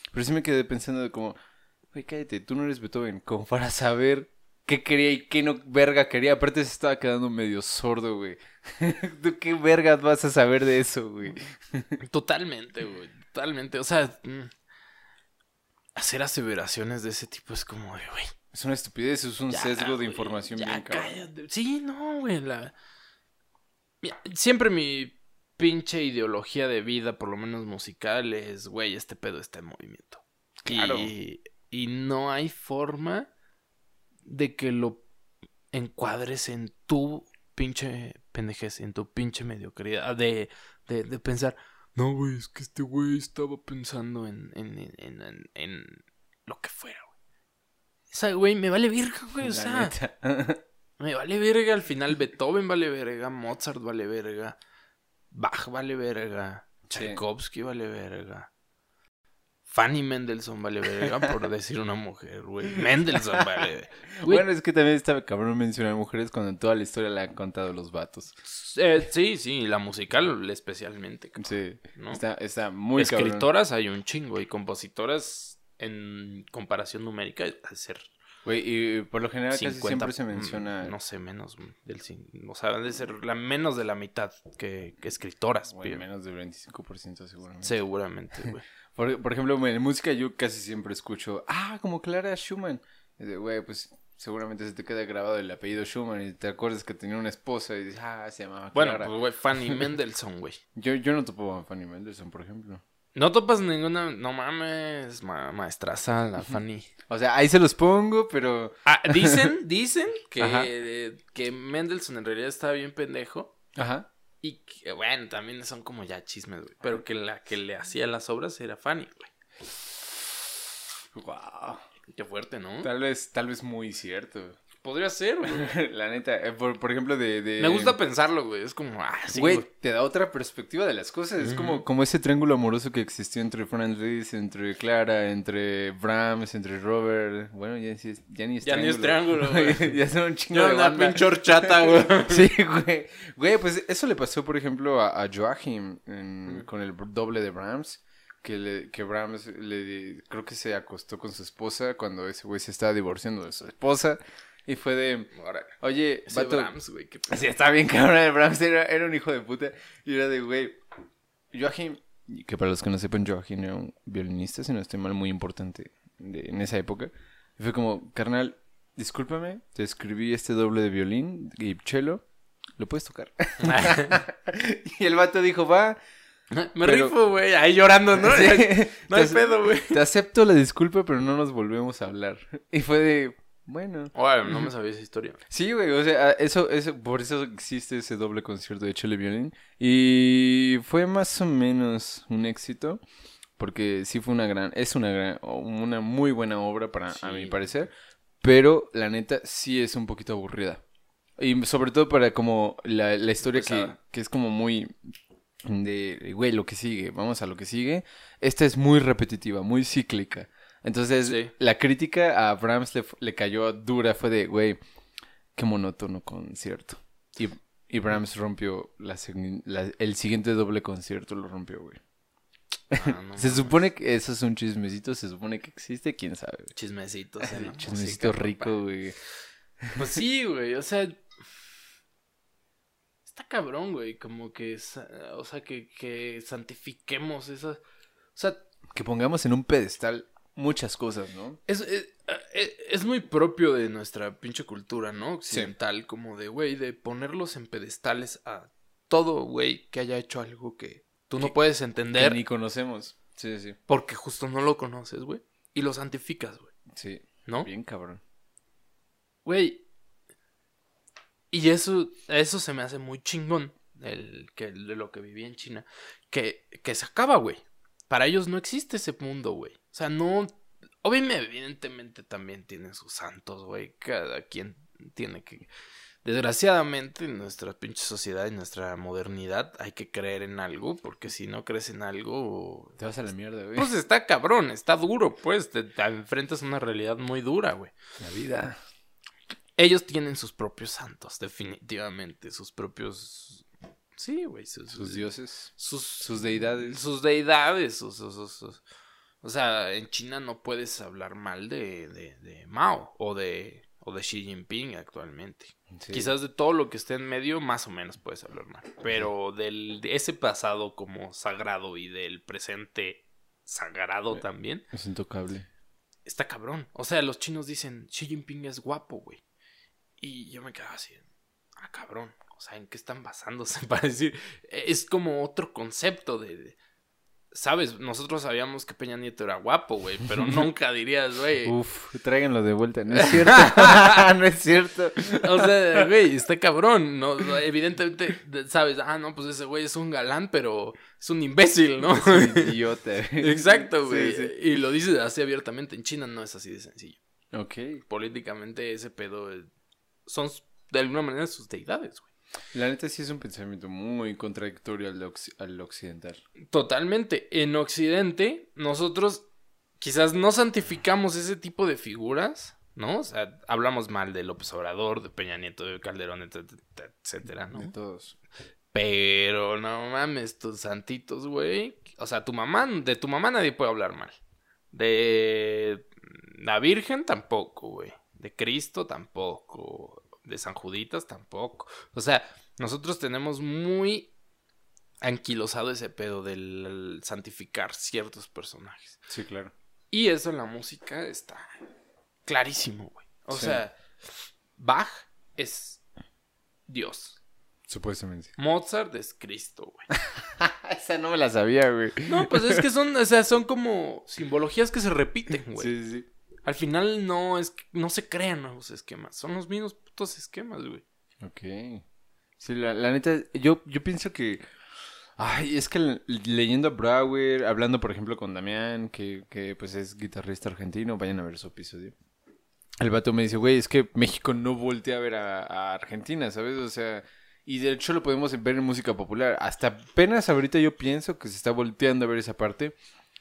Pero sí me quedé pensando de como, güey, cállate, tú no eres Beethoven, como para saber qué quería y qué no verga quería. Aparte se estaba quedando medio sordo, güey. ¿Tú qué vergas vas a saber de eso, güey? Totalmente, güey. Totalmente. O sea, mm, hacer aseveraciones de ese tipo es como de, güey. Es una estupidez, es un Ya, sesgo de güey, información ya bien cabrón. cállate. Sí, no, güey. La... Mira, siempre mi pinche ideología de vida, por lo menos musical, es, güey, este pedo está en movimiento. Claro. Y, y no hay forma de que lo encuadres en tu pinche pendejez, en tu pinche mediocridad. De, de, de pensar, no, güey, es que este güey estaba pensando en, en, en, en, en, en lo que fuera, güey. O sea, güey, me vale verga, güey, o La sea... neta. Me vale verga, al final Beethoven vale verga, Mozart vale verga, Bach vale verga, Sí. Tchaikovsky vale verga, Fanny Mendelssohn vale verga, por decir una mujer, güey. Mendelssohn vale verga. Güey, Bueno, es que también está cabrón mencionar mujeres cuando en toda la historia la han contado los vatos. eh, sí, sí, la musical especialmente. Sí, ¿No? está, está muy cabrón. Escritoras hay un chingo y compositoras en comparación numérica a ser Güey, y por lo general casi cincuenta, siempre se menciona... mm, no sé, menos del cin- o sea, han de ser la menos de la mitad que, que escritoras, Güey, pi- menos del veinticinco por ciento seguramente. seguramente, güey. Por, por ejemplo, en música yo casi siempre escucho, ah, como Clara Schumann. Y de, güey, pues seguramente se te queda grabado el apellido Schumann y te acuerdas que tenía una esposa y dices, ah, se llamaba Bueno, Clara. pues, güey, Fanny Mendelssohn, güey. Yo, yo no topo a Fanny Mendelssohn, por ejemplo. No topas ninguna, no mames, ma maestraza, la Fanny. O sea, ahí se los pongo, pero... Ah, dicen, dicen Ajá. que, que Mendelssohn en realidad estaba bien pendejo. Ajá. Y que, bueno, también son como ya chismes, güey. Pero que la que le hacía las obras era Fanny, güey. Wow. Qué fuerte, ¿no? Tal vez, tal vez muy cierto. Podría ser, güey. La neta, eh, por, por ejemplo, de, de... Me gusta pensarlo, güey. Es como, ah, sí, Güey, güey. te da otra perspectiva de las cosas. Es Ujú. como, como ese triángulo amoroso que existió entre Franz Liszt, entre Clara, entre Brahms, entre Robert. Bueno, ya, sí es- ya ni es Ya ni es triángulo. triángulo, güey. Ya son un chingo Yo de una banda. pinche horchata, güey. Sí, güey. Güey, pues eso le pasó, por ejemplo, a, a Joachim en- con el doble de Brahms. Que, le, que Brahms le, creo que se acostó con su esposa cuando ese güey se estaba divorciando de su esposa. Y fue de, oye, Ese vato, Brahms, güey, qué pedo. sí, estaba bien cabrón el Brahms, era, era un hijo de puta. Y era de, güey, Joachim, que para los que no sepan, Joachim era un violinista, si no estoy mal, muy importante de- en esa época. Y fue como, carnal, discúlpame, te escribí este doble de violín y cello, ¿lo puedes tocar? Y el vato dijo, va. Me Pero- rifo, güey. Ahí llorando, ¿no? Sí. No hay Te- pedo, güey. Te acepto la disculpa, pero no nos volvemos a hablar. Y fue de, bueno. Oye, no me sabía esa historia. Sí, güey, o sea, eso, eso, por eso existe ese doble concierto de cello y violín. Y fue más o menos un éxito, porque sí fue una gran, es una gran, una muy buena obra para, Sí. a mi parecer, pero la neta sí es un poquito aburrida. Y sobre todo para como la, la historia que, Pesada. que es como muy de, güey, lo que sigue, vamos a lo que sigue. Esta es muy repetitiva, muy cíclica. Entonces, Sí. la crítica a Brahms le, le cayó dura, fue de, güey, qué monótono concierto. Y, y Brahms rompió la, segui- la- el siguiente doble concierto, lo rompió, güey. Ah, no Se mames. supone que eso es un chismecito, se supone que existe, quién sabe, güey. Chismecitos. en la Chismecito música, rico, papá. güey. Pues sí, güey. O sea. Está cabrón, güey. Como que. sa- O sea, que, que santifiquemos esas. O sea, Que pongamos en un pedestal muchas cosas, ¿no? es, es, es- es muy propio de nuestra pinche cultura, ¿no? Occidental. Como de, güey, de ponerlos en pedestales a todo, güey, que haya hecho algo que tú no Que- puedes Que entender. ni conocemos. Sí, sí, Porque justo no lo conoces, güey. Y lo santificas, güey. sí. ¿No? Bien cabrón. Güey. Y eso, eso se me hace muy chingón. El, que, de lo que viví en China. Que, que se acaba, güey. Para ellos no existe ese mundo, güey. O sea, no. Obviamente, evidentemente también tienen sus santos, güey. Cada quien tiene que. Desgraciadamente, en nuestra pinche sociedad y nuestra modernidad hay que creer en algo. Porque si no crees en algo. Te vas a la mierda, güey. Pues está cabrón, está duro, pues. Te, te enfrentas a una realidad muy dura, güey. La vida. Ellos tienen sus propios santos, definitivamente. Sus propios. Sí, güey. Sus, Sus dioses. Sus, Sus deidades. sus deidades. Sus, sus, sus- sus- O sea, en China no puedes hablar mal de, de, de Mao o de, o de Xi Jinping actualmente. Sí. Quizás de todo lo que esté en medio, más o menos puedes hablar mal. Pero del, de ese pasado como sagrado y del presente sagrado eh, también. Es intocable. Está cabrón. O sea, los chinos dicen, Xi Jinping es guapo, güey. Y yo me quedaba así, ah, cabrón. O sea, ¿en qué están basándose para decir? Es como otro concepto de... de ¿sabes? Nosotros sabíamos que Peña Nieto era guapo, güey, pero nunca dirías, güey. Uf, tráiganlo de vuelta. No es cierto. No es cierto. O sea, güey, está cabrón. No, evidentemente, sabes, ah, no, pues ese güey es un galán, pero es un imbécil, ¿no? Es un idiota. Exacto, güey. Sí, sí. Y lo dices así abiertamente. En China no es así de sencillo. Ok. Políticamente ese pedo son de alguna manera sus deidades, güey. La neta sí es un pensamiento muy contradictorio al, occ- al occidental. Totalmente. En Occidente, nosotros quizás no santificamos ese tipo de figuras, ¿no? O sea, hablamos mal de López Obrador, de Peña Nieto, de Calderón, etcétera, etcétera, ¿no? De todos. Pero no mames, tus santitos, güey. O sea, tu mamá, de tu mamá nadie puede hablar mal. De la Virgen tampoco, güey. De Cristo tampoco. De San Juditas tampoco. O sea, nosotros tenemos muy anquilosado ese pedo del santificar ciertos personajes. Sí, claro. Y eso en la música está clarísimo, güey. O sí. sea, Bach es Dios. Supuestamente. Mozart es Cristo, güey. Esa no me la sabía, güey. No, pues es que son, o sea, son como simbologías que se repiten, güey. Sí, sí. Al final no es no se crean nuevos esquemas. Son los mismos putos esquemas, güey. Ok. Sí, la, la neta, yo, yo pienso que... Ay, es que leyendo a Brauer, hablando por ejemplo con Damián, que, que pues es guitarrista argentino, vayan a ver su episodio. El vato me dice, güey, es que México no voltea a ver a, a Argentina, ¿sabes? O sea, y de hecho lo podemos ver en música popular. Hasta apenas ahorita yo pienso que se está volteando a ver esa parte.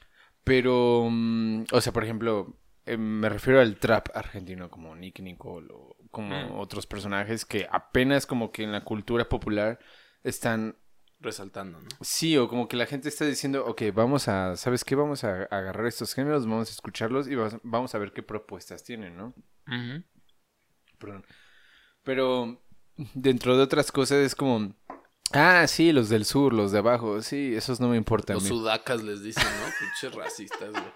Pero, um, o sea, por ejemplo... me refiero al trap argentino como Nick Nicole o como mm. otros personajes que apenas como que en la cultura popular están resaltando, ¿no? Sí, o como que la gente está diciendo, ok, vamos a, ¿sabes qué? Vamos a agarrar estos géneros, vamos a escucharlos y vamos a ver qué propuestas tienen, ¿no? Uh-huh. Perdón. Pero dentro de otras cosas es como, ah, sí, los del sur, los de abajo, sí, esos no me importan. Los sudacas les dicen, ¿no? Pinches racistas, güey.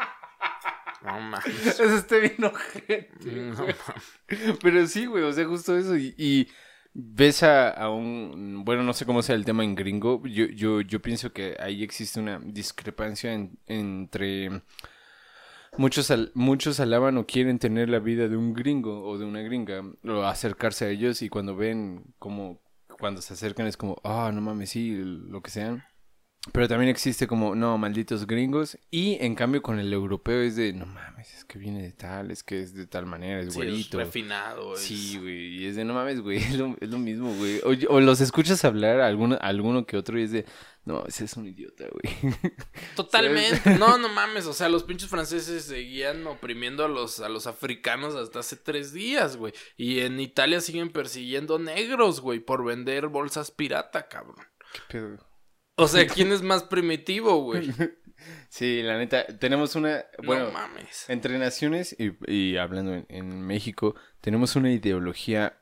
No mames. Eso está bien ojete. No mames. Pero sí, güey, o sea, justo eso. Y, y ves a, a un... Bueno, no sé cómo sea el tema en gringo. Yo, yo, yo pienso que ahí existe una discrepancia en, entre... Muchos, al, muchos alaban o quieren tener la vida de un gringo o de una gringa. O acercarse a ellos y cuando ven como... Cuando se acercan es como, ah, oh, no mames, sí, lo que sean. Pero también existe como, no, malditos gringos. Y en cambio con el europeo es de, no mames, es que viene de tal, es que es de tal manera, es sí, güerito. Es refinado. Sí, es... güey, y es de, no mames, güey, es lo, es lo mismo, güey. O, o los escuchas hablar a alguno, a alguno que otro y es de, no, ese es un idiota, güey. Totalmente. No, no mames, o sea, los pinches franceses seguían oprimiendo a los, a los africanos hasta hace tres días, güey. Y en Italia siguen persiguiendo negros, güey, por vender bolsas pirata, cabrón. ¿Qué pedo? O sea, ¿quién es más primitivo, güey? Sí, la neta, tenemos una... Bueno, no mames. Entre naciones y, y hablando en, en México, tenemos una ideología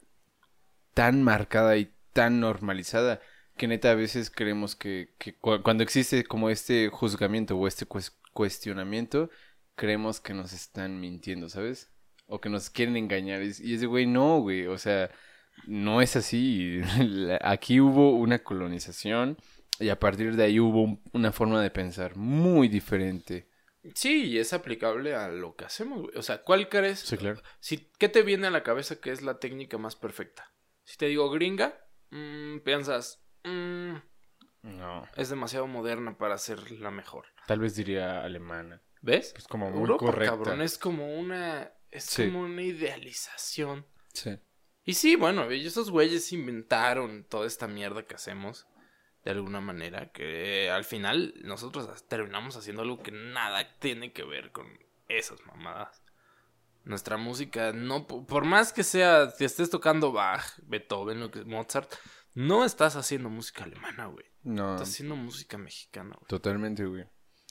tan marcada y tan normalizada que neta a veces creemos que, que cu- cuando existe como este juzgamiento o este cu- cuestionamiento, creemos que nos están mintiendo, ¿sabes? O que nos quieren engañar. Y es de, güey, no, güey, o sea, no es así. Aquí hubo una colonización... Y a partir de ahí hubo un, una forma de pensar muy diferente. Sí, y es aplicable a lo que hacemos, güey. O sea, ¿cuál crees? Sí, claro. Si, ¿qué te viene a la cabeza que es la técnica más perfecta? Si te digo gringa, mmm, piensas, mmm, no, es demasiado moderna para ser la mejor. Tal vez diría alemana. ¿Ves? Pues como muy Europa, correcta. Cabrón, es como una, es sí. como una idealización. Sí. Y sí, bueno, esos güeyes inventaron toda esta mierda que hacemos. De alguna manera, que al final nosotros terminamos haciendo algo que nada tiene que ver con esas mamadas. Nuestra música, no por más que sea, si estés tocando Bach, Beethoven, lo que Mozart, no estás haciendo música alemana, güey. No. Estás haciendo música mexicana, güey. Totalmente, güey.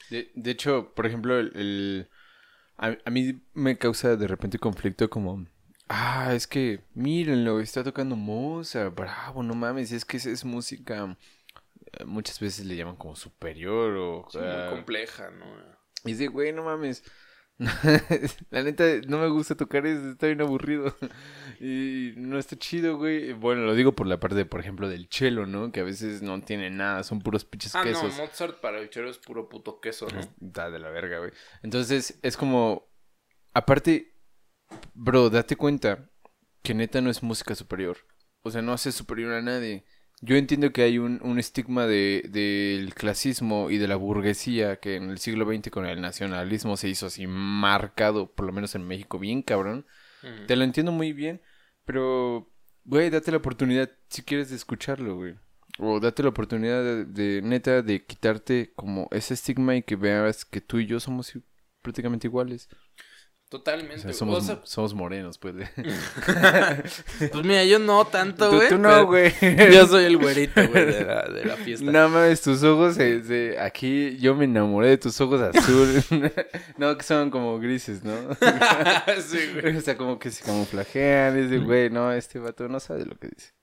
De, de hecho, por ejemplo, el... el a, a mí me causa de repente conflicto como... Ah, es que, mírenlo, está tocando Mozart, bravo, no mames, es que esa es música... Muchas veces le llaman como superior o... Sí, uh, muy compleja, ¿no? Y dice, güey, no mames. La neta, no me gusta tocar eso, está bien aburrido. Y no está chido, güey. Bueno, lo digo por la parte, por ejemplo, del cello, ¿no? Que a veces no tiene nada, son puros pinches Ah, quesos. no, Mozart para el chelo es puro puto queso, ¿no? Está de la verga, güey. Entonces, es como... Aparte, bro, date cuenta que neta no es música superior. O sea, no hace superior a nadie. Yo entiendo que hay un, un estigma de, del clasismo y de la burguesía que en el siglo veinte con el nacionalismo se hizo así marcado, por lo menos en México, bien cabrón. Uh-huh. Te lo entiendo muy bien, pero, güey, date la oportunidad si quieres de escucharlo, güey. O date la oportunidad de, de neta de quitarte como ese estigma y que veas que tú y yo somos prácticamente iguales. Totalmente. O sea, somos, o sea, somos morenos, pues. Pues mira, yo no tanto, güey. Tú, tú no, güey. Yo soy el güerito, güey, de la, de la fiesta. No mames, tus ojos, se, se, aquí yo me enamoré de tus ojos azules. No, que son como grises, ¿no? Sí, güey. O sea, como que se camuflajean. Dice, güey, no, este vato no sabe lo que dice.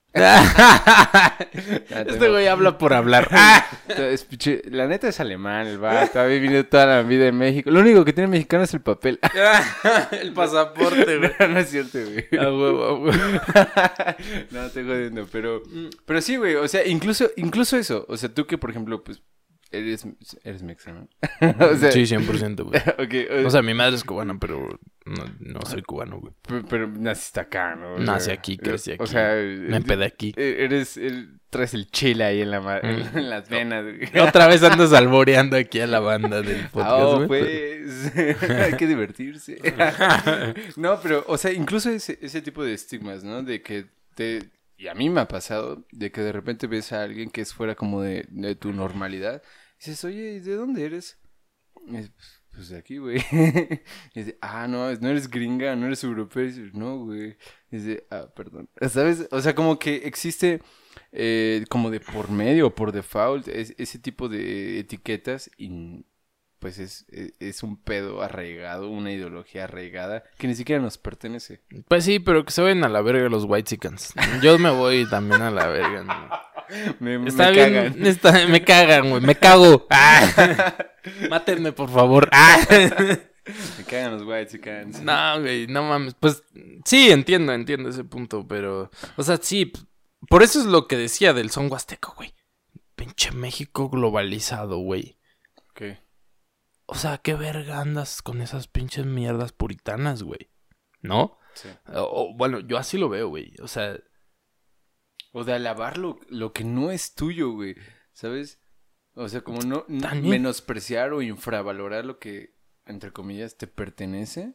Este güey habla por hablar. Entonces, piche, la neta es alemán, el vato. Ha vivido toda la vida en México. Lo único que tiene mexicano es el papel. El pasaporte, güey. No, no es cierto, güey. A huevo, a huevo. No, estoy jodiendo, pero... Pero sí, güey, o sea, incluso, incluso eso. O sea, tú que, por ejemplo, pues... Eres, eres mexa, ¿no? O sea, sí, cien por ciento, güey. Okay, o, sea, o sea, mi madre es cubana, pero no, no soy cubano, güey. Pero, pero naciste acá, ¿no? O Nací sea, aquí, crecí aquí. O sea... Me empedé aquí. Eres... El, traes el chile ahí en, la, en, en las venas, güey. Otra vez andas alboreando aquí a la banda del podcast, oh, güey. Pues... Hay que divertirse. No, pero, o sea, incluso ese, ese tipo de estigmas, ¿no? De que te... Y a mí me ha pasado de que de repente ves a alguien que es fuera como de, de tu normalidad... Y dices, oye, ¿de dónde eres? Y dices, pues de aquí, güey. Y dice, ah, no, no eres gringa, no eres europeo. Y dices, no, güey. Y dice, ah, perdón. ¿Sabes? O sea, como que existe eh, como de por medio, por default, es, ese tipo de etiquetas y pues es, es, es un pedo arraigado, una ideología arraigada que ni siquiera nos pertenece. Pues sí, pero que se vayan a la verga los whitexicans. Yo me voy también a la verga, ¿no? Me, me está cagan. Bien, está, me cagan, güey. Me cago. Ah. Mátenme, por favor. Ah. Me cagan los whitexicans. No, güey, no mames. Pues sí, entiendo, entiendo ese punto, pero... O sea, sí, por eso es lo que decía del son huasteco, güey. Pinche México globalizado, güey. ¿Qué? O sea, ¿qué verga andas con esas pinches mierdas puritanas, güey? ¿No? Sí. O, bueno, yo así lo veo, güey. O sea... O de alabar lo, lo que no es tuyo, güey. ¿Sabes? O sea, como no, no ¿También? menospreciar o infravalorar lo que, entre comillas, te pertenece.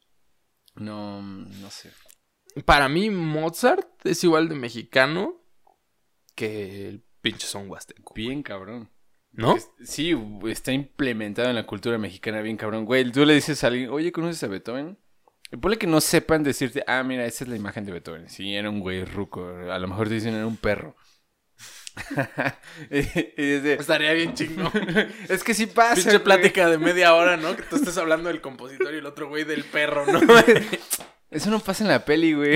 No, no sé. Para mí, Mozart es igual de mexicano que el pinche son huasteco. Bien cabrón. ¿No? Porque, sí, está implementado en la cultura mexicana bien cabrón. Güey, tú le dices a alguien, oye, ¿conoces a Beethoven? Y ponle que no sepan decirte, ah, mira, esa es la imagen de Beethoven. Sí, era un güey ruco. A lo mejor te dicen era un perro. y, y desde... Estaría bien chingón. Es que sí pasa. Pinche güey. Plática de media hora, ¿no? Que tú estés hablando del compositor y el otro güey del perro, ¿no? Eso no pasa en la peli, güey.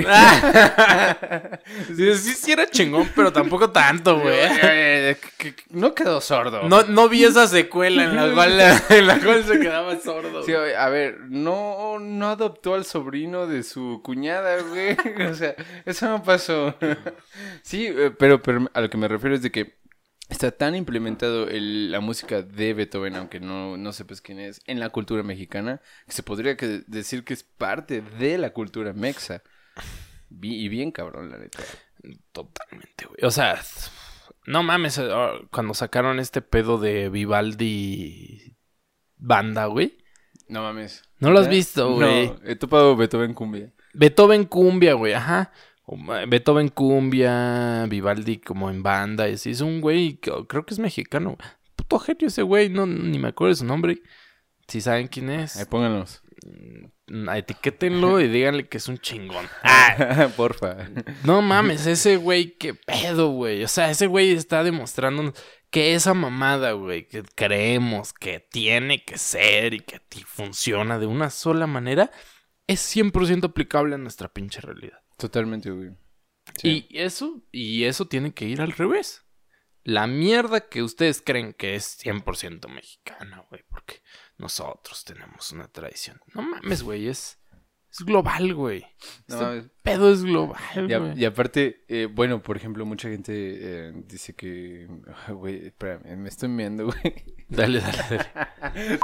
sí, sí, sí era chingón, pero tampoco tanto, güey. No quedó sordo. No, no vi esa secuela en la cual, en la cual se quedaba sordo. Sí, a ver, no, no adoptó al sobrino de su cuñada, güey. O sea, eso no pasó. Sí, pero, pero a lo que me refiero es de que está tan implementado el, la música de Beethoven, aunque no, no sepas quién es, en la cultura mexicana, que se podría que decir que es parte de la cultura mexa. Y bien cabrón, la neta. Totalmente, güey. O sea, no mames, cuando sacaron este pedo de Vivaldi banda, güey. No mames. ¿No lo has visto, güey? No, he topado Beethoven cumbia. Beethoven cumbia, güey, ajá. Beethoven cumbia, Vivaldi como en banda, y así. Es un güey, creo que es mexicano. Puto genio ese güey, no, ni me acuerdo de su nombre. Si saben quién es. Ahí pónganlos. etiquétenlo y díganle que es un chingón. Ah, porfa. No mames, ese güey, qué pedo, güey. O sea, ese güey está demostrando que esa mamada, güey, que creemos que tiene que ser y que funciona de una sola manera, es cien por ciento aplicable a nuestra pinche realidad. Totalmente, güey. Sí. Y eso, y eso tiene que ir al revés. La mierda que ustedes creen que es cien por ciento mexicana, güey, porque nosotros tenemos una tradición. No mames, güey, es, es global, güey. No este mames. pedo es global, Y, a- güey. y aparte, eh, bueno, por ejemplo, mucha gente eh, dice que... ah, Güey, espérame, me estoy meando, güey. Dale, dale, dale.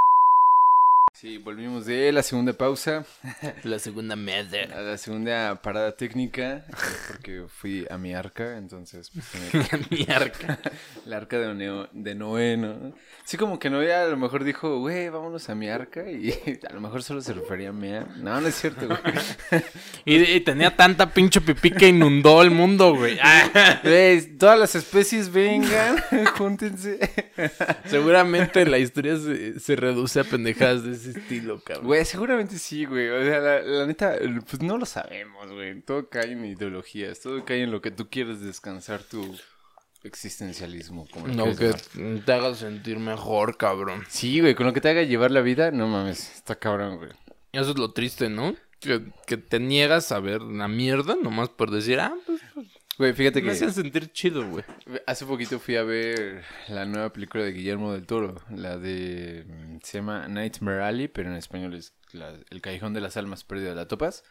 Sí, volvimos de la segunda pausa, La segunda mierda. a la segunda parada técnica, eh, porque fui a mi arca, entonces... Pues, tenía que- Mi arca. la arca de, Neo- de Noé, ¿no? Sí, como que Noé a lo mejor dijo, güey, vámonos a mi arca, y a lo mejor solo se refería a mí. No, no es cierto, güey. Y, y tenía tanta pinche pipí que inundó el mundo, güey. Ah, Güey, todas las especies vengan, júntense. seguramente la historia se, se reduce a pendejadas de ese estilo, cabrón. Güey, seguramente sí, güey. O sea, la, la neta, pues no lo sabemos, güey. Todo cae en ideologías, todo cae en lo que tú quieres descansar tu existencialismo. Como lo No, quieres que llamar. te hagas sentir mejor, cabrón. Sí, güey, con lo que te haga llevar la vida, no mames, está cabrón, güey. Eso es lo triste, ¿no? Que, que te niegas a ver la mierda nomás por decir, ah, pues, pues Güey, fíjate me que hacen sentir chido, güey. hace poquito fui a ver la nueva película de Guillermo del Toro, la de... mm, se llama Nightmare Alley, pero en español es la- El Callejón de las Almas Perdidas. ¿La topas?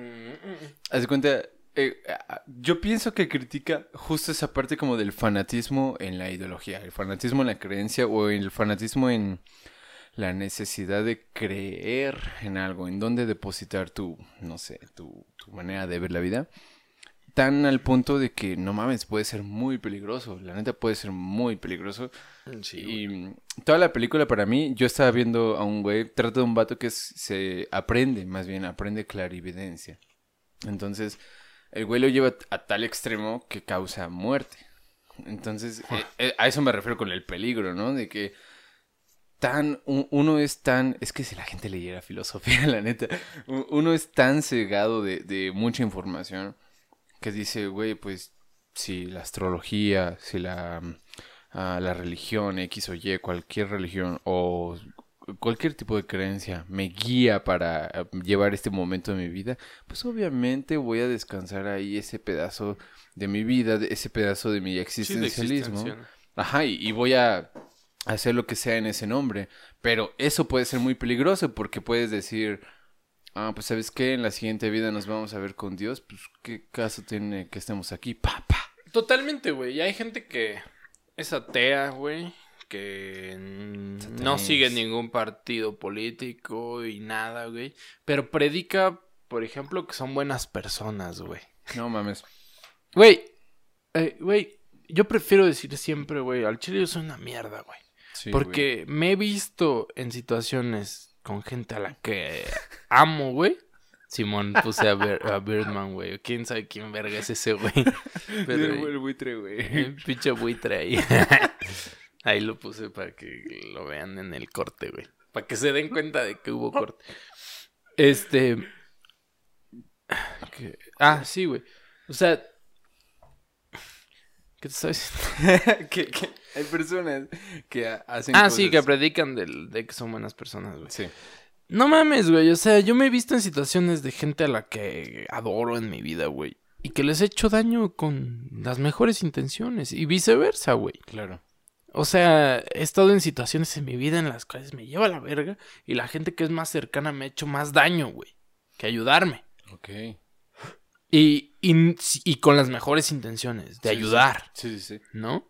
Haz de cuenta, eh, ah, yo pienso que critica justo esa parte como del fanatismo en la ideología, el fanatismo en la creencia o el fanatismo en la necesidad de creer en algo, en dónde depositar tu, no sé, tu, tu manera de ver la vida. Tan al punto de que, no mames, puede ser muy peligroso. La neta puede ser muy peligroso. Sí, Y mm, toda la película para mí, yo estaba viendo a un güey, trata de un vato que es- se aprende, más bien, aprende clarividencia. Entonces, el güey lo lleva a tal extremo que causa muerte. Entonces, eh, eh, a eso me refiero con el peligro, ¿no? De que tan, u- uno es tan, es que si la gente leyera filosofía, la neta, u- uno es tan cegado de, de mucha información que dice, güey, pues, si la astrología, si la, mm, ah, la religión, X o Y, cualquier religión o cualquier tipo de creencia me guía para ah, llevar este momento de mi vida, pues obviamente voy a descansar ahí ese pedazo de mi vida, de ese pedazo de mi Sí, de existencialismo. existencia. Ajá, y, y voy a hacer lo que sea en ese nombre. Pero eso puede ser muy peligroso porque puedes decir, ah, pues ¿sabes qué? En la siguiente vida nos vamos a ver con Dios. Pues ¿qué caso tiene que estemos aquí? Pa, pa. Totalmente, güey. Y hay gente que es atea, güey. Que mm, no Satanás. sigue ningún partido político y nada, güey. Pero predica, por ejemplo, que son buenas personas, güey. No mames. Güey, eh, güey, yo prefiero decir siempre, güey, al chile yo soy una mierda, güey. Sí, Porque me he visto en situaciones con gente a la que amo, güey. Simón, puse a, Ber- a Birdman, güey. ¿Quién sabe quién verga es ese, güey? güey. Pero, El, el buitre, güey. el pinche buitre ahí. Ahí lo puse para que lo vean en el corte, güey. Para que se den cuenta de que hubo corte. Este... ¿Qué? Ah, sí, güey. O sea... ¿Qué te sabes? que, que hay personas que ha- hacen Ah, cosas. sí, que predican del, de que son buenas personas, güey. Sí. No mames, güey. O sea, yo me he visto en situaciones de gente a la que adoro en mi vida, güey. Y que les he hecho daño con las mejores intenciones. Y viceversa, güey. Claro. O sea, he estado en situaciones en mi vida en las cuales me lleva a la verga. Y la gente que es más cercana me ha hecho más daño, güey. Que ayudarme. Ok. Y, y, y con las mejores intenciones. De Sí, ayudar, Sí, sí, sí. ¿no?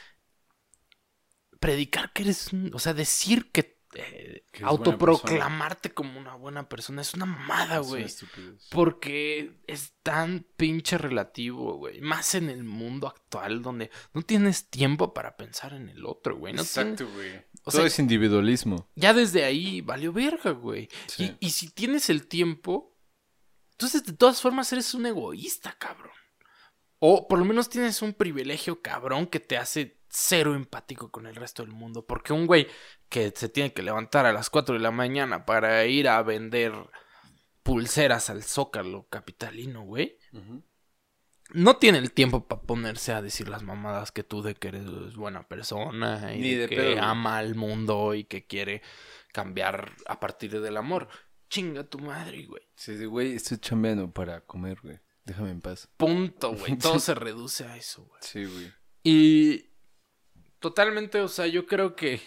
Predicar que eres un... O sea, decir que... eh, Que eres buena autoproclamarte como una buena persona es una mamada, Es una güey. estupidez. Porque es tan pinche relativo, güey. Más en el mundo actual donde no tienes tiempo para pensar en el otro, güey. No tienes- Exacto, güey. o Todo sea, es individualismo. ya desde ahí valió verga, güey. Sí. Y, y si tienes el tiempo, entonces de todas formas eres un egoísta, cabrón. O por lo menos tienes un privilegio cabrón que te hace cero empático con el resto del mundo. Porque un güey que se tiene que levantar a las cuatro de la mañana para ir a vender pulseras al Zócalo capitalino, güey, Uh-huh. no tiene el tiempo para ponerse a decir las mamadas que tú de que eres buena persona y Ni de de que pedo, güey. ama al mundo y que quiere cambiar a partir del amor. Chinga tu madre, güey. Sí, de, güey, estoy chambeando para comer, güey. Déjame en paz. Punto, güey. Todo se reduce a eso, güey. Sí, güey. Y totalmente, o sea, yo creo que...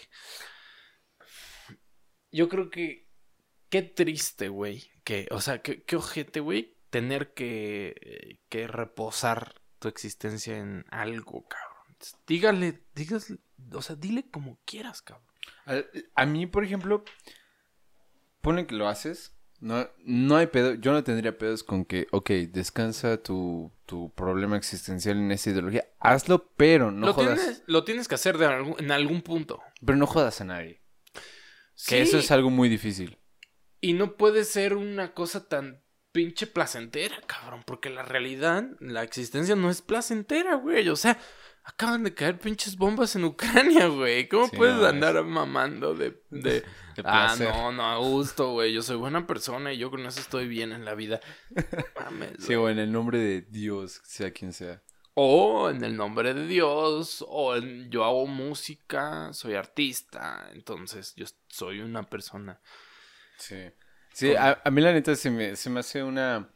Yo creo que... Qué triste, güey. Que, o sea, qué, qué ojete, güey. Tener que, que reposar tu existencia en algo, cabrón. Dígale, dígale, o sea, dile como quieras, cabrón. A, a mí, por ejemplo, pone que lo haces. No, no hay pedo. Yo no tendría pedos con que, ok, descansa tu, tu problema existencial en esa ideología. Hazlo, pero no lo, jodas. tienes, lo tienes que hacer de algún, en algún punto. Pero no jodas a nadie. Sí, Que eso es algo muy difícil. y no puede ser una cosa tan pinche placentera, cabrón. Porque la realidad, la existencia no es placentera, güey. O sea, acaban de caer pinches bombas en Ucrania, güey. ¿Cómo Sí, puedes no, andar es- mamando de... de... De ah, placer. no, no, a gusto, güey. Yo soy buena persona y yo con eso estoy bien en la vida. Mames, Sí, o en el nombre de Dios, sea quien sea. O en el nombre de Dios, o en, yo hago música, soy artista, entonces yo soy una persona. Sí. Sí, a, a mí la neta se me, se me hace una...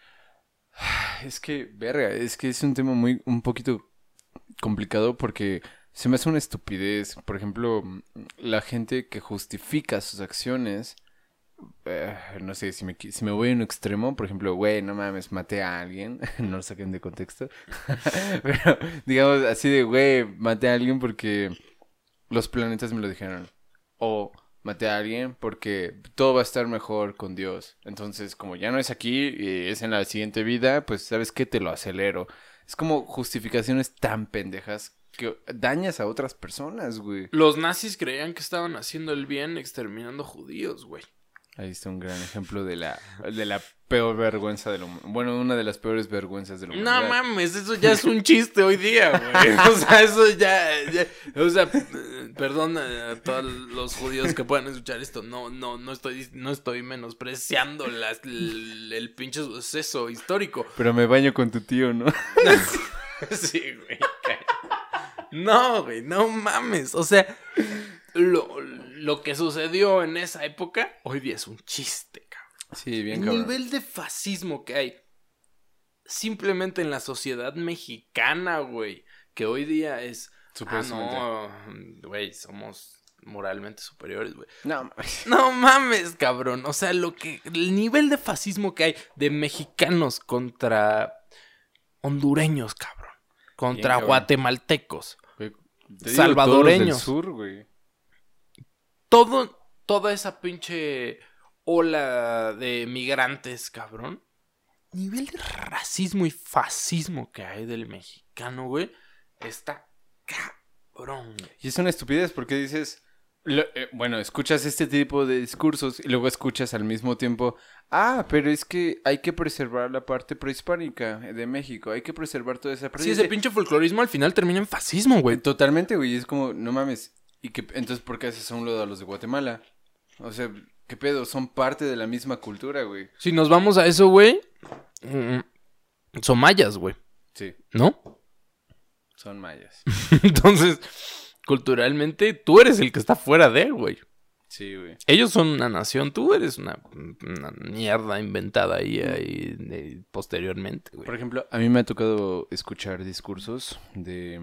Es que, verga, es que es un tema muy, un poquito complicado porque se me hace una estupidez. Por ejemplo, la gente que justifica sus acciones, eh, no sé, si me, qui- si me voy a un extremo, por ejemplo, güey, no mames, maté a alguien, no lo saquen de contexto, pero digamos así de, güey, maté a alguien porque los planetas me lo dijeron, o maté a alguien porque todo va a estar mejor con Dios, entonces como ya no es aquí y es en la siguiente vida, pues sabes qué, te lo acelero. Es como justificaciones tan pendejas que dañas a otras personas, güey. Los nazis creían que estaban haciendo el bien exterminando judíos, güey. Ahí está un gran ejemplo de la, de la peor vergüenza de la humanidad. Bueno, una de las peores vergüenzas de la humanidad. No mames, eso ya es un chiste hoy día, güey. O sea, eso ya, ya- o sea, eh, perdón a todos los judíos que puedan escuchar esto. No, no, no estoy, no estoy menospreciando las, el, el pinche suceso histórico. Pero me baño con tu tío, ¿no? Sí, güey. No, güey, no mames. O sea, lo, lo que sucedió en esa época, hoy día es un chiste, cabrón. Sí, bien El cabrón. nivel de fascismo que hay simplemente en la sociedad mexicana, güey, que hoy día es... Ah, no, güey, somos moralmente superiores, güey. No, mames. No mames, cabrón. O sea, lo que... El nivel de fascismo que hay de mexicanos contra hondureños, cabrón. Contra cabrón. guatemaltecos. Güey, te digo, Salvadoreños. todos del sur, güey. Todo, toda esa pinche ola de migrantes, cabrón. Nivel de racismo y fascismo que hay del mexicano, güey, está cabrón, güey. Y es una estupidez porque dices... lo- eh, bueno, escuchas este tipo de discursos y luego escuchas al mismo tiempo... Ah, pero es que hay que preservar la parte prehispánica de México. Hay que preservar toda esa... Sí, ese pinche folclorismo al final termina en fascismo, güey. Totalmente, güey. Es como, no mames. ¿Y que entonces por qué haces a un lado a los de Guatemala? O sea, ¿qué pedo? Son parte de la misma cultura, güey. Si nos vamos a eso, güey, mm, son mayas, güey, Sí, ¿no? son mayas. Entonces, culturalmente, tú eres el que está fuera de, güey. Sí, güey. Ellos son una nación, tú eres una, una mierda inventada ahí, ahí eh, posteriormente, güey. Por ejemplo, a mí me ha tocado escuchar discursos de...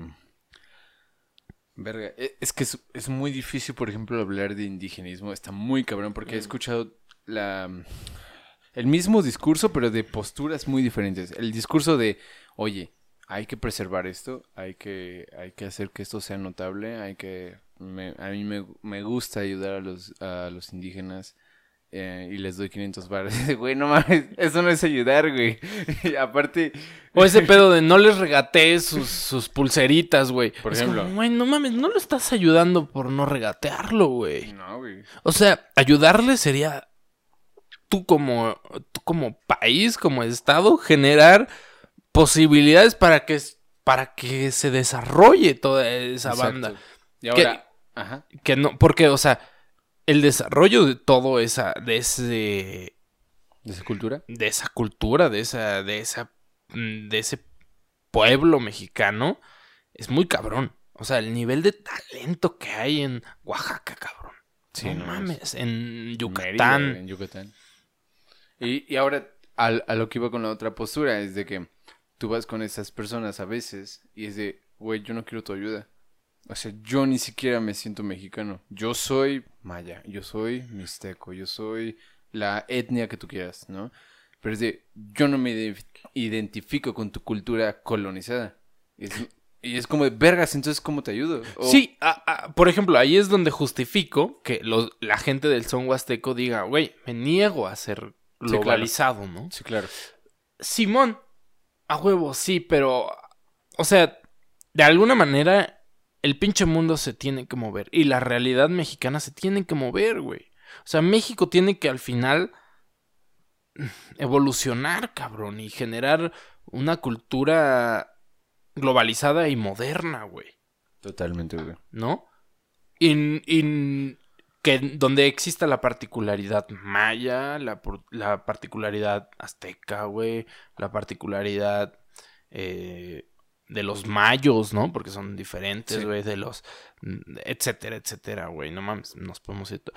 Verga, e- es que es, es muy difícil, por ejemplo, hablar de indigenismo. Está muy cabrón porque he escuchado la... el mismo discurso, pero de posturas muy diferentes. El discurso de, oye, hay que preservar esto, hay que, hay que hacer que esto sea notable, hay que... me- a mí me, me gusta ayudar a los, a los indígenas eh, y les doy quinientos baros. Güey, no mames, eso no es ayudar, güey. Y aparte... O ese pedo de no les regatees sus, sus pulseritas, güey. Por Es ejemplo. como, güey, no mames, no lo estás ayudando por no regatearlo, güey. No, güey. O sea, ayudarle sería tú como, tú como país, como estado, generar posibilidades para que s- para que se desarrolle toda esa Exacto. banda. Y ahora... Ajá. Que no, porque, o sea, el desarrollo de todo esa, de ese... ¿De esa cultura? De esa cultura, de esa, de esa, de ese pueblo mexicano, es muy cabrón. O sea, el nivel de talento que hay en Oaxaca, cabrón. Sí, no no, mames, en Yucatán. Mérida, en Yucatán. Y, y ahora, al, a lo que iba con la otra postura, es de que tú vas con esas personas a veces y es de, güey, yo no quiero tu ayuda. O sea, yo ni siquiera me siento mexicano. Yo soy maya, yo soy mixteco, yo soy la etnia que tú quieras, ¿no? Pero es de, yo no me ide- identifico con tu cultura colonizada. Y es, y es como de, vergas, entonces, ¿cómo te ayudo? O- Sí, a- a- por ejemplo, ahí es donde justifico que los, la gente del son huasteco diga, güey, me niego a ser claro. globalizado, ¿no? Sí, claro. Simón, a huevo, sí, pero, o sea, de alguna manera el pinche mundo se tiene que mover y la realidad mexicana se tiene que mover, güey. O sea, México tiene que al final evolucionar, cabrón, y generar una cultura globalizada y moderna, güey, Totalmente, güey. ¿no? Y, y que donde exista la particularidad maya, la, por- la particularidad azteca, güey, la particularidad eh, de los mayos, ¿no? Porque son diferentes, Sí. güey, de los... etcétera, etcétera, güey, no mames, nos podemos ir... to-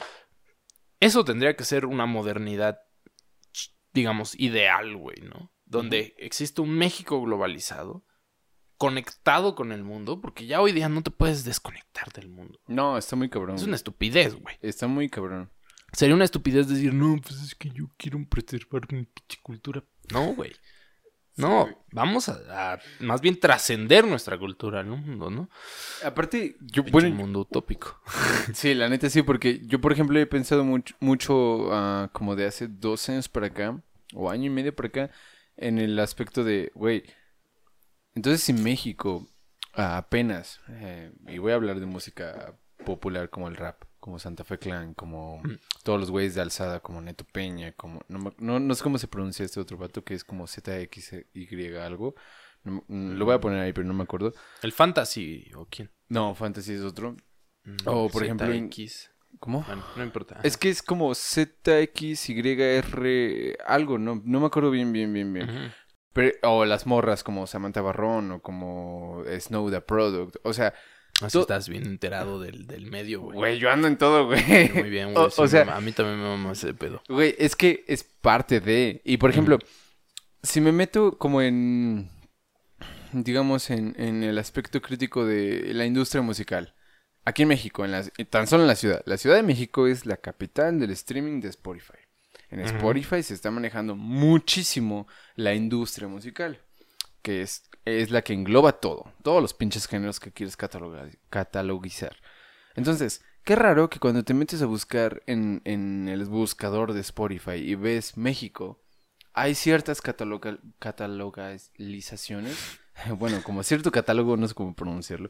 Eso tendría que ser una modernidad, digamos, ideal, güey, ¿no? Donde existe un México globalizado, conectado con el mundo, porque ya hoy día no te puedes desconectar del mundo. No, está muy cabrón. Es güey. una estupidez, güey. Está muy cabrón. Sería una estupidez decir, no, pues es que yo quiero preservar mi pinche cultura. No, güey. No, güey. vamos a, a más bien trascender nuestra cultura al mundo, ¿no? Aparte, yo, Pinche bueno, mundo utópico. sí, la neta sí, porque yo, por ejemplo, he pensado mucho, mucho ah, como de hace dos años para acá, o año y medio para acá, en el aspecto de, güey, entonces si México ah, apenas, eh, y voy a hablar de música popular como el rap, como Santa Fe Clan, como Mm. todos los güeyes de alzada, como Neto Peña, como, no, me- no, no sé cómo se pronuncia este otro vato, que es como Z X Y algo, no me- lo voy a poner ahí, pero no me acuerdo. ¿El Fantasy o quién? No, Fantasy es otro. Mm, O, por ejemplo, en- Z X. ¿Cómo? Bueno, no importa. Es que es como Z X Y R algo, no, no me acuerdo bien, bien, bien, bien. Ujú. Pero, o las morras como Samantha Barrón o como Snow the Product. O sea, Así tú- estás bien enterado del, del medio, güey. güey, yo ando en todo, güey. Muy bien, O, güey. sí, o sea, me- a mí también me mama ese pedo. güey, es que es parte de... Y por ejemplo, si me meto como en... digamos, en, en el aspecto crítico de la industria musical. Aquí en México, en la, tan solo en la ciudad. La Ciudad de México es la capital del streaming de Spotify. En Ujú. Spotify se está manejando muchísimo la industria musical, que es, es la que engloba todo, todos los pinches géneros que quieres cataloga- catalogizar. Entonces, qué raro que cuando te metes a buscar en, en el buscador de Spotify y ves México, hay ciertas cataloga- catalogalizaciones, bueno, como cierto catálogo, no sé cómo pronunciarlo,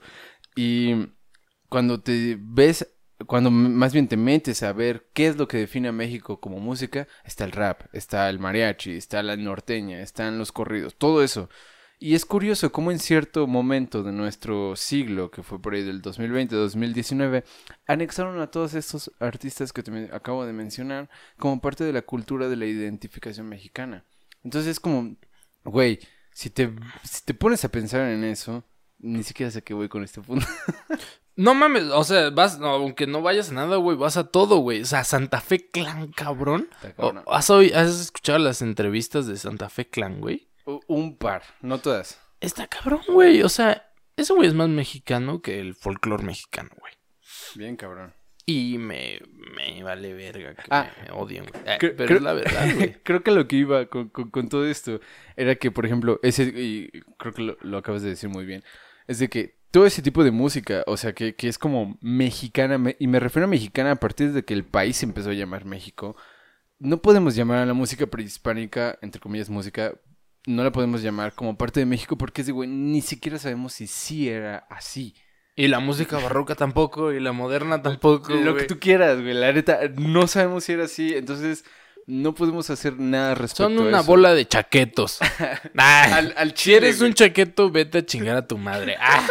y cuando te ves, cuando m- más bien te metes a ver qué es lo que define a México como música, está el rap, está el mariachi, está la norteña, están los corridos, todo eso. Y es curioso cómo en cierto momento de nuestro siglo, que fue por ahí del dos mil veinte, dos mil diecinueve, anexaron a todos estos artistas que te me- acabo de mencionar como parte de la cultura de la identificación mexicana. Entonces es como, güey, si te, si te pones a pensar en eso, ni siquiera sé qué voy con este punto. No mames, o sea, vas, no, aunque no vayas a nada, güey, vas a todo, güey. O sea, Santa Fe Clan, cabrón. Está O- cabrón. ¿Has, oí- ¿Has escuchado las entrevistas de Santa Fe Clan, güey? U- Un par, no todas. Está cabrón, güey. O sea, ese güey es más mexicano que el folclore mexicano, güey. Bien cabrón. Y me, me vale verga que Ah, me odien, güey. Eh, Cre- pero creo- es la verdad, güey. Creo que lo que iba con, con- con todo esto era que, por ejemplo, ese, y creo que lo, lo acabas de decir muy bien, es de que todo ese tipo de música, o sea, que, que es como mexicana, me- y me refiero a mexicana a partir de que el país se empezó a llamar México, no podemos llamar a la música prehispánica, entre comillas música, no la podemos llamar como parte de México porque es de, güey, ni siquiera sabemos si sí era así. Y la música barroca tampoco, y la moderna tampoco, Lo güey. que tú quieras, güey, la neta, no sabemos si era así, entonces no podemos hacer nada respecto a eso. Son una bola de chaquetos. Ah, al, al si chile, eres güey. un chaqueto, vete a chingar a tu madre. Ah.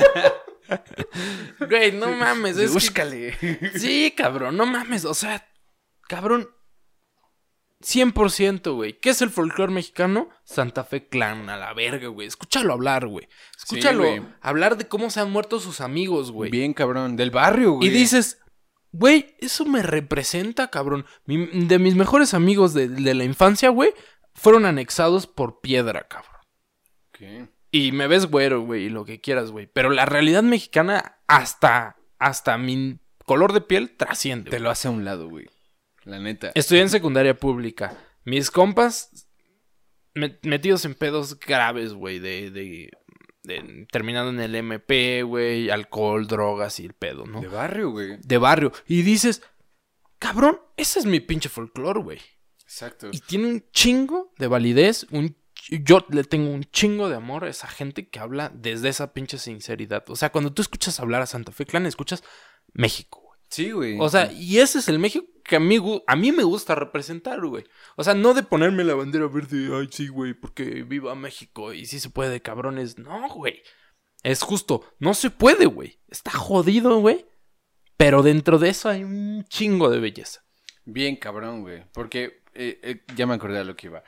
Güey, no mames. Es Búscale. que... Sí, cabrón, no mames. O sea, cabrón. cien por ciento, güey. ¿Qué es el folclore mexicano? Santa Fe Clan, a la verga, güey. Escúchalo hablar, güey. Escúchalo Sí, güey. hablar de cómo se han muerto sus amigos, güey. Bien, cabrón. Del barrio, güey. Y dices, güey, eso me representa, cabrón. Mi- de mis mejores amigos de, de la infancia, güey, fueron anexados por piedra, cabrón. ¿Qué? Y me ves güero, güey, y lo que quieras, güey. Pero la realidad mexicana, hasta, hasta mi color de piel, trasciende. Te güey. lo hace a un lado, güey. La neta. Estudié en secundaria pública. Mis compas me- metidos en pedos graves, güey, de, de, de- terminando en el M P, güey, alcohol, drogas y el pedo, ¿no? De barrio, güey. De barrio. Y dices, cabrón, ese es mi pinche folclore, güey. Exacto. Y tiene un chingo de validez. Un, yo le tengo un chingo de amor a esa gente que habla desde esa pinche sinceridad. O sea, cuando tú escuchas hablar a Santa Fe Clan, escuchas México, güey. Sí, güey. O sea, y ese es el México que a mí, gu- a mí me gusta representar, güey. O sea, no de ponerme la bandera verde, ay, sí, güey, porque viva México y sí se puede, cabrones. No, güey. Es justo, no se puede, güey. Está jodido, güey. Pero dentro de eso hay un chingo de belleza. Bien cabrón, güey. Porque eh, eh, ya me acordé de lo que iba.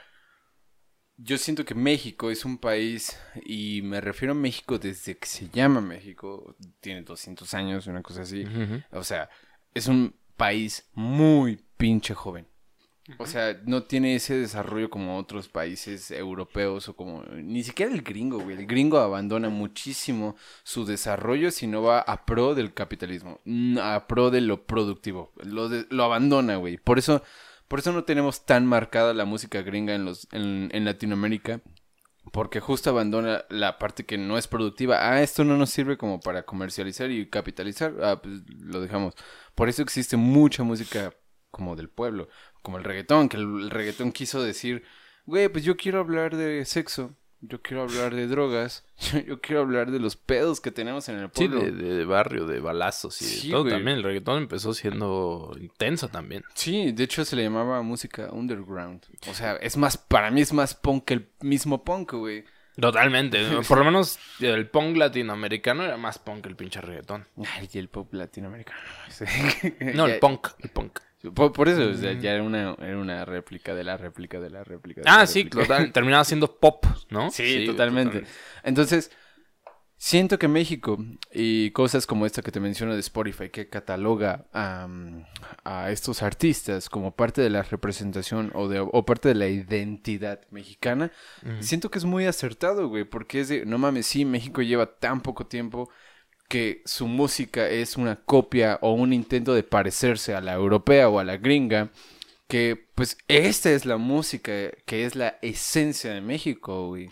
Yo siento que México es un país, y me refiero a México desde que se llama México, tiene doscientos años, una cosa así. O sea, es un país muy pinche joven. O sea, no tiene ese desarrollo como otros países europeos o como... Ni siquiera el gringo, güey. El gringo abandona muchísimo su desarrollo si no va a pro del capitalismo, mm, a pro de lo productivo. Lo, de- lo abandona, güey. Por eso, por eso no tenemos tan marcada la música gringa en, los, en, en Latinoamérica. Porque justo abandona la parte que no es productiva. Ah, esto no nos sirve como para comercializar y capitalizar. Ah, pues lo dejamos. Por eso existe mucha música como del pueblo. Como el reggaetón, que el, el reggaetón quiso decir, güey, pues yo quiero hablar de sexo. Yo quiero hablar de drogas. Yo, yo quiero hablar de los pedos que tenemos en el Sí, pueblo. de, de- de barrio, de balazos y Sí, de todo güey. también. El reggaetón empezó siendo intenso también. Sí, de hecho se le llamaba música underground. O sea, es más, para mí es más punk que el mismo punk, güey. Totalmente. Por lo menos el punk latinoamericano era más punk que el pinche reggaetón. Ay, y el pop latinoamericano. Sí. No, Ya- el punk, el punk. Por, por eso, o sea, ya era una, era una réplica de la réplica de la réplica. De Ah, la sí, réplica. total, terminaba siendo pop, ¿no? Sí, totalmente. Entonces, siento que México y cosas como esta que te menciono de Spotify, que cataloga a, a estos artistas como parte de la representación o, de, o parte de la identidad mexicana, Ujú. siento que es muy acertado, güey, porque es de, no mames, sí, México lleva tan poco tiempo que su música es una copia o un intento de parecerse a la europea o a la gringa, que pues esta es la música que es la esencia de México, güey.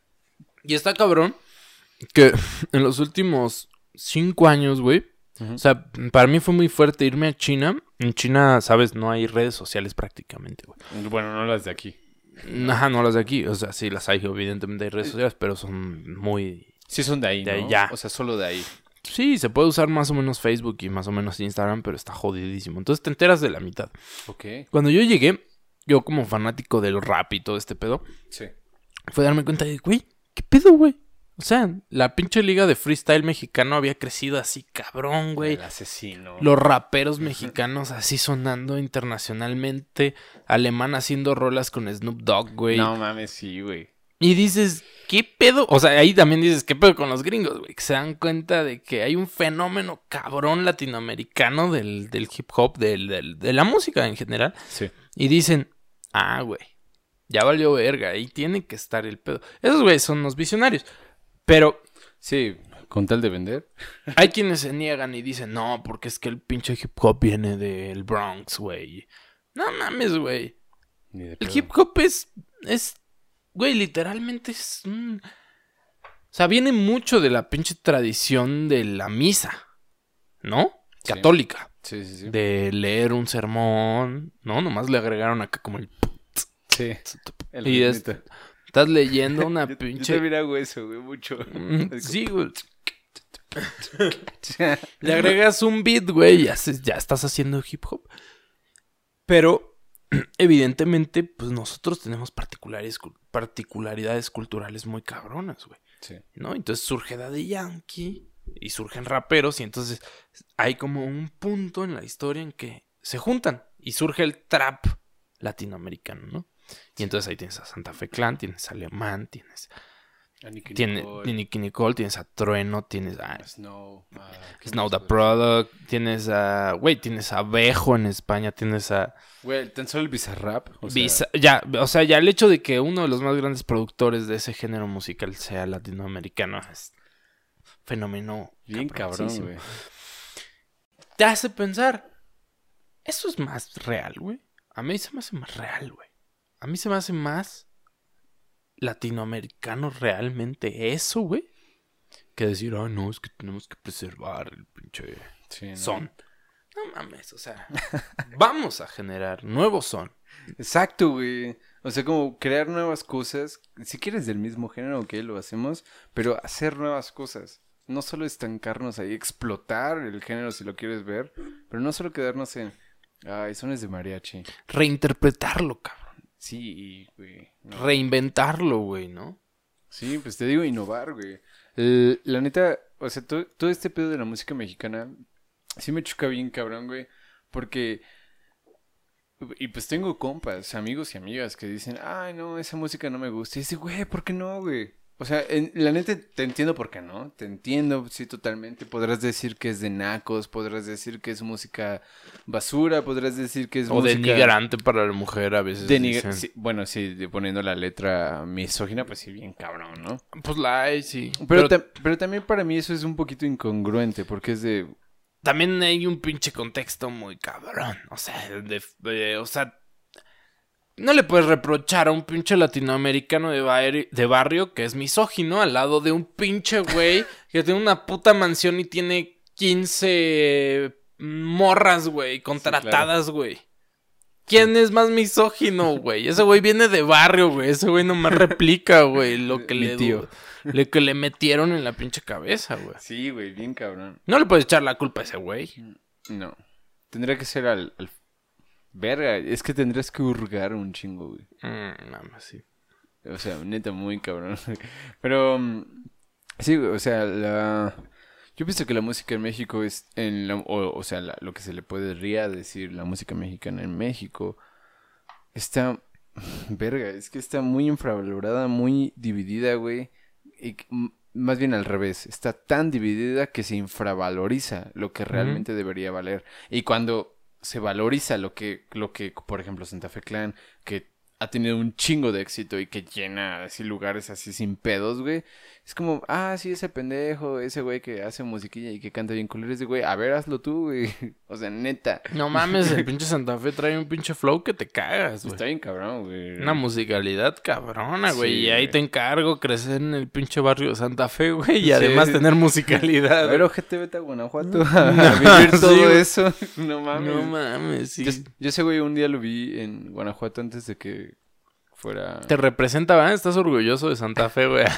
Y está cabrón que en los últimos cinco años, güey, Ujú. o sea, para mí fue muy fuerte irme a China. En China, sabes, no hay redes sociales prácticamente, güey. Bueno, no las de aquí. Ajá, no las de aquí. O sea, sí las hay, evidentemente hay redes sociales, pero son muy... Sí son de ahí, De ¿no? allá. O sea, solo de ahí. Sí, se puede usar más o menos Facebook y más o menos Instagram, pero está jodidísimo. Entonces te enteras de la mitad. Ok. Cuando yo llegué, yo como fanático del rap y todo este pedo, Sí. fue darme cuenta de, güey, ¿qué pedo, güey? O sea, la pinche liga de freestyle mexicano había crecido así, cabrón, güey. El asesino. Los raperos mexicanos así sonando internacionalmente. Alemán haciendo rolas con Snoop Dogg, güey. No mames, sí, güey. Y dices, ¿qué pedo? O sea, ahí también dices, ¿qué pedo con los gringos, güey? Que se dan cuenta de que hay un fenómeno cabrón latinoamericano del, del hip hop, del, del- de la música en general. Sí. Y dicen, ah, güey, ya valió verga, ahí tiene que estar el pedo. Esos güeyes son los visionarios. Pero Sí, con tal de vender. hay quienes se niegan y dicen, no, porque es que el pinche hip hop viene del Bronx, güey. No mames, güey. Ni de El pedo. hip hop es, es, güey, literalmente es un... O sea, viene mucho de la pinche tradición de la misa, ¿no? Sí. Católica. Sí, sí, sí. De leer un sermón, ¿no? Nomás le agregaron acá como el... Sí. El Y es- ritmito. Estás leyendo una Yo- Yo pinche... también hago eso, güey, mucho. Mm, Sí, güey. Le agregas un beat, güey, y haces- ya estás haciendo hip hop. Pero evidentemente, pues nosotros tenemos particulares, particularidades culturales muy cabronas, güey. Sí. ¿No? Entonces surge Daddy Yankee y surgen raperos y entonces hay como un punto en la historia en que se juntan y surge el trap latinoamericano, ¿no? Y entonces ahí tienes a Santa Fe Clan, tienes a Alemán, tienes A Nicki tiene, Nicole, Nicki Nicole, tienes a Trueno, tienes a Snow, ah, ¿qué Snow más, the güey? Product, tienes a, güey, tienes a Bejo en España, tienes a Güey, tan solo el Bizarrap. O sea, Visa- ya, o sea, ya el hecho de que uno de los más grandes productores de ese género musical sea latinoamericano es fenómeno bien cabrón, cabroncísimo. güey. Te hace pensar, eso es más real, güey. A mí se me hace más real, güey. A mí se me hace más latinoamericano realmente eso, güey, que decir, ah, no, es que tenemos que preservar el pinche Sí, ¿no? son. No mames, o sea, vamos a generar nuevo son. Exacto, güey. O sea, como crear nuevas cosas. Si quieres del mismo género, ok, lo hacemos. Pero hacer nuevas cosas. No solo estancarnos ahí, explotar el género si lo quieres ver. Pero no solo quedarnos en... Ay, sones de mariachi. Reinterpretarlo, cabrón. Sí, güey. No. Reinventarlo, güey, ¿no? Sí, pues te digo innovar, güey. El- la neta, o sea, todo, todo este pedo de la música mexicana sí me choca bien, cabrón, güey. Porque... Y pues tengo compas, amigos y amigas que dicen, ay, no, esa música no me gusta. Y dice, güey, ¿por qué no, güey? O sea, en- la neta te entiendo por qué no. Te entiendo, sí, totalmente. Podrás decir que es de nacos, podrás decir que es música basura, podrás decir que es O música... denigrante para la mujer a veces. Denigra- dicen. sí, bueno, sí, de- poniendo la letra misógina, pues sí, bien cabrón, ¿no? Pues la hay, sí. Pero, Pero, tam- pero también para mí eso es un poquito incongruente, porque es de... también hay un pinche contexto muy cabrón. O sea, de, de- o sea, no le puedes reprochar a un pinche latinoamericano de, bar- de barrio que es misógino al lado de un pinche güey que tiene una puta mansión y tiene quince morras, güey, contratadas, güey. ¿Quién es más misógino, güey? Ese güey viene de barrio, güey. Ese güey nomás replica, güey, lo que Mi le tío. lo que le metieron en la pinche cabeza, güey. Sí, güey, bien cabrón. No le puedes echar la culpa a ese güey. No. Tendría que ser al, al... Verga, es que tendrías que hurgar un chingo, güey. Mm, nada más, sí. O sea, neta, muy cabrón. Pero... mm, sí, güey, o sea, la... Yo pienso que la música en México es... En la- o, o sea, la- lo que se le podría decir la música mexicana en México está... Verga, es que está muy infravalorada, muy dividida, güey. Y que- m- más bien al revés. Está tan dividida que se infravaloriza lo que realmente debería valer. Y cuando se valoriza lo que, lo que, por ejemplo, Santa Fe Clan, que ha tenido un chingo de éxito y que llena así lugares así sin pedos, güey. Es como, ah, sí, ese pendejo, ese güey que hace musiquilla y que canta bien culero, ese güey, a ver, hazlo tú, güey. O sea, neta. No mames, el pinche Santa Fe trae un pinche flow que te cagas, güey. Está bien cabrón, güey. Una musicalidad cabrona, güey. Sí, y ahí güey. te encargo crecer en el pinche barrio de Santa Fe, güey. Y Sí. además tener musicalidad. A ver, ojete, vete a Guanajuato a vivir Sí, todo güey. eso. No mames. No mames, sí. Yo, yo ese güey un día lo vi en Guanajuato antes de que fuera... Te representa, ¿verdad? Estás orgulloso de Santa Fe, güey.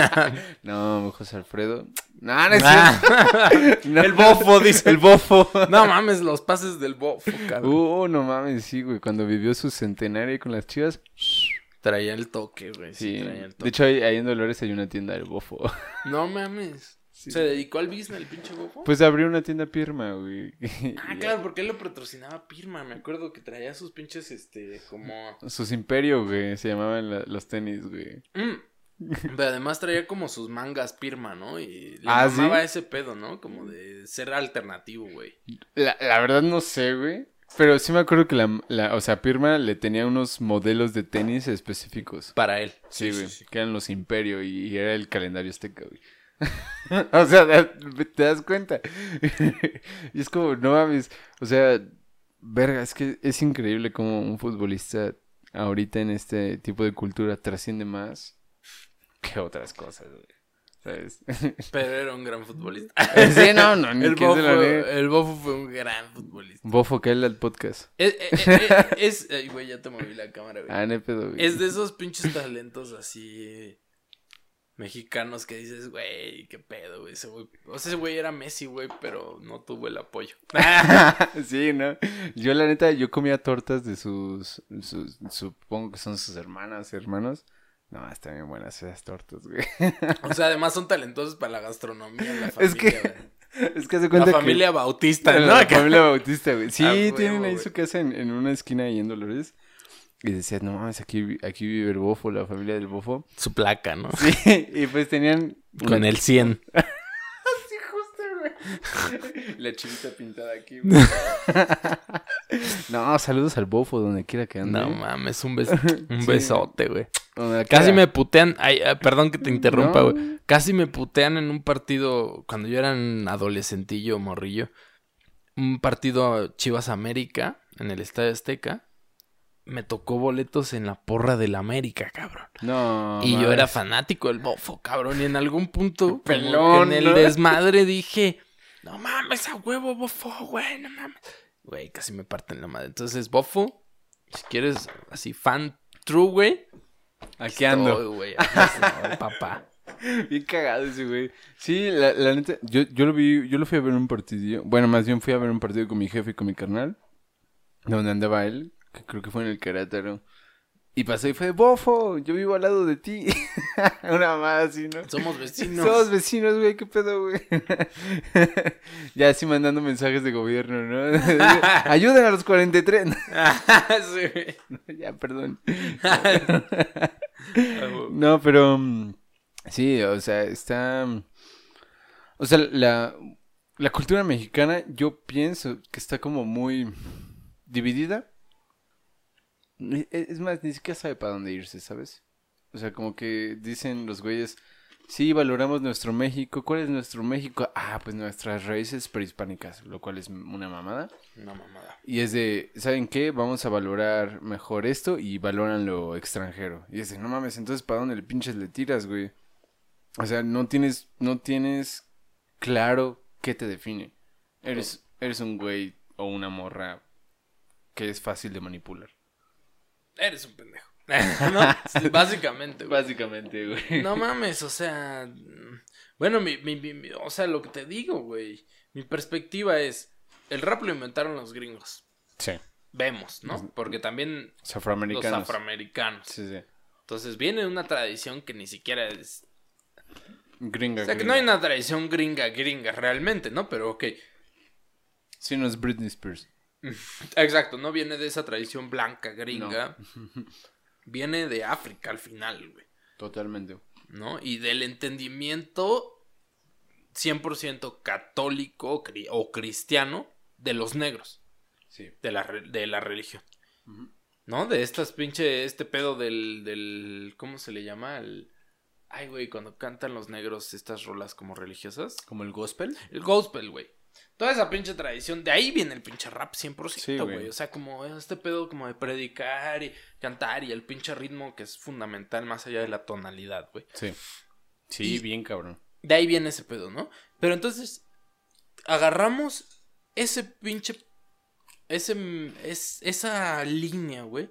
No, José Alfredo. No, no es cierto. No. El bofo, dice. El bofo. No mames, los pases del bofo, cabrón. Uh, no mames, sí, güey. Cuando vivió su centenario con las chivas. Traía el toque, güey. Sí, Sí. traía el toque. De hecho, ahí, ahí en Dolores hay una tienda del bofo. No mames. ¿Se dedicó al business el pinche bofo? Pues abrió una tienda Pirma, güey. Ah, claro, porque él lo patrocinaba Pirma. Me acuerdo que traía sus pinches, este, como... Sus Imperio, güey. Se llamaban la- los tenis, güey. Mm. Pero además traía como sus mangas Pirma, ¿no? Y le Ah, ¿sí? mamaba ese pedo, ¿no? Como de ser alternativo, güey. La, la verdad no sé, güey. Pero sí me acuerdo que la, la... O sea, Pirma le tenía unos modelos de tenis específicos. Para él. Sí, güey. Que eran los Imperio y, y era el calendario azteca, güey. O sea, te te das cuenta. Y es como, no mames. O sea, verga, es que es increíble cómo un futbolista ahorita en este tipo de cultura trasciende más que otras cosas, güey. ¿Sabes? Pero era un gran futbolista. Sí, no, no, ni El quién se lo bofo, niegue. el bofo fue un gran futbolista. Bofo, que él al podcast. Es, es, es, es- ay, güey, ya te moví la cámara, güey. Ah, no hay pedo, güey. Es de esos pinches talentos así mexicanos que dices, güey, qué pedo, güey, ese güey. O sea, ese güey era Messi, güey, pero no tuvo el apoyo. Sí, ¿no? Yo, la neta, yo comía tortas de sus, sus, supongo que son sus hermanas, hermanos. No, están bien buenas esas tortas, güey. O sea, además son talentosos para la gastronomía de la familia, Es que, güey. es que hace cuenta La que... familia Bautista, ¿no? La familia Bautista, güey. Sí, Ah, huevo, tienen ahí güey. su casa en, en una esquina ahí en Dolores. Y decías, no mames, aquí, aquí vive el bofo, la familia del bofo. Su placa, ¿no? Sí, y pues tenían... Con una- el cien. Sí, justo, güey. La chivita pintada aquí, güey. No, saludos al bofo, donde quiera que ande. No mames, un, bes- un Sí. besote, güey. Donde Casi quiera. me putean. Ay, ah, perdón que te interrumpa, No. güey. Casi me putean en un partido cuando yo era un adolescentillo, morrillo. Un partido Chivas América en el Estadio Azteca. Me tocó boletos en la porra del América, cabrón. No, y yo mames. era fanático del bofo, cabrón. Y en algún punto, como que Pelón, en el ¿no? desmadre dije, no mames, a huevo, bofo, güey, no mames. Güey, casi me parten la madre. Entonces, bofo, si quieres así fan true, güey. Aquí ando. estoy, güey, aquí estoy, papá. Bien cagado ese güey. Sí, la, la neta, yo, yo lo vi, yo lo fui a ver un partido. Bueno, más bien fui a ver un partido con mi jefe y con mi carnal. Donde andaba él, que creo que fue en el Querétaro. Y pasó y fue, bofo, yo vivo al lado de ti. Una mamada así, ¿no? Somos vecinos. Somos vecinos, güey, qué pedo, güey. Ya así mandando mensajes de gobierno, ¿no? Ayuden a los cuarenta y tres. Sí, güey. Ya, perdón. No, pero mm, sí, o sea, está... mm, O sea, la, la cultura mexicana, yo pienso que está como muy dividida. E- Es más, ni siquiera sabe para dónde irse, ¿sabes? O sea, como que dicen los güeyes, sí, valoramos nuestro México. ¿Cuál es nuestro México? Ah, pues nuestras raíces prehispánicas, lo cual es una mamada. Una mamada. Y es de, ¿saben qué? Vamos a valorar mejor esto y valoran lo extranjero. Y es de, no mames, entonces ¿para dónde le pinches le tiras, güey? O sea, no tienes, no tienes claro qué te define. Eres, eres un güey o una morra que es fácil de manipular. Eres un pendejo. ¿No? Sí, básicamente, güey. Básicamente, güey. No mames, o sea... mm, Bueno, mi, mi, mi- mi- o sea, lo que te digo, güey. Mi perspectiva es... El rap lo inventaron los gringos. Sí. Vemos, ¿no? Porque también Los afroamericanos. los afroamericanos. Sí, sí. Entonces viene de una tradición que ni siquiera es... Gringa, O sea, que gringa. no hay una tradición gringa, gringa, realmente, ¿no? Pero ok. Sí, no es Britney Spears. Exacto, no viene de esa tradición blanca, gringa. Viene de África al final, güey. Totalmente. ¿No? Y del entendimiento cien por ciento católico cri- o cristiano de los negros, Sí. de la, re- de la religión. Ujú. ¿No? De estas pinche, este pedo del, del, ¿cómo se le llama? El, ay, güey, cuando cantan los negros estas rolas como religiosas. ¿Como el gospel? El gospel, güey. Toda esa pinche tradición, de ahí viene el pinche rap cien por Sí, ciento, güey. güey. O sea, como este pedo como de predicar y cantar y el pinche ritmo que es fundamental más allá de la tonalidad, güey. Sí. Sí, Y- bien cabrón. De ahí viene ese pedo, ¿no? Pero entonces, agarramos ese pinche. Ese, es, esa línea, güey.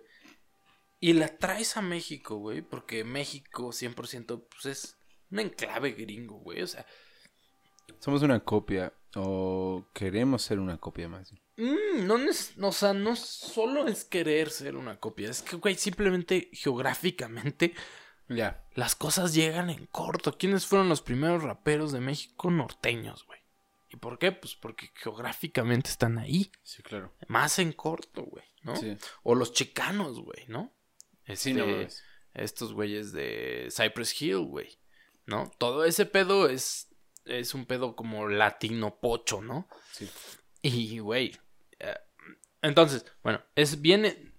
Y la traes a México, güey. Porque México cien por ciento pues es un enclave gringo, güey. O sea, Somos una copia. O queremos ser una copia más. mm, no, neces- o sea, no solo es querer ser una copia. Es que, güey, simplemente geográficamente Ya. las cosas llegan en corto. ¿Quiénes fueron los primeros raperos de México norteños, güey? ¿Y por qué? Pues porque geográficamente están ahí. Sí, claro. Más en corto, güey, ¿no? Sí. O los chicanos, güey, ¿no? Sí, Este, no mames. estos güeyes de Cypress Hill, güey, ¿no? Todo ese pedo es, es un pedo como latino pocho, ¿no? Sí. Y, güey, eh, entonces, bueno, es viene,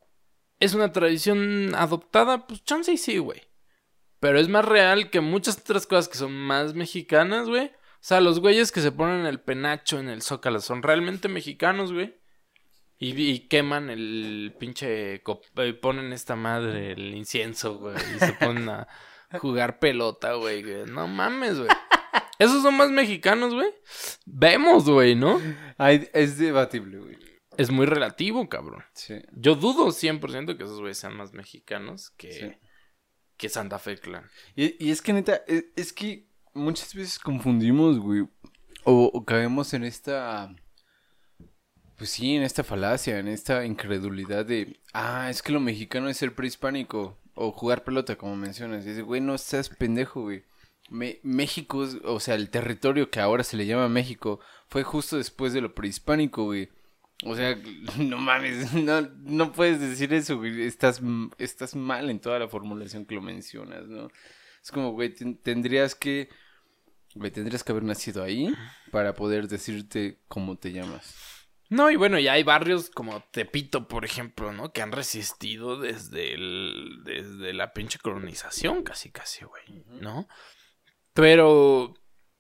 es una tradición adoptada, pues chance y sí, güey. Pero es más real que muchas otras cosas que son más mexicanas, güey. O sea, los güeyes que se ponen el penacho en el Zócalo son realmente mexicanos, güey. Y, y queman el pinche... cop- y ponen esta madre, el incienso, güey. Y se ponen a jugar pelota, güey. güey. No mames, güey. Esos son más mexicanos, güey. Vemos, güey, ¿no? Ay, es debatible, güey. Es muy relativo, cabrón. Sí. Yo dudo cien por ciento que esos güeyes sean más mexicanos que... Sí. que Santa Fe Clan. Y, y es que neta, es, es que muchas veces confundimos, güey. O, o caemos en esta... Pues sí, en esta falacia, en esta incredulidad de... Ah, es que lo mexicano es ser prehispánico. O jugar pelota, como mencionas. Y dices, güey, no seas pendejo, güey. Me, México, o sea, el territorio que ahora se le llama México, fue justo después de lo prehispánico, güey. O sea, no mames, no, no puedes decir eso, güey. Estás, estás mal en toda la formulación que lo mencionas, ¿no? Es como, güey, ten, tendrías que... Güey, tendrías que haber nacido ahí para poder decirte cómo te llamas. No, y bueno, ya hay barrios como Tepito, por ejemplo, ¿no? Que han resistido desde el, desde la pinche colonización, casi, casi, güey, ¿no? Pero...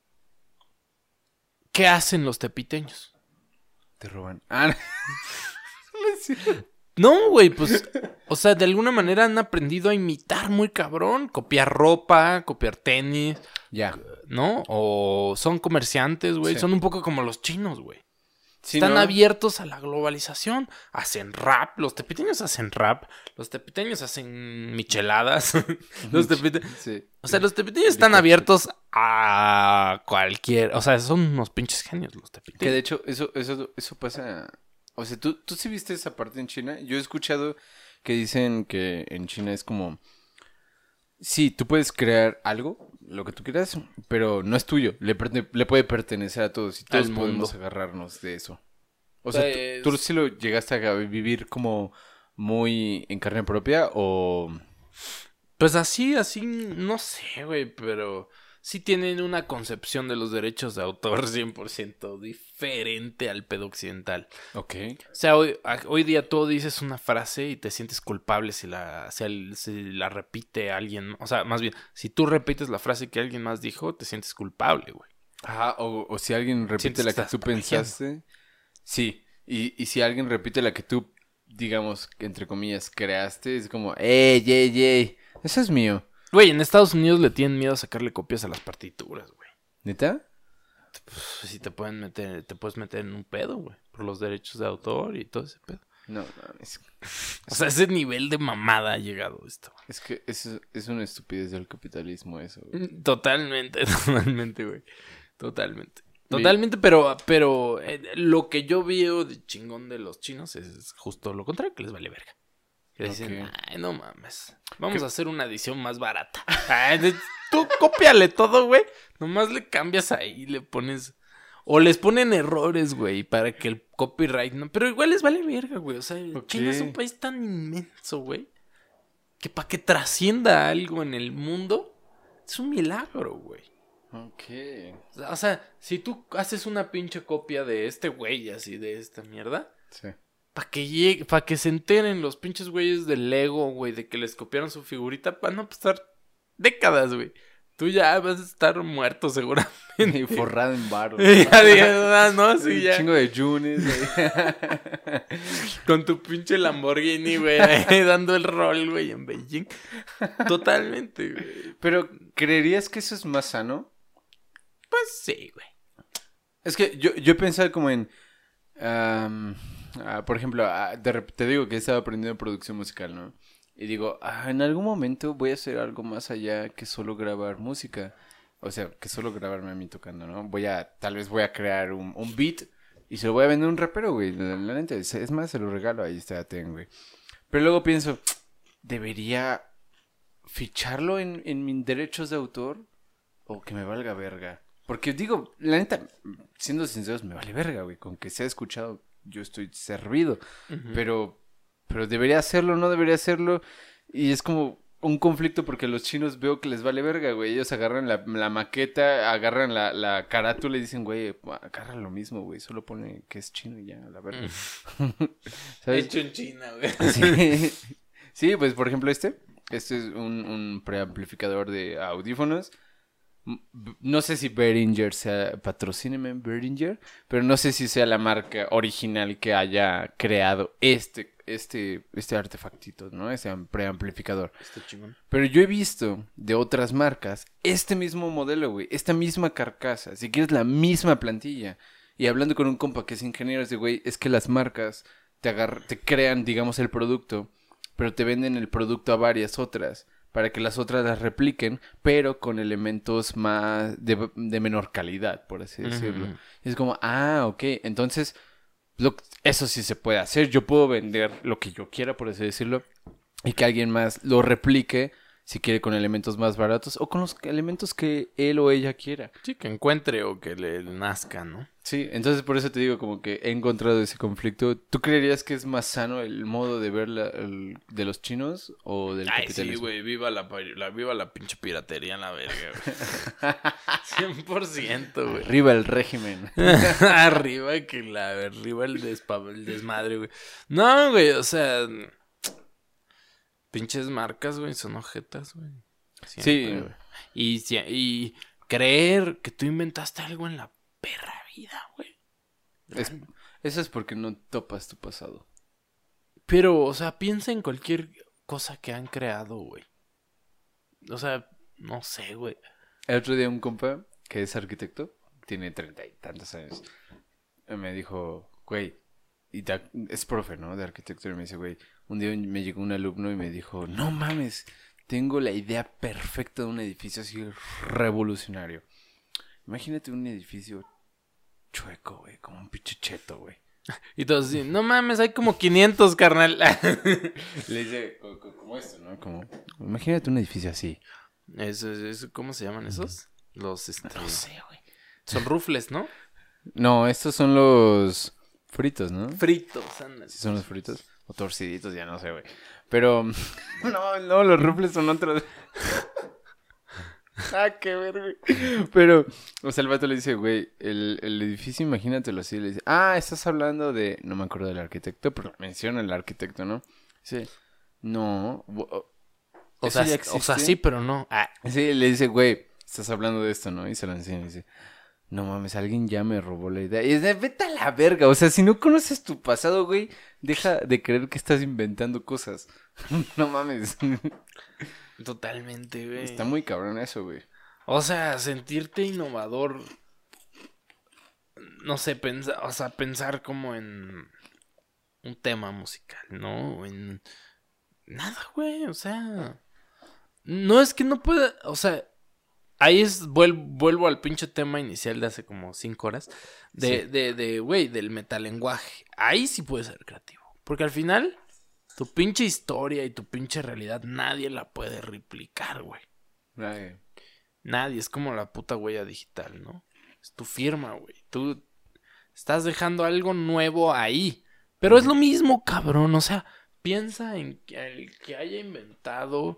¿qué hacen los tepiteños? Te roban. Ah, no, güey, pues... O sea, de alguna manera han aprendido a imitar muy cabrón. Copiar ropa, copiar tenis. Ya. ¿No? O son comerciantes, güey. Sí. Son un poco como los chinos, güey. Sí, Están ¿no? abiertos a la globalización. Hacen rap. Los tepiteños hacen rap. Los tepiteños hacen micheladas. Los tepite... Sí. O sea, los tepiteños están abiertos a cualquier... O sea, son unos pinches genios los tepiteños. Que de hecho, eso, eso, eso pasa... O sea, ¿tú, ¿tú sí viste esa parte en China? Yo he escuchado que dicen que en China es como... Sí, tú puedes crear algo, lo que tú quieras, pero no es tuyo. Le, perte- le puede pertenecer a todos y todos Al podemos mundo. agarrarnos de eso. O sea, Pues- ¿tú, tú sí lo llegaste a vivir como muy en carne propia o...? Pues así, así, no sé, güey, pero sí tienen una concepción de los derechos de autor cien por ciento diferente al pedo occidental. Ok. O sea, hoy, a- hoy día tú dices una frase y te sientes culpable si la, si, al- si la repite alguien. O sea, más bien, si tú repites la frase que alguien más dijo, te sientes culpable, güey. Ajá, o, o si alguien repite Sientes la que que estás tú pensaste. Sí, y, y si alguien repite la que tú, digamos, entre comillas, creaste, es como, ¡ey, ey, ey! Eso es mío. Güey, en Estados Unidos le tienen miedo a sacarle copias a las partituras, güey. ¿Neta? Pues si te pueden meter, te puedes meter en un pedo, güey, por los derechos de autor y todo ese pedo. No, no, es, O sea, ese nivel de mamada ha llegado esto. es que es, es una estupidez del capitalismo eso, güey. Mm, Totalmente, totalmente, güey. Totalmente. Mi- Totalmente, pero, pero eh, lo que yo veo de chingón de los chinos es justo lo contrario, que les vale verga. Que dicen, Ok. ay, no mames, vamos a hacer una edición más barata. Ay, de- tú cópiale todo, güey. Nomás le cambias ahí, le pones... O les ponen errores, güey, para que el copyright no... Pero igual les vale verga, güey. O sea, Ok. China es un país tan inmenso, güey, que para que trascienda algo en el mundo, es un milagro, güey. Ok. O sea, si tú haces una pinche copia de este güey así, de esta mierda, Sí. para que llegue, para que se enteren los pinches güeyes del Lego, güey, de que les copiaron su figurita, van a pasar décadas, güey. Tú ya vas a estar muerto seguramente. Y forrado en barro. Ya digas, ah, no, sí, Un ya. chingo de Yunes. Con tu pinche Lamborghini, güey, ahí dando el rol, güey, en Beijing. Totalmente, güey. Pero, ¿creerías que eso es más sano? Pues sí, güey. Es que yo, yo he pensado como en... am, ah, por ejemplo, ah, de rep- te digo que he estado aprendiendo producción musical, ¿no? Y digo, ah, en algún momento voy a hacer algo más allá que solo grabar música. O sea, que solo grabarme a mí tocando, ¿no? Voy a, tal vez voy a crear un, un beat y se lo voy a vender a un rapero, güey. La, la neta, es, es más, se lo regalo, ahí está, ten, güey. Pero luego pienso, ¿debería ficharlo en, en mis derechos de autor? O que me valga verga. Porque digo, la neta, siendo sinceros, me vale verga, güey. Con que sea escuchado, yo estoy servido. Ujú. Pero, pero debería hacerlo, no debería hacerlo. Y es como un conflicto porque los chinos veo que les vale verga, güey. Ellos agarran la, la maqueta, agarran la, la carátula y dicen, güey, agarra lo mismo, güey. Solo pone que es chino y ya, a la verga. ¿Sabes? Hecho en China, güey. Sí. Sí, pues por ejemplo este. Este es un, un preamplificador de audífonos. M- b- No sé si Behringer sea, patrocíneme Behringer, pero no sé si sea la marca original que haya creado este, este, este artefactito, ¿no? Ese am- preamplificador. Está chingón. Pero yo he visto de otras marcas este mismo modelo, güey, esta misma carcasa, si quieres la misma plantilla. Y hablando con un compa que es ingeniero, es de, güey, es que las marcas te agar- te crean, digamos, el producto, pero te venden el producto a varias otras para que las otras las repliquen, pero con elementos más de, de menor calidad, por así decirlo. Ujú. Y es como, ah, ok, entonces lo, eso sí se puede hacer. Yo puedo vender lo que yo quiera, por así decirlo, y que alguien más lo replique si quiere con elementos más baratos o con los elementos que él o ella quiera. Sí, que encuentre o que le nazca, ¿no? Sí, entonces por eso te digo como que he encontrado ese conflicto. ¿Tú creerías que es más sano el modo de ver la, el, de los chinos o del Ay, sí, capitalismo? güey, viva la, pi- la, viva la pinche piratería en la verga, güey. cien por ciento, güey. Arriba el régimen. Arriba que la, arriba el, despa- el desmadre, güey. No, güey, o sea, pinches marcas, güey, son ojetas, güey. Sí. Siempre, güey. Y, si- y creer que tú inventaste algo en la perra vida, güey. Es, eso es porque no topas tu pasado. Pero, o sea, piensa en cualquier cosa que han creado, güey. O sea, no sé, güey. El otro día un compa que es arquitecto, tiene treinta y tantos años, me dijo, güey, y ta- es profe, ¿no? De arquitectura, y me dice, güey, un día me llegó un alumno y me dijo, no mames, tengo la idea perfecta de un edificio así revolucionario. Imagínate un edificio chueco, güey, como un pinche cheto, güey. Y todos así, no mames, hay como quinientos, carnal. Le dice, co- co- como esto, ¿no? Como, imagínate un edificio así. Eso, eso, ¿cómo se llaman esos? Los, este... No sé, güey. Son rufles, ¿no? No, estos son los fritos, ¿no? Fritos, anda. Sí son los fritos. O torciditos, ya no sé, güey. Pero, no, no, los rufles son otros. Ah, qué verga. Pero, o sea, el vato le dice, güey, el, el edificio, imagínatelo así. Le dice, ah, estás hablando de, no me acuerdo del arquitecto, pero menciona el arquitecto, ¿no? Dice, no. bo- O ¿eso sea, ya o sea, existe? sí, pero no. Ah, Sí, le dice, güey, estás hablando de esto, ¿no? Y se lo enseña y dice, no mames, alguien ya me robó la idea. Y es de, vete a la verga. O sea, si no conoces tu pasado, güey, deja de creer que estás inventando cosas. No mames. totalmente, güey. Está muy cabrón eso, güey. O sea, sentirte innovador. No sé, pensar, o sea, pensar como en un tema musical, ¿no? O en nada, güey. O sea, no es que no pueda, o sea, ahí es, vuel- vuelvo al pinche tema inicial de hace como cinco horas. De, Sí. de, de, güey, del metalenguaje. Ahí sí puedes ser creativo. Porque al final, tu pinche historia y tu pinche realidad, nadie la puede replicar, güey. Ay, Nadie, es como la puta huella digital, ¿no? Es tu firma, güey. Tú estás dejando algo nuevo ahí. Pero es lo mismo, cabrón. O sea, piensa en que el que haya inventado...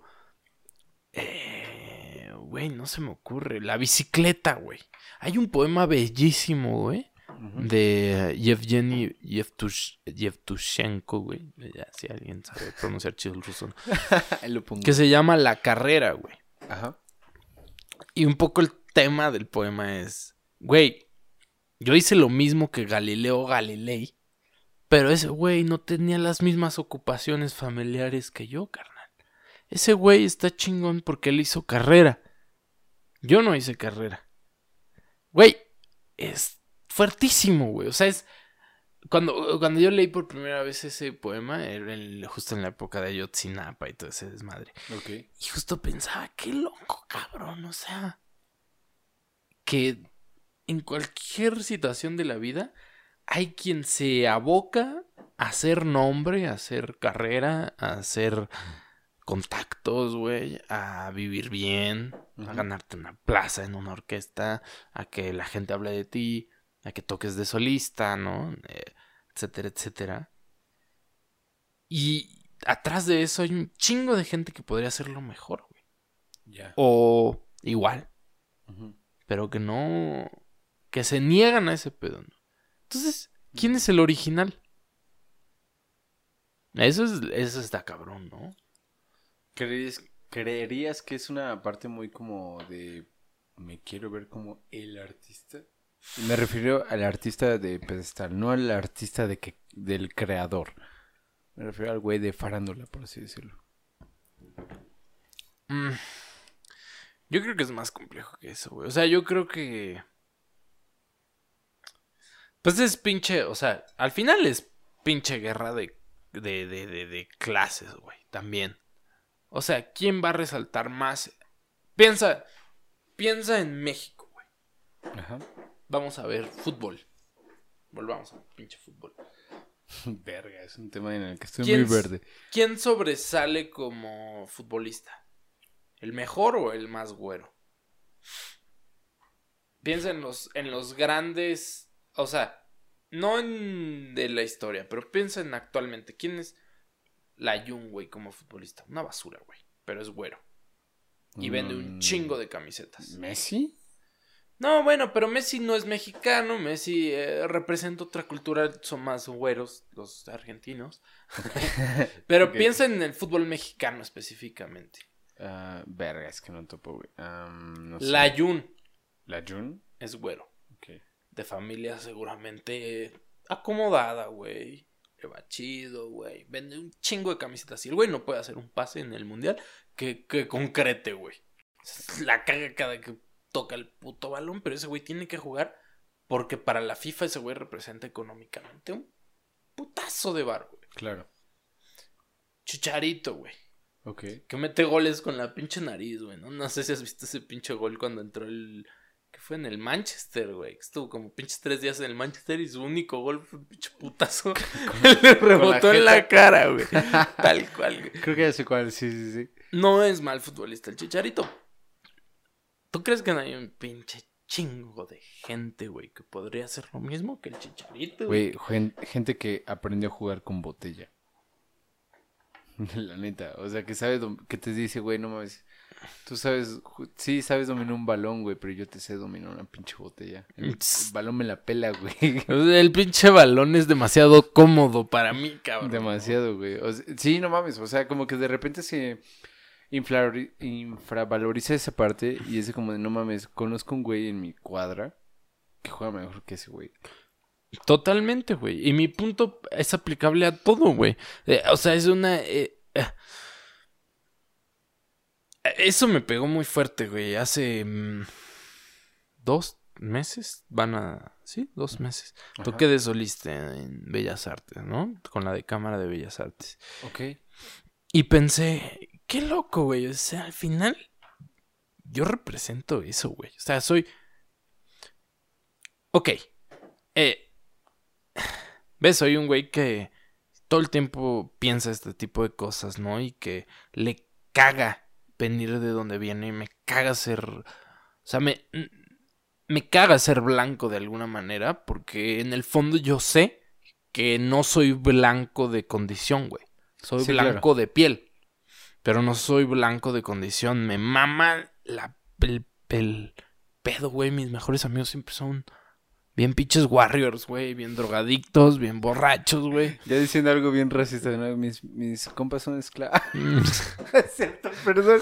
Eh, güey, no se me ocurre. La bicicleta, güey. Hay un poema bellísimo, güey. ujú. De Yevgeny Yevtush- Yevtushenko, güey. Ya, si alguien sabe pronunciar chido el ruso. Ahí lo pongo. Que se llama La Carrera, güey. Ajá. Y un poco el tema del poema es, güey, yo hice lo mismo que Galileo Galilei, pero ese güey no tenía las mismas ocupaciones familiares que yo, carnal. Ese güey está chingón porque él hizo carrera. Yo no hice carrera. Güey, es fuertísimo, güey. O sea, es... Cuando, cuando yo leí por primera vez ese poema, era en- justo en la época de Ayotzinapa y todo ese desmadre. Ok. Y justo pensaba, qué loco, cabrón, o sea, que en cualquier situación de la vida hay quien se aboca a hacer nombre, a hacer carrera, a hacer contactos, güey, a vivir bien, a Ujú. ganarte una plaza en una orquesta, a que la gente hable de ti, a que toques de solista, ¿no? Eh, etcétera, etcétera. Y atrás de eso hay un chingo de gente que podría hacerlo mejor, güey. Ya. O igual, Ujú. pero que no... que se niegan a ese pedo, ¿no? Entonces, ¿quién es el original? Eso, es, eso está cabrón, ¿no? ¿Creerías, creerías que es una parte muy como de... me quiero ver como el artista? Me refiero al artista de pedestal, no al artista de que, del creador. Me refiero al güey de farándula, por así decirlo. Mm. Yo creo que es más complejo que eso, güey. O sea, yo creo que... pues es pinche... o sea, al final es pinche guerra de, de, de, de, de clases, güey. También. O sea, ¿quién va a resaltar más? Piensa, piensa en México, güey. Ajá. Vamos a ver fútbol. Volvamos al pinche fútbol. Verga, es un tema en el que estoy ¿Quién, muy verde. ¿Quién sobresale como futbolista? ¿El mejor o el más güero? Piensa en los, en los grandes... O sea, no en de la historia, pero piensa en actualmente. ¿Quién es Layún, güey, como futbolista? Una basura, güey. Pero es güero. Y vende un chingo de camisetas. ¿Messi? No, bueno, pero Messi no es mexicano. Messi eh, representa otra cultura. Son más güeros los argentinos. Pero Okay. piensa en el fútbol mexicano específicamente. Uh, verga, es que no topo, güey. Um, no sé. Layún ¿Layún? es güero. Ok. De familia seguramente acomodada, güey. Le va chido, güey. Vende un chingo de camisetas. Y el güey no puede hacer un pase en el mundial que, que concrete, güey. La caga cada que toca el puto balón. Pero ese güey tiene que jugar porque para la FIFA ese güey representa económicamente un putazo de bar, güey. Claro. Chicharito, güey. Ok. Que mete goles con la pinche nariz, güey. ¿no? no sé si has visto ese pinche gol cuando entró el... Que fue en el Manchester, güey. Estuvo como pinches tres días en el Manchester y su único gol fue un pinche putazo. Le rebotó la en la cara, güey. Tal cual, güey. Creo que ya sé cuál, sí, sí, sí. No es mal futbolista el Chicharito. ¿Tú crees que no hay un pinche chingo de gente, güey, que podría hacer lo mismo que el Chicharito, güey? Güey, gente que aprendió a jugar con botella. La neta, o sea, que sabe, dom- que te dice, güey, no mames, tú sabes, ju- sí sabes dominar un balón, güey, pero yo te sé dominar una pinche botella. El, el balón me la pela, güey. El pinche balón es demasiado cómodo para mí, cabrón. Demasiado, güey. O sea, sí, no mames, o sea, como que de repente se infra- infravaloriza esa parte y es como de, no mames, conozco un güey en mi cuadra que juega mejor que ese güey. Totalmente, güey. Y mi punto es aplicable a todo, güey. Eh, o sea, es una... Eh, eh. Eso me pegó muy fuerte, güey. Hace mm, dos meses van a... Sí, dos meses. Ajá. Toqué de solista en Bellas Artes, ¿no? Con la de Cámara de Bellas Artes. Ok. Y pensé, qué loco, güey. O sea, al final yo represento eso, güey. O sea, soy... Ok. Eh... ¿Ves? Soy un güey que todo el tiempo piensa este tipo de cosas, ¿no? Y que le caga venir de donde viene y me caga ser... O sea, me, me caga ser blanco de alguna manera porque en el fondo yo sé que no soy blanco de condición, güey. Soy Sí, blanco claro. de piel, pero no soy blanco de condición. Me mama la, el, el pedo, güey. Mis mejores amigos siempre son... Bien pinches warriors, güey. Bien drogadictos, bien borrachos, güey. Ya diciendo algo bien racista, ¿no? Mis, mis compas son esclavos. Es cierto, perdón.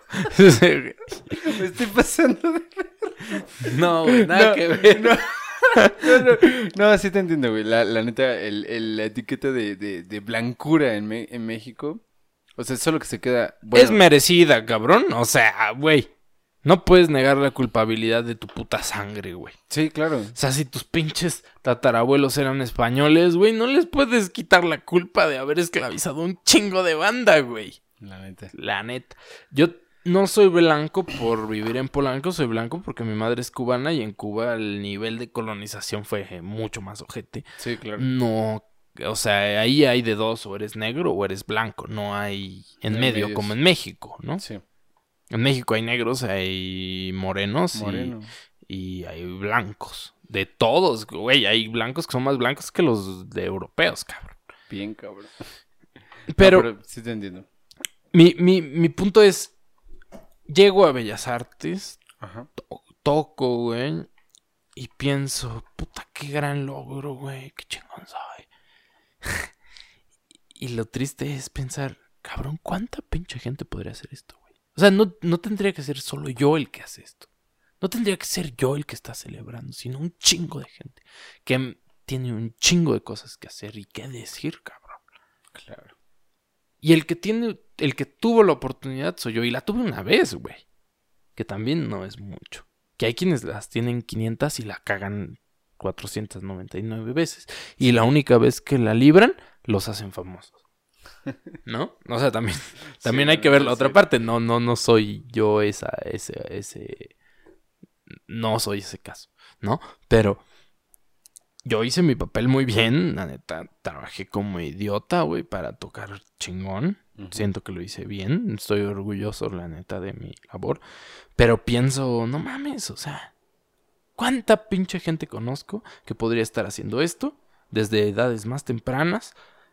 Me estoy pasando de... No, güey, nada No, que ver. No, no, no, no, sí te entiendo, güey. La, la neta, el, el- la etiqueta de, de, de blancura en, Me- en México, o sea, solo que se queda... Bueno, Es merecida, cabrón. O sea, güey. No puedes negar la culpabilidad de tu puta sangre, güey. sí, claro. O sea, si tus pinches tatarabuelos eran españoles, güey, no les puedes quitar la culpa de haber esclavizado un chingo de banda, güey. La neta. La neta. Yo no soy blanco por vivir en Polanco, soy blanco porque mi madre es cubana y en Cuba el nivel de colonización fue mucho más ojete. Sí, claro. No, o sea, ahí hay de dos, o eres negro o eres blanco, no hay en No hay medio medios. como en México, ¿no? Sí. En México hay negros, hay morenos y- Moreno. Y, hay blancos. De todos, güey, hay blancos que son más blancos que los de europeos, cabrón. Bien, cabrón. Pero, No, pero sí te entiendo. mi, mi, mi punto es, llego a Bellas Artes, Ajá. to- toco, güey, y pienso, puta, qué gran logro, güey, qué chingón soy. Y lo triste es pensar, cabrón, ¿cuánta pinche gente podría hacer esto, güey? O sea, no, no tendría que ser solo yo el que hace esto. No tendría que ser yo el que está celebrando, sino un chingo de gente que m- tiene un chingo de cosas que hacer y que decir, cabrón. Claro. Y el que tiene, el que tuvo la oportunidad soy yo. Y la tuve una vez, güey. Que también no es mucho. Que hay quienes las tienen quinientas y la cagan cuatrocientas noventa y nueve veces. Y la única vez que la libran, los hacen famosos. ¿No? O sea, también, también Sí, hay que ver no, la otra sí. parte. No, no, no soy yo esa, ese, ese, no soy ese caso, ¿no? Pero yo hice mi papel muy bien, la neta, trabajé como idiota, güey, para tocar chingón. Ujú. Siento que lo hice bien, estoy orgulloso, la neta, de mi labor. Pero pienso, no mames, o sea, ¿cuánta pinche gente conozco que podría estar haciendo esto desde edades más tempranas?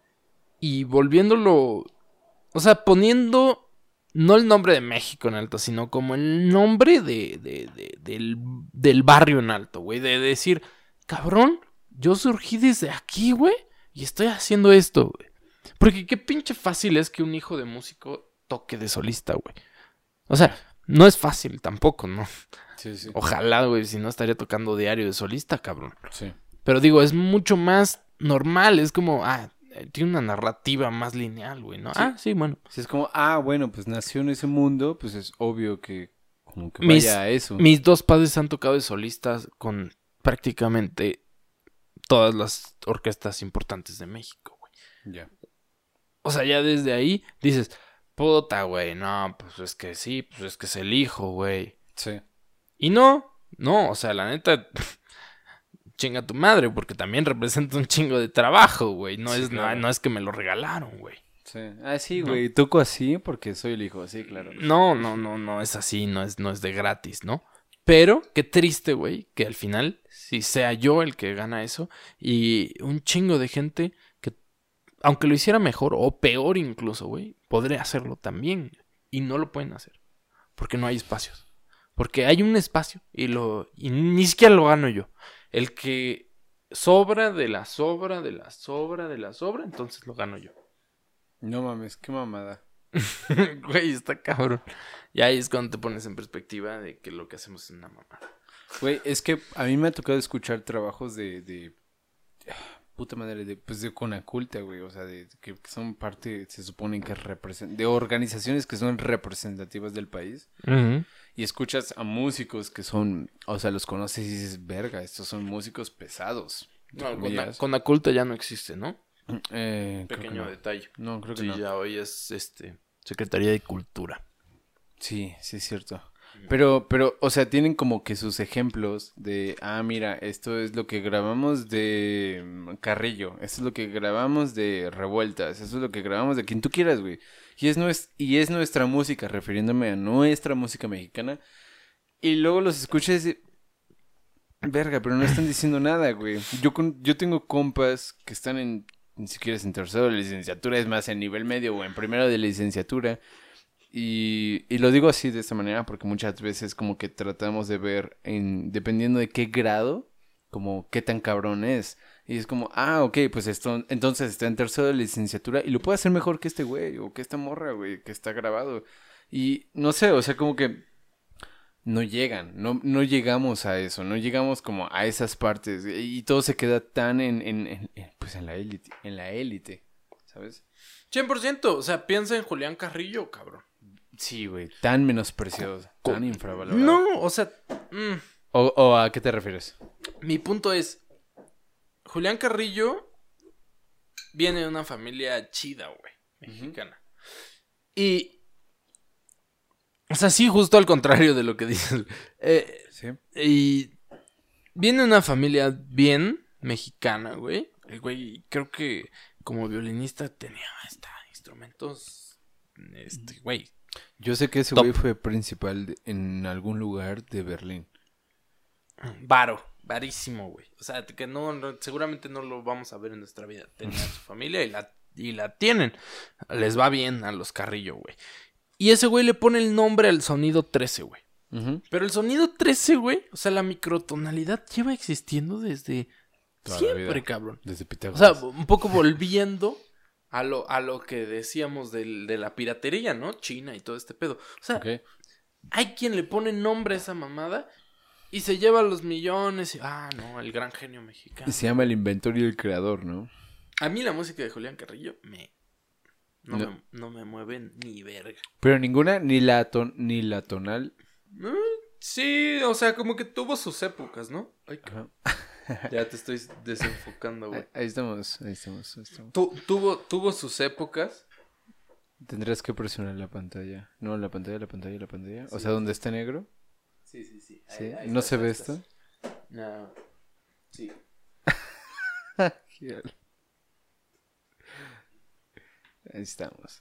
Y volviéndolo, o sea, poniendo no el nombre de México en alto, sino como el nombre de, de, de- del, del barrio en alto, güey. De decir, cabrón, yo surgí desde aquí, güey, y estoy haciendo esto, güey. Porque qué pinche fácil es que un hijo de músico toque de solista, güey. O sea, no es fácil tampoco, ¿no? Sí, sí. Ojalá, güey, si no estaría tocando diario de solista, cabrón. Sí. Pero digo, es mucho más normal, es como, ah, eh, tiene una narrativa más lineal, güey, ¿no? Sí. Ah, sí, bueno. Si es como, ah, bueno, pues nació en ese mundo, pues es obvio que como que Mis- vaya a eso. Mis dos padres han tocado de solistas con prácticamente todas las orquestas importantes de México, güey. Ya. O sea, ya desde ahí dices, puta, güey, no, pues es que sí, pues es que es el hijo, güey. Sí. Y no, no, o sea, la neta, chinga tu madre, porque también representa un chingo de trabajo, güey. No, Sí, es, claro. no, no es que me lo regalaron, güey. Sí. Ah, sí, ¿No? güey. Toco así porque soy el hijo, sí, claro. No, no, no, no es así, no es, no es de gratis, ¿no? Pero qué triste, güey, que al final si sea yo el que gana eso y un chingo de gente que, aunque lo hiciera mejor o peor incluso, güey, podría hacerlo también y no lo pueden hacer porque no hay espacios. Porque hay un espacio y lo y ni siquiera lo gano yo. El que sobra de la sobra de la sobra de la sobra, entonces lo gano yo. No mames, qué mamada. Güey, está cabrón. Y ahí es cuando te pones en perspectiva de que lo que hacemos es una mamada. Güey, es que a mí me ha tocado escuchar trabajos de, de ah, puta madre, de, pues de Conaculta, güey, o sea, de que, que son parte, se supone que representan, de organizaciones que son representativas del país, y escuchas a músicos que son, o sea, los conoces y dices, verga, estos son músicos pesados. No, con, comillas. con Aculta ya no existe, ¿no? Eh, creo que Pequeño no. detalle. No, creo que Sí, no. ya hoy es este Secretaría de Cultura. Sí, sí es cierto. Pero, pero, o sea, tienen como que sus ejemplos de, ah, mira, esto es lo que grabamos de mm, Carrillo, esto es lo que grabamos de Revueltas, esto es lo que grabamos de quien tú quieras, güey. Y es, nues- y es nuestra música, refiriéndome a nuestra música mexicana. Y luego los escuchas y... Verga, pero no están diciendo nada, güey. Yo, con, yo tengo compas que están en, ni siquiera es en tercero de licenciatura, es más, en nivel medio o en primero de licenciatura. Y, y lo digo así de esta manera porque muchas veces como que tratamos de ver, en dependiendo de qué grado, como qué tan cabrón es. Y es como, ah, ok, pues esto, entonces está en tercero de licenciatura y lo puede hacer mejor que este güey o que esta morra, güey, que está grabado. Y no sé, o sea, como que no llegan, no, no llegamos a eso, no llegamos como a esas partes y todo se queda tan en, en, en- en, pues en la élite, en la élite, ¿sabes? cien por ciento. O sea, piensa en Julián Carrillo, cabrón. Sí, güey, tan menospreciado, tan infravalorado. No, o sea, mm, ¿O, o a qué te refieres? mi punto es, Julián Carrillo viene de una familia chida, güey, mexicana. Y, o sea, sí, justo al contrario de lo que dices. Eh, Sí. y viene de una familia bien mexicana, güey. El güey, creo que como violinista tenía hasta instrumentos, este, güey. Yo sé que ese Top. güey fue principal de- en algún lugar de Berlín. Varo, varísimo, güey. O sea, que no, no- seguramente no lo vamos a ver en nuestra vida. Tenía su familia y la, y la tienen. Les va bien a los Carrillo, güey. Y ese güey le pone el nombre al sonido trece, güey. Ujú. Pero el sonido trece, güey, o sea, la microtonalidad lleva existiendo desde Toda la siempre, vida. cabrón. Desde O Pitágoras. sea, un poco volviendo a lo, a lo que decíamos del- de la piratería, ¿no? China y todo este pedo. O sea, Ok. hay quien le pone nombre a esa mamada y se lleva los millones. Y, ah, no, el gran genio mexicano. Se llama el inventor y el creador, ¿no? A mí la música de Julián Carrillo me... No, No. Me, no me mueve ni verga. Pero ninguna, ni la, ton- ni la tonal. Mm, Sí, o sea, como que tuvo sus épocas, ¿no? Ay, Ajá. Ya te estoy desenfocando, güey. Ahí estamos, ahí estamos, ahí estamos. Tu, tuvo, tuvo sus épocas. Tendrás que presionar la pantalla. No, la pantalla, la pantalla, la pantalla. Sí. O sea, donde está negro. Sí, sí, sí. ¿Sí? ¿No se ve esto? No. Sí. Ahí estamos.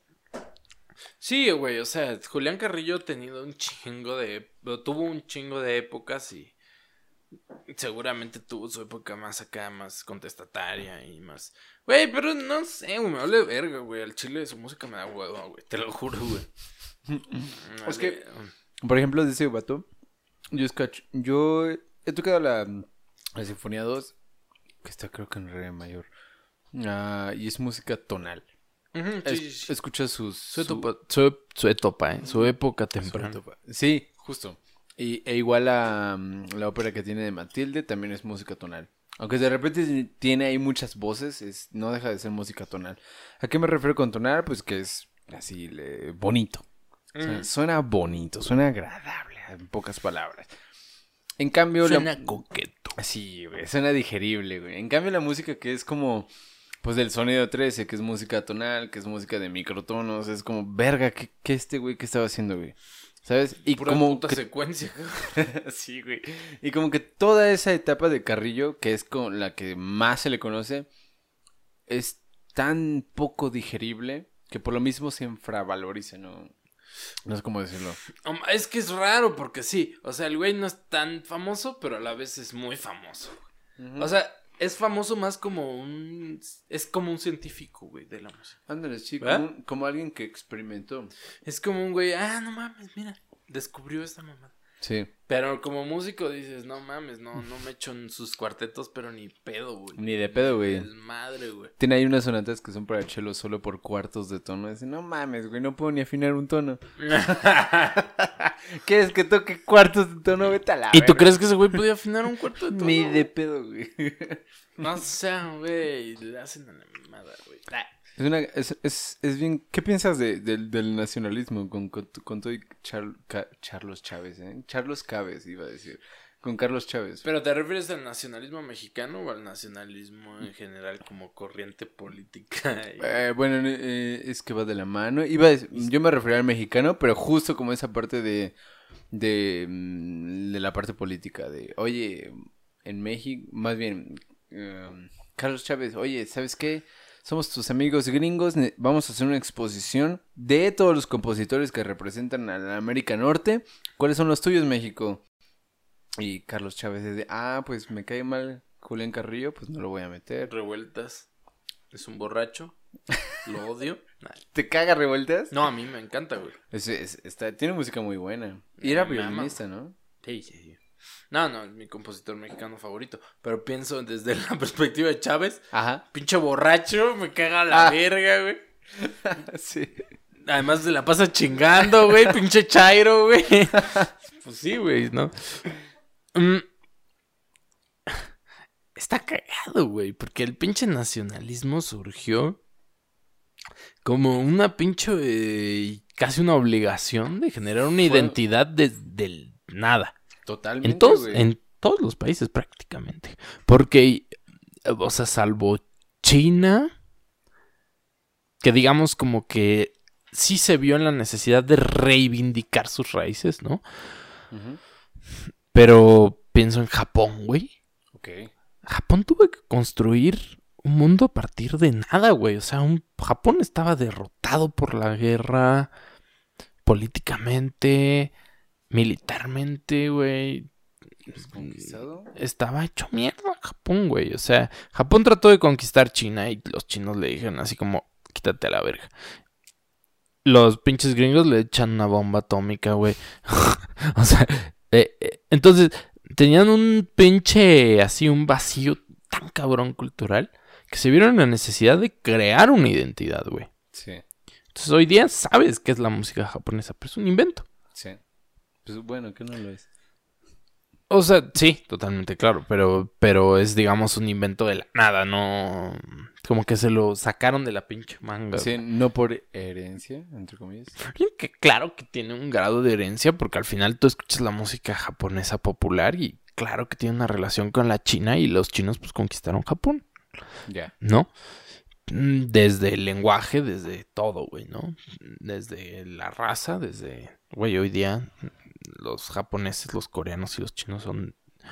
Sí, güey, o sea, Julián Carrillo ha tenido un chingo de... Tuvo un chingo de épocas y... Seguramente tuvo su época más acá, más contestataria y más... Güey, pero no sé, güey, me vale verga, güey. Al chile de su música me da huevo, güey. Te lo juro, güey. Es que, por ejemplo, de ese vato, yo, escucho, yo he tocado la, la Sinfonía dos, que está creo que en re mayor. Uh, y es música tonal. Uh-huh, es, sí, sí, sí. Escucha sus... Su, su, su, su etopa, ¿eh? Su época temprana. Su etopa. Sí, justo. Y, e igual la, la ópera que tiene de Matilde también es música tonal. Aunque de repente tiene ahí muchas voces, es, no deja de ser música tonal. ¿A qué me refiero con tonal? Pues que es así, le, bonito. O sea, mm. Suena bonito, suena agradable, en pocas palabras. En cambio... Suena la... coqueto. Sí, güey, suena digerible, güey. En cambio la música que es como... Pues del sonido trece, que es música tonal, que es música de microtonos, es como, verga, ¿qué, qué este güey que estaba haciendo, güey? ¿Sabes? Y pura como puta que... secuencia. Sí, güey. Y como que toda esa etapa de Carrillo, que es con la que más se le conoce, es tan poco digerible que por lo mismo se infravaloriza, ¿no? No sé cómo decirlo. Es que es raro porque sí, o sea, el güey no es tan famoso, pero a la vez es muy famoso. Uh-huh. O sea, es famoso más como un... Es como un científico, güey, de la música. Ándale, sí, como, un, como alguien que experimentó. Es como un güey, ah, no mames, mira, descubrió esta mamada. Sí. Pero como músico dices, no mames, no, no me echo en sus cuartetos, pero ni pedo, güey. Ni de pedo, güey. Es madre, güey. Tiene ahí unas sonatas que son para cello solo por cuartos de tono. Dicen, no mames, güey, no puedo ni afinar un tono. ¿Quieres que toque cuartos de tono? Vete a la ¿Y verga. tú crees que ese güey podía afinar un cuarto de tono? Ni de pedo, güey. No sé, güey, le hacen a la mamada, güey. Es una, es, es, es bien, ¿qué piensas de, de, del nacionalismo con, con, con todo y Char, Ca, Charlos Chávez, eh? Charlos Chávez, iba a decir, con Carlos Chávez. ¿Pero te refieres al nacionalismo mexicano o al nacionalismo en general como corriente política? Y... Eh, bueno, eh, es que va de la mano. Iba a decir, yo me refería al mexicano, pero justo como esa parte de, de, de la parte política, de, oye, en México, más bien, um, Carlos Chávez, oye, ¿sabes qué? Somos tus amigos gringos, vamos a hacer una exposición de todos los compositores que representan a la América Norte. ¿Cuáles son los tuyos, México? Y Carlos Chávez dice, ah, pues me cae mal Julián Carrillo, pues no lo voy a meter. Revueltas. Es un borracho. Lo odio. ¿Te caga Revueltas? No, a mí me encanta, güey. Es, es, está, tiene música muy buena. Y era violinista, ¿no? Sí, sí, sí. No, no, es mi compositor mexicano favorito. Pero pienso desde la perspectiva de Chávez. Ajá. Pinche borracho, me caga la ah. verga, güey. Sí. Además se la pasa chingando, güey. Pinche chairo, güey. Pues sí, güey, ¿no? Mm. Está cagado, güey. Porque el pinche nacionalismo surgió como una pinche... Eh, casi una obligación de generar una Fue... identidad desde el nada. Totalmente, en todos, en todos los países prácticamente. Porque, o sea, salvo China, que digamos como que sí se vio en la necesidad de reivindicar sus raíces, ¿no? Uh-huh. Pero pienso en Japón, güey. Ok. Japón tuvo que construir un mundo a partir de nada, güey. O sea, un, Japón estaba derrotado por la guerra políticamente... Militarmente, güey. ¿Conquistado? Estaba hecho mierda Japón, güey. O sea, Japón trató de conquistar China y los chinos le dijeron así como, quítate a la verga. Los pinches gringos le echan una bomba atómica, güey. O sea, eh, eh, entonces tenían un pinche, así un vacío tan cabrón cultural que se vieron en la necesidad de crear una identidad, güey. Sí. Entonces hoy día sabes qué es la música japonesa, pero es un invento. Sí. Pues bueno, que no lo es. O sea, sí, totalmente claro, pero, pero es, digamos, un invento de la nada, no... Como que se lo sacaron de la pinche manga. Sí, güey. No por herencia, entre comillas. Que claro que tiene un grado de herencia, porque al final tú escuchas la música japonesa popular y claro que tiene una relación con la China y los chinos pues conquistaron Japón. Ya. Yeah. ¿No? Desde el lenguaje, desde todo, güey, ¿no? Desde la raza, desde... Güey, hoy día los japoneses, los coreanos y los chinos son...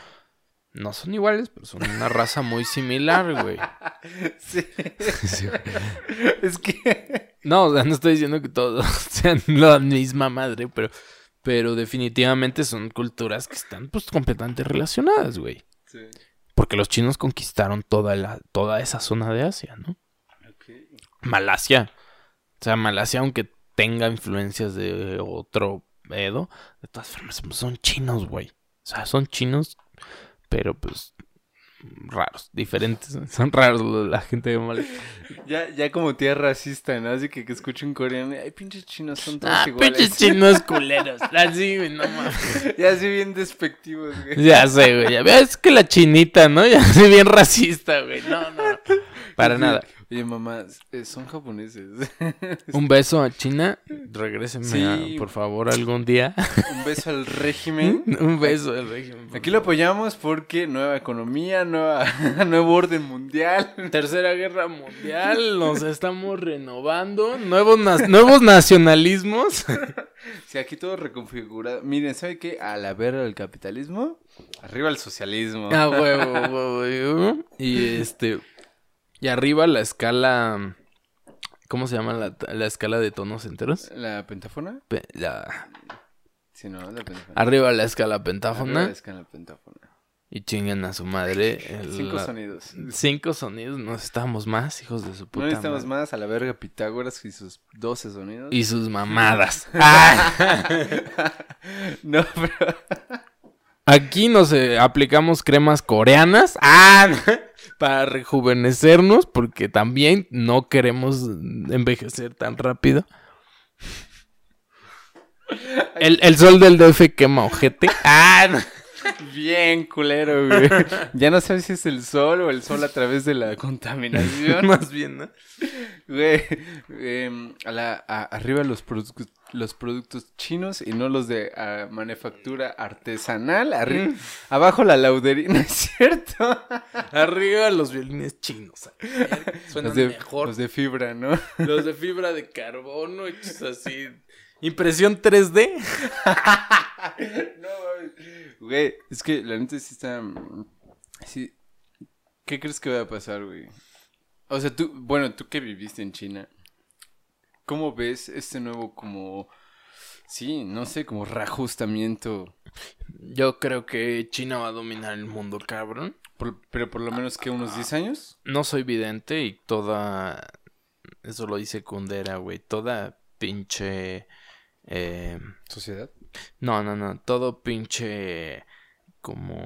No son iguales, pero son una raza muy similar, güey. Sí. Sí. Es que... No, o sea, no estoy diciendo que todos sean la misma madre, pero... Pero definitivamente son culturas que están, pues, completamente relacionadas, güey. Sí. Porque los chinos conquistaron toda la, toda esa zona de Asia, ¿no? Okay. Malasia. O sea, Malasia, aunque tenga influencias de otro pedo, de todas formas son chinos, güey. O sea, son chinos, pero pues raros, diferentes. Son raros la gente de Malasia. Ya, ya como tía racista, ¿no? Así que, que escucho un coreano y, ay, pinches chinos son todos Ah, iguales. pinches chinos culeros. Así, güey, no mames. Ya así bien despectivos, güey. Ya sé, güey. Ya ves que la chinita, ¿no? Ya sé, bien racista, güey. No, no. Para Sí. nada. Oye, mamá, eh, son japoneses. Un beso a China. Regréseme, Sí. a, por favor, algún día. Un beso al régimen. Un beso al régimen. Aquí lo apoyamos porque nueva economía, nueva, nuevo orden mundial. Tercera Guerra Mundial, nos estamos renovando, nuevos, na- nuevos nacionalismos. Sí, aquí todo reconfigurado. Miren, ¿sabe qué? A la verga del capitalismo, arriba el socialismo. Ah, huevo, huevo, huevo. Y este, y arriba la escala, ¿cómo se llama la, la escala de tonos enteros? ¿La pentáfona? Pe- la- Sí, no, la pentáfona. arriba la escala Arriba pentáfona la escala pentáfona. y chinguen a su madre. el- Cinco la- sonidos. Cinco sonidos, no necesitamos más, hijos de su puta No necesitamos madre. más, a la verga Pitágoras y sus doce sonidos. Y sus mamadas. Ah. No, pero... Aquí nos eh, aplicamos cremas coreanas ah, para rejuvenecernos porque también no queremos envejecer tan rápido. El, el sol del D F quema ojete. Ah, no. Bien culero, güey. Ya no sabes si es el sol o el sol a través de la contaminación. Más bien, ¿no? Güey, eh, a la, a- arriba los productos los productos chinos y no los de ah, manufactura artesanal. Arri- Mm. Abajo la laudería. No es cierto. Arriba los violines chinos. Suenan Los de, mejor. los de fibra, ¿no? Los de fibra de carbono hechos así. Impresión tres D. No, mames. Güey, es que la neta sí está... mm, Sí. ¿Qué crees que va a pasar, güey? O sea, tú, bueno, tú que viviste en China, ¿cómo ves este nuevo como... Sí, no sé, como reajustamiento? Yo creo que China va a dominar el mundo, cabrón. Por- pero por lo menos que unos diez años. No soy vidente y toda... Eso lo dice Kundera, güey. Toda pinche... Eh... ¿Sociedad? No, no, no. Todo pinche... Como...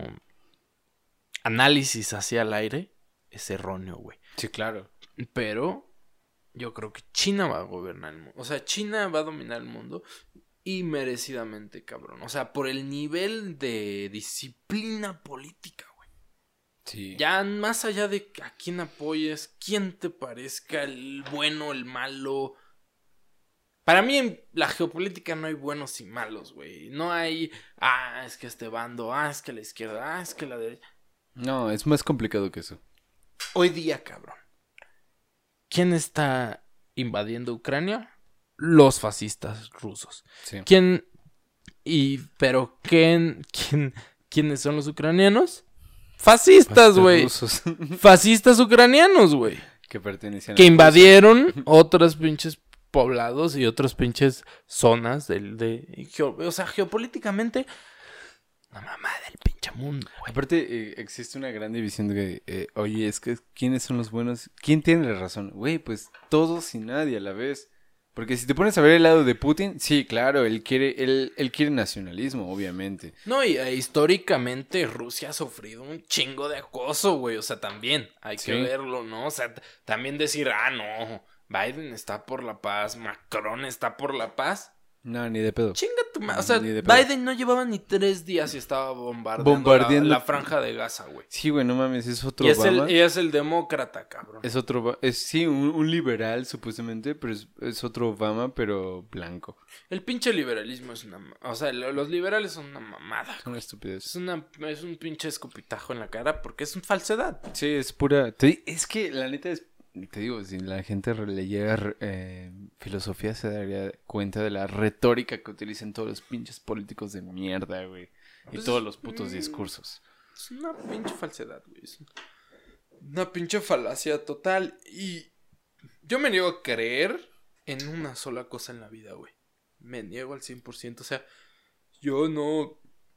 Análisis hacia el aire es erróneo, güey. Sí, claro. Pero yo creo que China va a gobernar el mundo. O sea, China va a dominar el mundo y merecidamente, cabrón. O sea, por el nivel de disciplina política, güey. Sí. Ya más allá de a quién apoyes, quién te parezca el bueno, el malo. Para mí en la geopolítica no hay buenos y malos, güey. No hay, ah, es que este bando, ah, es que la izquierda, ah, es que la derecha. No, es más complicado que eso. Hoy día, cabrón. ¿Quién está invadiendo Ucrania? Los fascistas rusos. Sí. ¿Quién? Y, pero ¿quién? ¿Quién? ¿Quiénes son los ucranianos? Fascistas, güey. Rusos Fascistas ucranianos, güey. que pertenecían Que a invadieron otros pinches poblados y otras pinches zonas del, de, geo- o sea, geopolíticamente, la mamá del pinche mundo, güey. Aparte, eh, existe una gran división de que, eh, oye, es que ¿quiénes son los buenos? ¿Quién tiene la razón? Güey, pues todos y nadie a la vez. Porque si te pones a ver el lado de Putin, sí, claro, él quiere, él, él quiere nacionalismo, obviamente. No, y eh, históricamente Rusia ha sufrido un chingo de acoso, güey, o sea, también hay Sí. que verlo, ¿no? O sea, t- también decir, ah, no, Biden está por la paz, Macron está por la paz. No, ni de pedo. Chinga tu madre. O sea, Ni de pedo. Biden no llevaba ni tres días y estaba bombardeando, Bombardeando. La, la franja de Gaza, güey. Sí, güey, no mames, es otro Y es, Obama. el, y es el demócrata, cabrón. Es otro... Ba- Es, sí, un, un liberal, supuestamente, pero es, es otro Obama, pero blanco. El pinche liberalismo es una... ma- O sea, lo- los liberales son una mamada. Es una estupidez. Es, una, es un pinche escupitajo en la cara porque es una falsedad. Sí, es pura... te- es que la neta es... Te digo, si la gente re- leyera eh, filosofía se daría cuenta de la retórica que utilizan todos los pinches políticos de mierda, güey. Y Pues, todos los putos mm, discursos. Es una pinche falsedad, güey. Es una pinche falacia total. Y yo me niego a creer en una sola cosa en la vida, güey. Me niego al cien por ciento. O sea, yo no...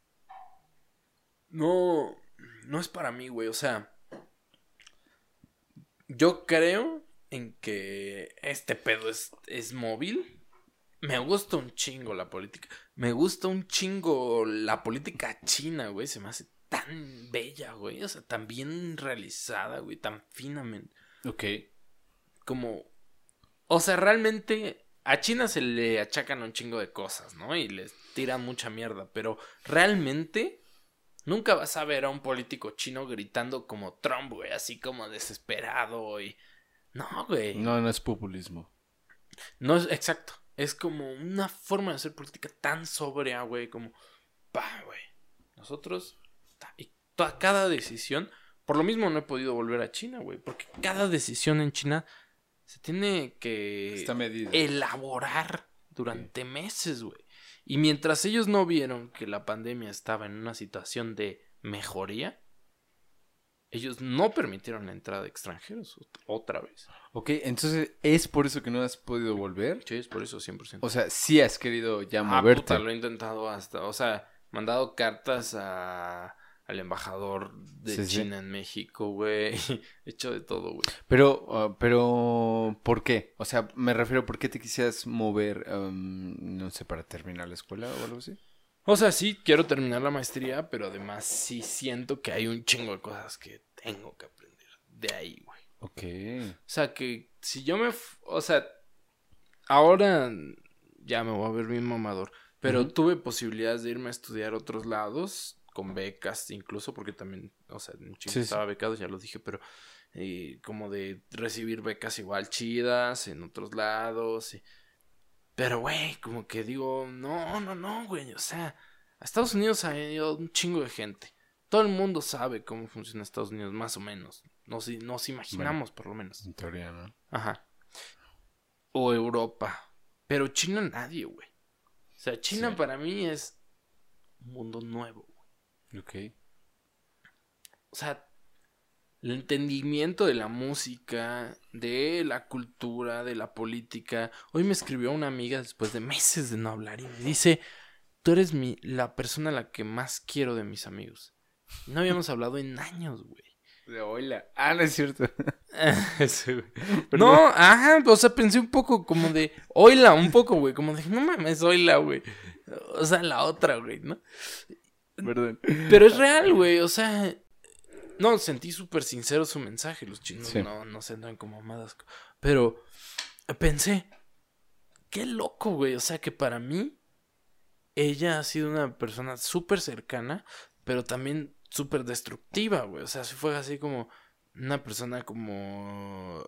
No... No es para mí, güey. O sea... Yo creo en que este pedo es, es móvil. Me gusta un chingo la política. Me gusta un chingo la política china, güey. Se me hace tan bella, güey. O sea, tan bien realizada, güey. Tan finamente. Ok. Como... O sea, realmente a China se le achacan un chingo de cosas, ¿no? Y les tiran mucha mierda. Pero realmente... Nunca vas a ver a un político chino gritando como Trump, güey, así como desesperado y... No, güey. No, no es populismo. No es exacto. Es como una forma de hacer política tan sobria, güey, como... Pa, güey. Nosotros... ta- Y toda, cada decisión... Por lo mismo no he podido volver a China, güey. Porque cada decisión en China se tiene que... Está medida. elaborar durante meses, güey. Y mientras ellos no vieron que la pandemia estaba en una situación de mejoría, ellos no permitieron la entrada de extranjeros ot- otra vez. Ok, entonces, ¿es por eso que no has podido volver? Sí, es por eso cien por ciento. O sea, sí has querido ya Ah, moverte. puta, lo he intentado hasta, o sea, mandado cartas a, al embajador de Sí, sí. China en México, güey. He hecho de todo, güey. Pero, ah, pero, ¿por qué? O sea, me refiero, ¿por qué te quisieras mover, um, no sé, para terminar la escuela o algo así? O sea, sí, quiero terminar la maestría, pero además sí siento que hay un chingo de cosas que tengo que aprender de ahí, güey. Ok. O sea, que si yo me... f- O sea, ahora ya me voy a ver bien mamador, pero Ujú. tuve posibilidades de irme a estudiar a otros lados, con becas incluso, porque también, o sea, en Chile Sí, sí. estaba becado, ya lo dije, pero eh, como de recibir becas igual chidas en otros lados. y- Pero, güey, como que digo, no, no, no, güey, o sea, a Estados Unidos ha ido un chingo de gente. Todo el mundo sabe cómo funciona Estados Unidos, más o menos. Nos, nos imaginamos, por lo menos. En teoría, ¿no? Ajá. O Europa. Pero China nadie, güey. O sea, China Sí. para mí es un mundo nuevo, güey. Ok. O sea, el entendimiento de la música, de la cultura, de la política. Hoy me escribió una amiga después de meses de no hablar y me dice, tú eres mi, la persona a la que más quiero de mis amigos. No habíamos hablado en años, güey. De hola. Ah, no es cierto. Sí, güey. No, ajá, o sea, pensé un poco como de, oila, un poco, güey, como de, no mames, oila, güey. O sea, la otra, güey, ¿no? Perdón. Pero es real, güey, o sea, no, sentí súper sincero su mensaje, los chinos Sí. no, no se andan como mamadas. Pero pensé, qué loco, güey, o sea, que para mí, ella ha sido una persona súper cercana, pero también súper destructiva, güey, o sea, si fue así como una persona como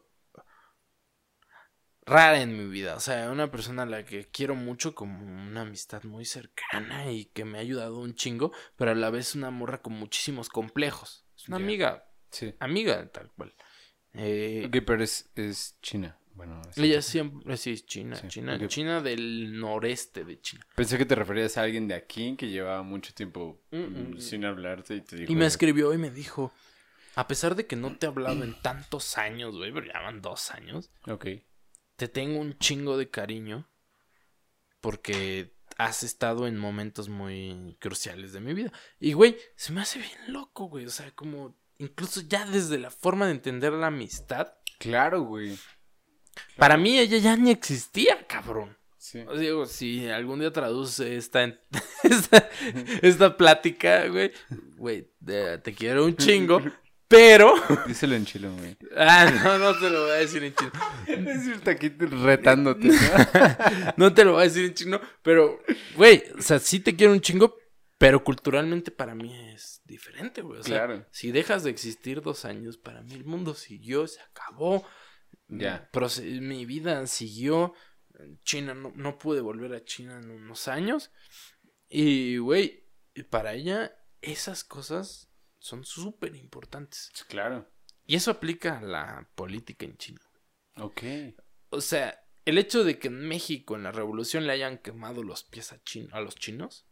rara en mi vida, o sea, una persona a la que quiero mucho como una amistad muy cercana y que me ha ayudado un chingo, pero a la vez una morra con muchísimos complejos. Es una Ya. amiga, Sí. amiga tal cual. Eh, Ok, pero es, es China. Bueno, es- ella siempre, sí, es China, Sí, China, ok. China del noreste de China. Pensé que te referías a alguien de aquí que llevaba mucho tiempo Mm, mm, mm. sin hablarte y te dijo... Y me eso. escribió y me dijo, a pesar de que no te he hablado en tantos años, güey, pero ya van dos años, Ok. te tengo un chingo de cariño porque has estado en momentos muy cruciales de mi vida. Y, güey, se me hace bien loco, güey. O sea, como incluso ya desde la forma de entender la amistad, Claro, güey. para mí ella ya ni existía, cabrón. Sí. O sea, digo, si algún día traduce esta, en- esta, esta plática, güey, güey, de- te quiero un chingo, Pero... Díselo en chilo, güey. Ah, no, no te lo voy a decir en chino. Es cierto, aquí te- retándote, ¿no? No te lo voy a decir en chino, pero, güey, o sea, sí te quiero un chingo, pero culturalmente para mí es diferente, güey. O sea, Claro. si dejas de existir dos años, para mí el mundo siguió, se acabó. Ya. Proce- mi vida siguió. China, no, no pude volver a China en unos años. Y, güey, para ella esas cosas son súper importantes. Claro. Y eso aplica a la política en China. Ok. O sea, el hecho de que en México en la revolución le hayan quemado los pies a, chin- a los chinos.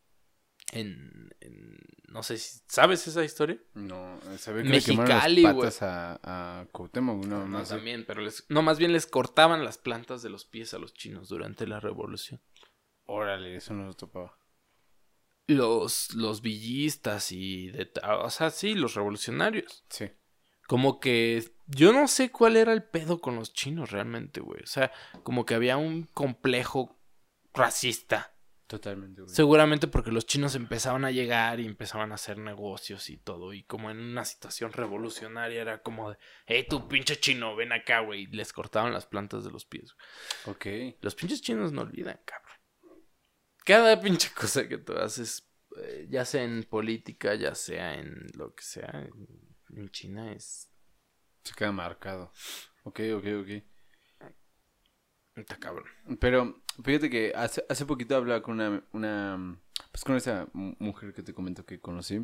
En, en- no sé si sabes esa historia. No, sabía que le quemaron Mexicali, las güey. patas a, a Cuauhtémoc, no, No, no sé. también, pero les, no, más bien les cortaban las plantas de los pies a los chinos durante la revolución. Órale, eso no lo topaba. Los, los villistas y de, o sea, sí, los revolucionarios. Sí. Como que yo no sé cuál era el pedo con los chinos realmente, güey. O sea, como que había un complejo racista. Totalmente, güey. Seguramente porque los chinos empezaban a llegar y empezaban a hacer negocios y todo. Y como en una situación revolucionaria era como de, hey, tú pinche chino, ven acá, güey. Y les cortaban las plantas de los pies. Ok. Los pinches chinos no olvidan, cabrón. Cada pinche cosa que tú haces, eh, ya sea en política, ya sea en lo que sea, en, en China es... Se queda marcado. Ok, ok, ok. Está cabrón. Pero fíjate que hace, hace poquito hablaba con una, una, pues con esa mu- mujer que te comento que conocí.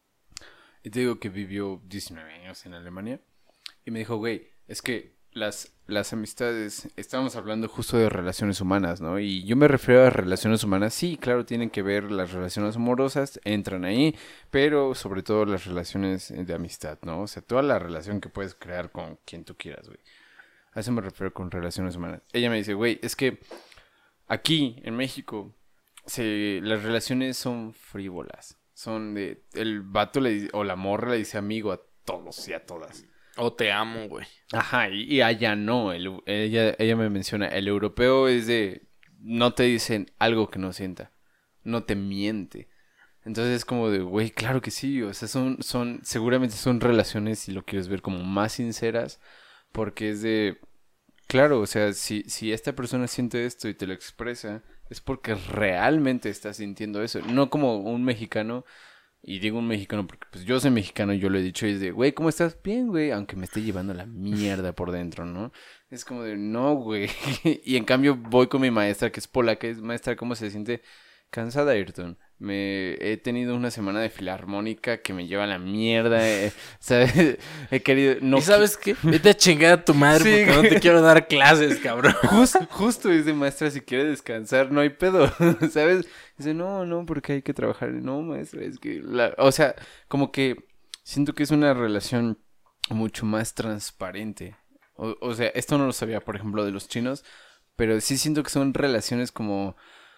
Y te digo que vivió diecinueve años en Alemania. Y me dijo, güey, es que las, las amistades, estábamos hablando justo de relaciones humanas, ¿no? Y yo me refiero a relaciones humanas, sí, claro, tienen que ver las relaciones amorosas, entran ahí, pero sobre todo las relaciones de amistad, ¿no? O sea, toda la relación que puedes crear con quien tú quieras, güey. A eso me refiero con relaciones humanas. Ella me dice, güey, es que aquí en México se, las relaciones son frívolas. Son de... El vato le dice, o la morra le dice amigo a todos y a todas. O te amo, güey. Ajá, y, y allá no. El, ella, ella me menciona, el europeo es de... No te dicen algo que no sienta. No te miente. Entonces es como de, güey, claro que sí. O sea, son, son... Seguramente son relaciones, si lo quieres ver, como más sinceras. Porque es de... Claro, o sea, si, si esta persona siente esto y te lo expresa, es porque realmente está sintiendo eso. No como un mexicano, y digo un mexicano porque pues yo soy mexicano y yo lo he dicho, y es de, güey, ¿cómo estás? Bien, güey, aunque me esté llevando la mierda por dentro, ¿no? Es como de, no, güey. Y en cambio voy con mi maestra, que es polaca, es maestra, ¿cómo se siente? Cansada, Ayrton. Me he tenido una semana de filarmónica que me lleva a la mierda. Eh, ¿sabes? He querido... No ¿Y sabes qué? Vete a chingar a tu madre Sí, porque no te quiero dar clases, cabrón. Justo, justo es de maestra, si quiere descansar, no hay pedo, ¿sabes? Dice, no, no, porque hay que trabajar. No, maestra, es que... La... O sea, como que siento que es una relación mucho más transparente. O, o sea, esto no lo sabía, por ejemplo, de los chinos, pero sí siento que son relaciones como...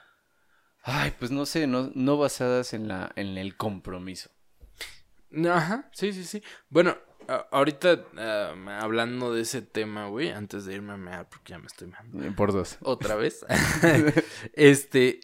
Ay, pues no sé, no, no basadas en la, en el compromiso. Ajá, sí, sí, sí. Bueno, a- ahorita ah, hablando de ese tema, güey, antes de irme a mear, porque ya me estoy meando. Eh, Por dos. Otra vez. Este,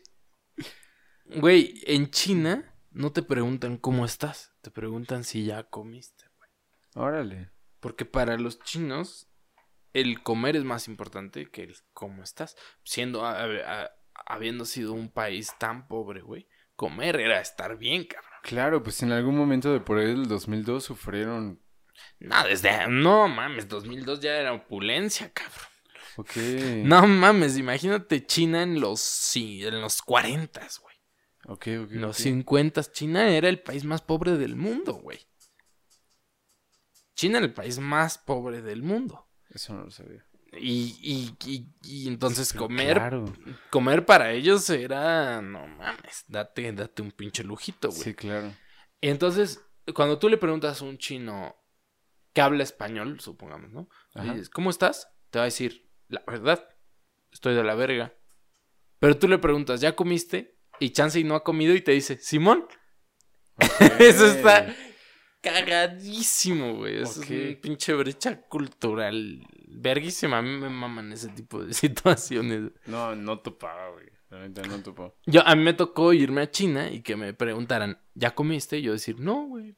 güey, en China no te preguntan cómo estás, te preguntan si ya comiste, güey. Órale. Porque para los chinos el comer es más importante que el cómo estás. Siendo, a- a- habiendo sido un país tan pobre, güey, comer era estar bien, cabrón. Claro, pues en algún momento de por ahí del dos mil dos sufrieron... No, desde, no mames, dos mil dos ya era opulencia, cabrón. Ok. No mames, imagínate China en los, sí, en los cuarentas, güey. Ok, ok. En los ok. cincuentas, China era el país más pobre del mundo, güey. China era el país más pobre del mundo. Eso no lo sabía. Y, y, y, y entonces Pero comer, Claro. comer para ellos era, no mames, date, date un pinche lujito, güey. Sí, claro. Y entonces, cuando tú le preguntas a un chino que habla español, supongamos, ¿no? Le Ajá. dices, ¿cómo estás? Te va a decir, la verdad, estoy de la verga. Pero tú le preguntas, ¿ya comiste? Y chance y no ha comido y te dice, Simón. Eso está cagadísimo, güey. Eso Ok. es una pinche brecha cultural verguísima. A mí me maman ese tipo de situaciones. No, no topaba, güey. La neta no topó. Yo, a mí me tocó irme a China y que me preguntaran, ¿ya comiste? Y yo decir, no, güey, pues,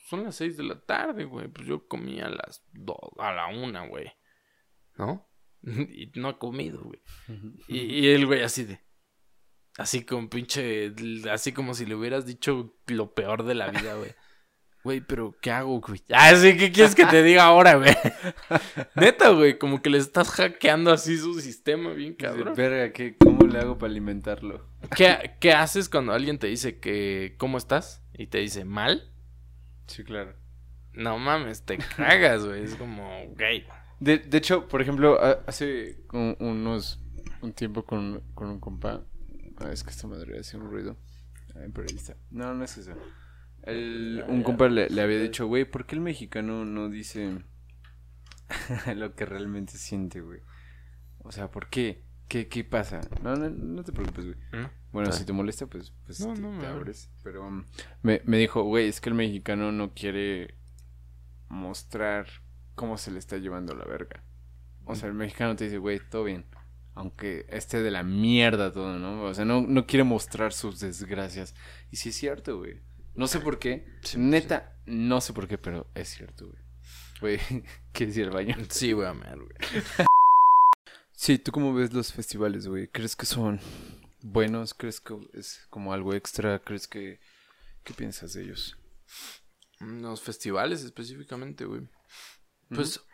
son las seis de la tarde, güey. Pues yo comí a las dos, a la una, güey. ¿No? Y no ha comido, güey. Y, y el güey así de... Así con pinche... Así como si le hubieras dicho lo peor de la vida, güey. Güey, pero ¿qué hago, güey? Ah, sí, ¿qué quieres que te diga ahora, güey? Neta, güey, como que le estás hackeando así su sistema bien cabrón. Verga, ¿qué, ¿cómo le hago para alimentarlo? ¿Qué, ¿Qué haces cuando alguien te dice que... ¿Cómo estás? Y te dice, ¿mal? Sí, claro. No mames, te cagas, güey. Es como, gay. De, de hecho, por ejemplo, hace un, unos... Un tiempo con, con un compa... Ah, es que esta madre hace un ruido. Ay, pero ahí está. No, no es eso. El, un compa le, le había dicho, güey, ¿por qué el mexicano no dice lo que realmente siente, güey? O sea, ¿por qué? ¿Qué, qué pasa? No, no, no te preocupes, güey. ¿Mm? Bueno, si te molesta, pues, pues no, te, no, te no. abres. Pero um, me, me dijo, güey, es que el mexicano no quiere mostrar cómo se le está llevando la verga. O sea, el mexicano te dice, güey, todo bien. Aunque esté de la mierda todo, ¿no? O sea, no, no quiere mostrar sus desgracias. Y sí es cierto, güey. No sé por qué. Sí, Neta, sí. no sé por qué, pero es cierto, güey. Güey, ¿quieres ir al baño? Sí, voy a mear, güey. Sí, ¿tú cómo ves los festivales, güey? ¿Crees que son buenos? ¿Crees que es como algo extra? ¿Crees que... ¿Qué piensas de ellos? Los festivales específicamente, güey. Pues... ¿Mm?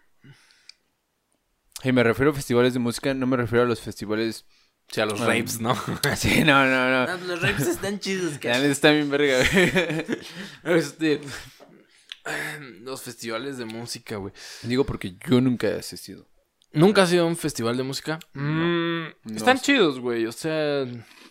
Y me refiero a festivales de música, no me refiero a los festivales... Sí, a los um, raves, ¿no? Sí, no, no, no. no los raves están chidos, cara. Ya están bien verga, güey. Este... Los festivales de música, güey. Digo porque yo nunca he asistido. ¿Nunca has ido a un festival de música? No, mm, no están sé. chidos, güey. O sea...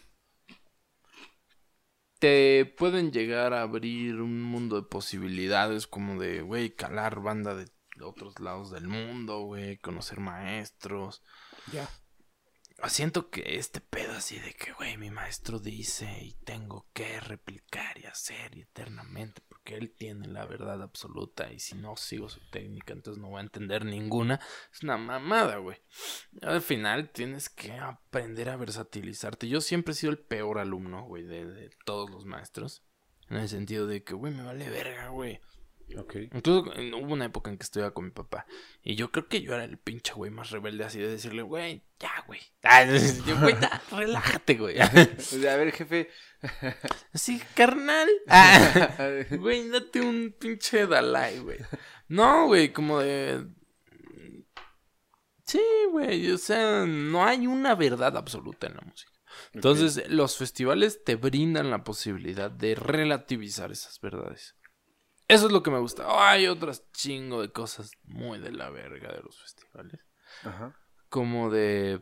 Te pueden llegar a abrir un mundo de posibilidades como de, güey, calar banda de otros lados del mundo, güey, conocer maestros. Ya. Siento que este pedo así de que, güey, mi maestro dice y tengo que replicar y hacer eternamente porque él tiene la verdad absoluta y si no sigo su técnica entonces no voy a entender ninguna. Es una mamada, güey. Al final tienes que aprender a versatilizarte. Yo siempre he sido el peor alumno, güey, de, de todos los maestros. En el sentido de que, güey, me vale verga, güey. Okay. Entonces hubo una época en que estudiaba con mi papá y yo creo que yo era el pinche güey más rebelde así de decirle, güey, ya, güey. Yo, güey, ya, relájate, güey. O sea, a ver, jefe. Sí, carnal. Ah, güey, date un pinche Dalai, güey. No, güey, como de... Sí, güey, o sea, no hay una verdad absoluta en la música. Entonces, okay. Los festivales te brindan la posibilidad de relativizar esas verdades. Eso es lo que me gusta. Oh, hay otras chingo de cosas muy de la verga de los festivales. Ajá. Como de...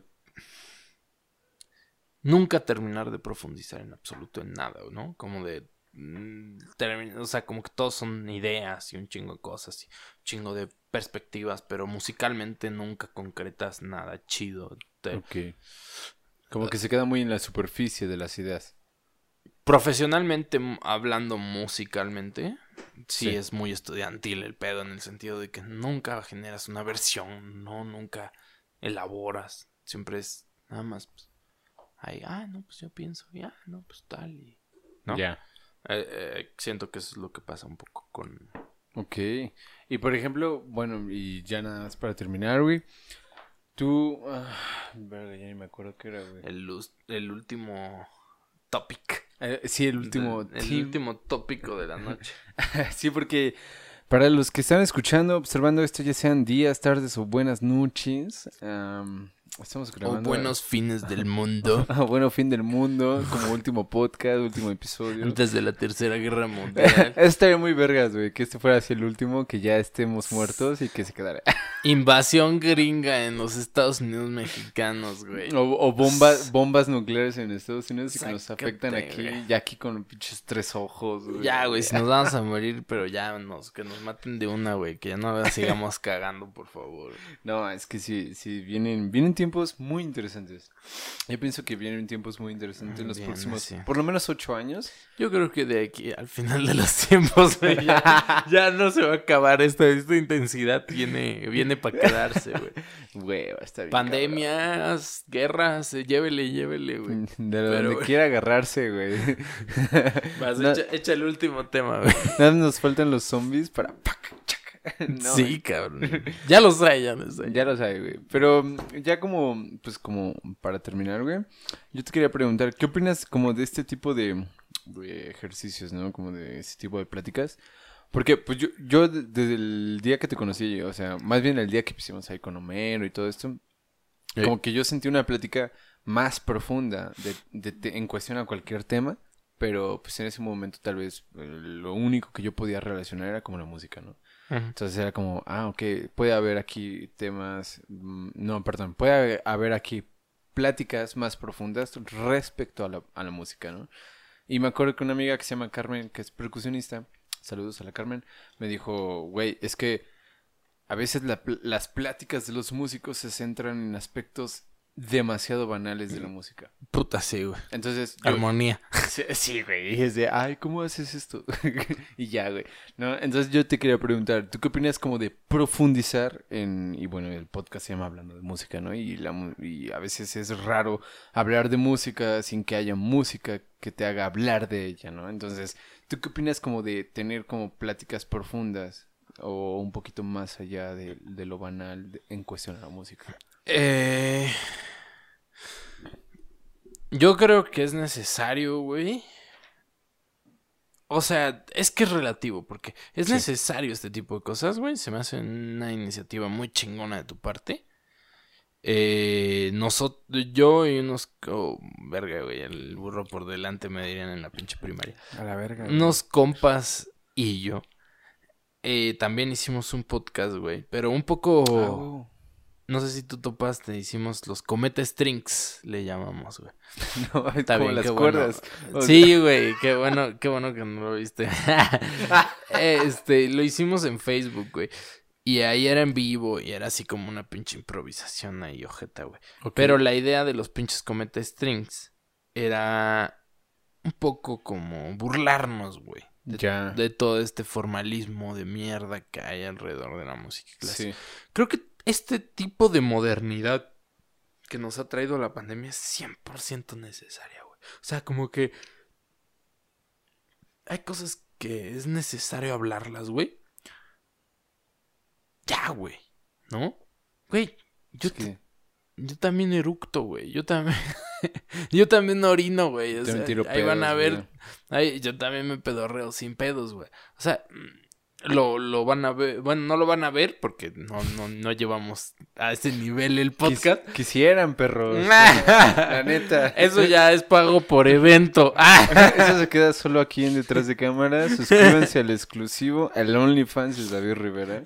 Nunca terminar de profundizar en absoluto en nada, ¿no? Como de... Termin... O sea, como que todos son ideas y un chingo de cosas y un chingo de perspectivas, pero musicalmente nunca concretas nada chido. Te... Ok. Como que se queda muy en la superficie de las ideas. Profesionalmente hablando musicalmente, sí, sí es muy estudiantil el pedo en el sentido de que nunca generas una versión, no, nunca elaboras, siempre es nada más, pues, ahí, ah, no, pues yo pienso, ya, no, pues tal, y, ¿no? Ya. Yeah. Eh, eh, siento que eso es lo que pasa un poco con... Ok, y por ejemplo, bueno, y ya nada más para terminar, güey, tú, uh, verga, ya ni me acuerdo qué era, güey. El, el último topic. Eh, sí, el último... El, el último tópico de la noche. Sí, porque para los que están escuchando, observando esto, ya sean días, tardes o buenas noches, um, estamos grabando... O buenos fines del mundo. Bueno fin del mundo, como último podcast, último episodio. Antes de la tercera guerra mundial. Estaría muy vergas, güey, que este fuera así el último, que ya estemos muertos y que se quedara... Invasión gringa en los Estados Unidos mexicanos, güey. O, o bombas, bombas nucleares en Estados Unidos y que nos afectan aquí, güey. Ya aquí con pinches tres ojos, güey. Ya, güey, si nos vamos a morir, pero ya nos, que nos maten de una, güey, que ya no la sigamos cagando, por favor. No, es que sí, sí, vienen, vienen tiempos muy interesantes. Yo pienso que vienen tiempos muy interesantes en los Bien, próximos, sí. por lo menos ocho años. Yo creo que de aquí al final de los tiempos, güey, ya, ya no se va a acabar esta, esta intensidad, viene, viene viene para quedarse, güey. Güey, está bien. Pandemias, cabrón. Guerras, eh, llévele, llévele, güey. De Pero, donde güey. quiera agarrarse, güey. Vas, No, echa, echa el último tema, güey. nada más nos faltan los zombies para... ¡pac! ¡chac! No, Sí, cabrón. Ya lo sé, ya lo sé. ya lo sabes, güey. Pero mm, ya como, pues como para terminar, güey. Yo te quería preguntar, ¿qué opinas como de este tipo de, de ejercicios, ¿no? Como de ese tipo de pláticas. Porque, pues yo, yo de- desde el día que te conocí, o sea, más bien el día que pusimos ahí con Homero y todo esto, Sí. como que yo sentí una plática más profunda de, de- de- en cuestión a cualquier tema, pero pues en ese momento tal vez eh, lo único que yo podía relacionar era como la música, ¿no? Ujú. Entonces era como, ah, ok, puede haber aquí temas, mm, no, perdón, puede haber- haber aquí pláticas más profundas respecto a la, a la música, ¿no? Y me acuerdo que una amiga que se llama Carmen, que es percusionista, saludos a la Carmen, me dijo, güey, es que a veces la pl- las pláticas de los músicos se centran en aspectos demasiado banales de la música. Puta, sí, güey. Entonces, yo- Armonía. Sí, sí, güey. Y es de, ay, ¿cómo haces esto? Y ya, güey. ¿No? Entonces yo te quería preguntar, ¿tú qué opinas como de profundizar en... Y bueno, el podcast se llama Hablando de Música, ¿no? Y, la, mu- y a veces es raro hablar de música sin que haya música que te haga hablar de ella, ¿no? Entonces, ¿tú qué opinas como de tener como pláticas profundas o un poquito más allá de, de lo banal de- en cuestión a la música? Eh... Yo creo que es necesario, güey. O sea, es que es relativo, porque es Sí. necesario este tipo de cosas, güey. Se me hace una iniciativa muy chingona de tu parte. Eh, nosotros, yo y unos... Oh, verga, güey, el burro por delante me dirían en la pinche primaria. A la verga. Unos compas y yo eh, también hicimos un podcast, güey. Pero un poco... No sé si tú topaste, hicimos los Cometa Strings, le llamamos, güey. No, Está como bien, las qué cuerdas. bueno. O sea- Sí, güey, qué bueno, qué bueno que no lo viste. Este, lo hicimos en Facebook, güey. Y ahí era en vivo y era así como una pinche improvisación ahí, ojeta, güey. Ok. Pero la idea de los pinches Cometa Strings era un poco como burlarnos, güey. De, Ya. de todo este formalismo de mierda que hay alrededor de la música clásica. Sí. Creo que este tipo de modernidad que nos ha traído la pandemia es cien por ciento necesaria, güey. O sea, como que hay cosas que es necesario hablarlas, güey. Ya, güey. ¿No? Güey, yo, Es que- yo también eructo, güey. Yo también... yo también orino, güey. O También sea, tiro ahí van a pedos, ver... güey. Ahí, yo también me pedorreo sin pedos, güey. O sea... Lo, lo van a ver, bueno, no lo van a ver porque no, no, no llevamos a ese nivel el podcast. Quis- quisieran, perros. La neta. Eso ya es pago por evento. Ah. Eso se queda solo aquí en Detrás de Cámara. Suscríbanse al exclusivo. El OnlyFans de David Rivera.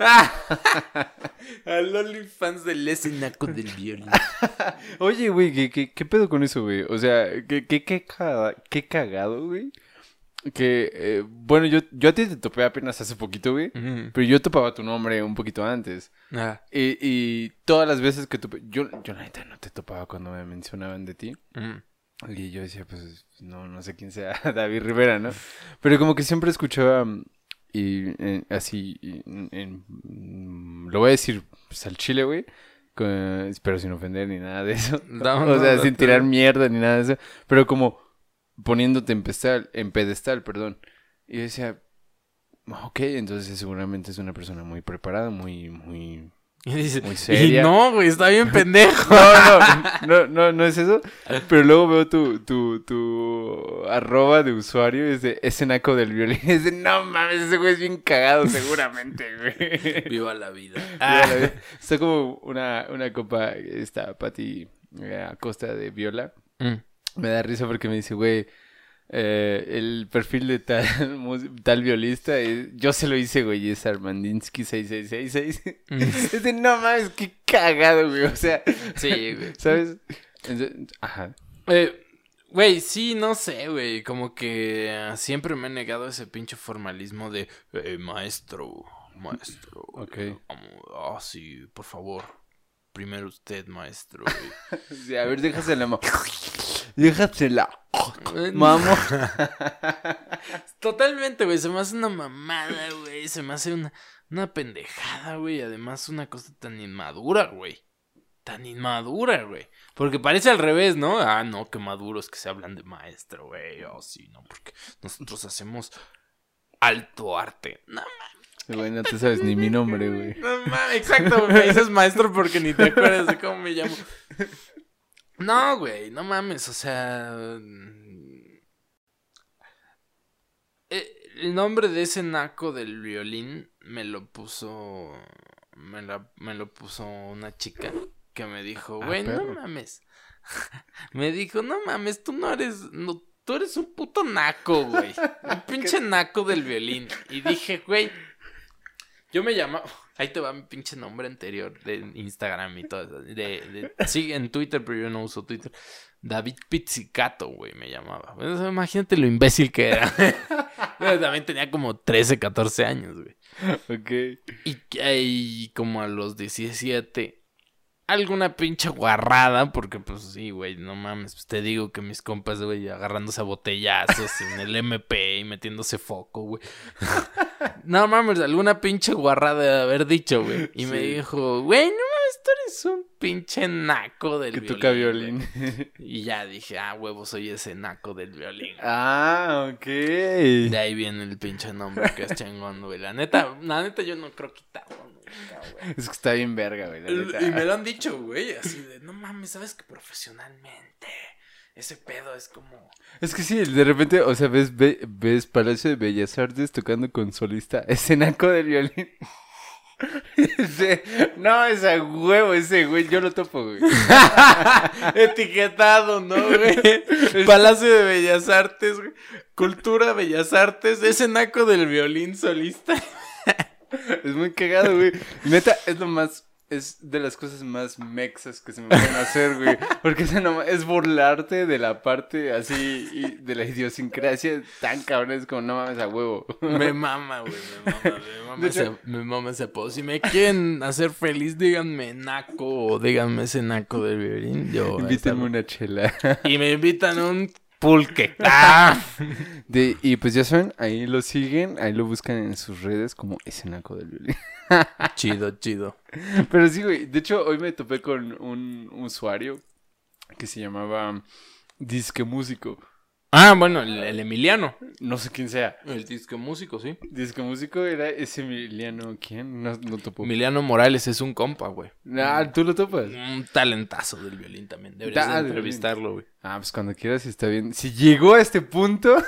Al OnlyFans del escenaco del violín. Oye, güey, ¿qué, qué, qué pedo con eso, güey? O sea, ¿qué, qué, qué, caga- qué cagado, güey? Que, eh, bueno, yo, yo a ti te topé apenas hace poquito, güey. Ujú. Pero yo topaba tu nombre un poquito antes. Ah. Y, y todas las veces que topé... Yo, yo la neta no te topaba cuando me mencionaban de ti. Ujú. Y yo decía, pues, no, no sé quién sea David Rivera, ¿no? Pero como que siempre escuchaba, mm, y eh, así, y, en- en- mm, lo voy a decir, pues, al chile, güey, con- pero sin ofender ni nada de eso. No, O no, sea, no, sin tú- tirar mierda ni nada de eso. Pero como poniéndote en pedestal, en pedestal, perdón. Y yo decía, ok, entonces seguramente es una persona muy preparada, muy, muy... Y dice, Muy y seria. no, güey, está bien pendejo. No, no, no, no, no es eso. Pero luego veo tu, tu, tu arroba de usuario y es de ese naco del violín. Es de, no mames, ese güey es bien cagado seguramente, güey. Viva la vida. Viva la vida. Está como una, una copa, está Pati eh, Acosta de Viola. Mm. Me da risa porque me dice, güey, eh, el perfil de tal, mus- tal violista, es- yo se lo hice, güey, es Armandinsky seis seis seis seis. Mm. Es de, no mames, qué cagado, güey, o sea, Sí, güey. ¿sabes? Entonces, ajá. Eh, Güey, sí, no sé, güey. Como que ah, siempre me he negado a ese pinche formalismo de eh, maestro, maestro. Ok. Ah, oh, sí, por favor. Primero usted, maestro. Sí, a ver, déjasela, ma. Déjasela, Eh, mamo. Totalmente, güey. Se me hace una mamada, güey. Se me hace una, Una pendejada, güey. Además, una cosa tan inmadura, güey. Tan inmadura, güey. Porque parece al revés, ¿no? Ah, no, qué maduros que se hablan de maestro, güey. Oh, sí, no, porque nosotros hacemos alto arte. No mames. Güey, no te sabes ni mi nombre, güey. No mames, exacto, güey. Me dices maestro porque ni te acuerdas de cómo me llamo. No, güey, no mames, o sea... El nombre de ese naco del violín me lo puso... Me, la, me lo puso una chica que me dijo, güey, ah, no mames. Me dijo, no mames, tú no eres... No, tú eres un puto naco, güey. Un pinche naco del violín. Y dije, güey... Yo me llamaba... Ahí te va mi pinche nombre anterior de Instagram y todo eso. De, de, sí, en Twitter, pero yo no uso Twitter. David Pizzicato, güey, me llamaba. Bueno, imagínate lo imbécil que era. Yo también tenía como trece, catorce años, güey. Ok. Y, y como a los diecisiete... Alguna pinche guarrada, porque pues sí, güey, no mames, pues te digo que mis compas, güey, agarrándose a botellazos en el M P y metiéndose foco, güey. No mames, alguna pinche guarrada de haber dicho, güey. Y sí. Me dijo, güey, no mames, tú eres un pinche naco del que violín. Que toca violín. Y ya dije, ah, huevo, soy ese naco del violín. Ah, ok. De ahí viene el pinche nombre que es chingón, güey. La neta, la neta yo no creo quitarlo, güey. Es que está bien verga, güey, la neta. Y me lo han dicho, güey, así de, no mames, ¿sabes que profesionalmente ese pedo es como... Es que sí, de repente, o sea, ves, ve, ves Palacio de Bellas Artes tocando con solista, ese naco del violín. Ese, no, ese huevo, ese güey, yo lo topo, güey. Etiquetado, ¿no, güey? Palacio de Bellas Artes, güey. Cultura, Bellas Artes, ese naco del violín solista. Es muy cagado, güey. Neta, es lo más... Es de las cosas más mexas que se me pueden hacer, güey. Porque es, no, es burlarte de la parte así... Y de la idiosincrasia tan cabrón. Es como, no mames, a huevo. Me mama, güey. Me mama, me mama, ese, hecho, me mama ese apodo. Si me quieren hacer feliz, díganme naco. O díganme ese naco del violín. Yo... Invítenme una chela. Y me invitan un... pulque. ¡Ah! De, y pues ya saben, ahí lo siguen, ahí lo buscan en sus redes como ese naco del violín. Chido, chido. Pero sí, güey, de hecho hoy me topé con un usuario que se llamaba Disque Músico. Ah, bueno, el, el Emiliano. No sé quién sea. El Disque Músico, sí. Disque Músico era ese Emiliano, ¿quién? No, no topo. Emiliano Morales es un compa, güey. Ah, ¿tú lo topas? Un talentazo del violín también. Deberías da, de entrevistarlo, güey. Ah, pues cuando quieras está bien. Si llegó a este punto...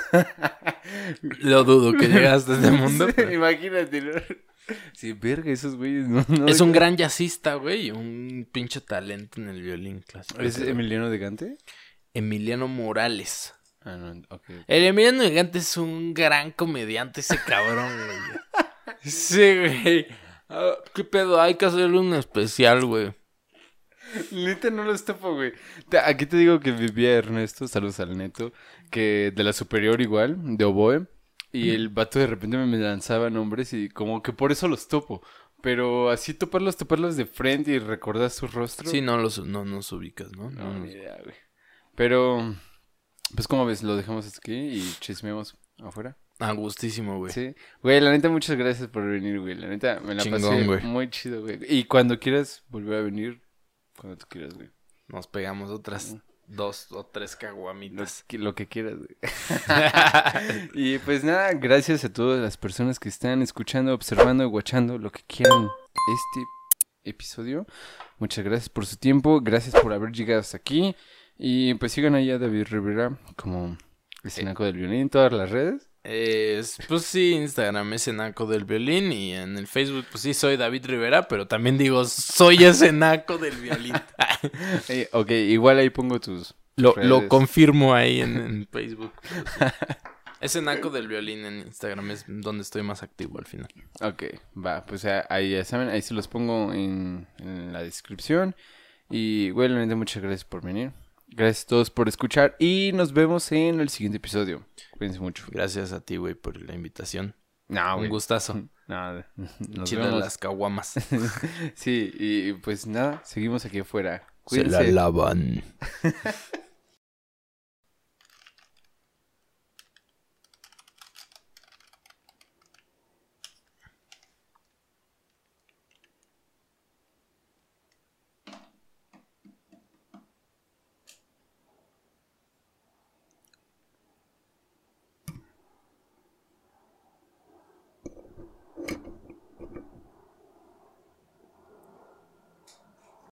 Lo dudo que llegaste a este mundo. Sí, pero... Imagínate, ¿no? Sí, verga, esos güeyes. No, no es un gran jazzista, güey. Y un pinche talento en el violín clásico. ¿Es Emiliano de Gante? Emiliano Morales. Ah, no, ok. El Emiliano de Gante es un gran comediante, ese cabrón, güey. Sí, güey. Uh, ¿Qué pedo? Hay que hacerle un especial, güey. Neta no los topo, güey. Aquí te digo que vivía Ernesto, saludos al Neto, que de la superior igual, de oboe. Y el vato de repente me lanzaba nombres y como que por eso los topo. Pero así toparlos, toparlos de frente y recordar su rostro. Sí, no los no nos ubicas, ¿no? No, no ni idea, güey. Pero, pues como ves, lo dejamos aquí y chismeamos afuera. Ah, gustísimo, güey. Sí. Güey, la neta, muchas gracias por venir, güey. La neta, me la Chingón, pasé güey. Muy chido, güey. Y cuando quieras volver a venir, cuando tú quieras, güey. Nos pegamos otras dos o tres caguamitas. Lo que, lo que quieras, güey. Y pues nada, gracias a todas las personas que están escuchando, observando, guachando, lo que quieran este episodio. Muchas gracias por su tiempo, gracias por haber llegado hasta aquí. Y pues sigan ahí a David Rivera como ese naco del violín en todas las redes. Eh, pues sí, Instagram es naco del violín y en el Facebook pues sí soy David Rivera, pero también digo soy ese naco del violín. Hey, ok, igual ahí pongo tus Lo, lo confirmo ahí en, en Facebook. Sí. Ese naco del violín en Instagram es donde estoy más activo al final. Ok, va, pues ahí ya saben, ahí se los pongo en, en la descripción. Y bueno, la neta, muchas gracias por venir. Gracias a todos por escuchar y nos vemos en el siguiente episodio. Cuídense mucho. Gracias a ti, güey, por la invitación. No, Un wey. gustazo. Nada. No, chidas las caguamas. Sí, y pues nada, seguimos aquí afuera. Cuídense. Se la lavan.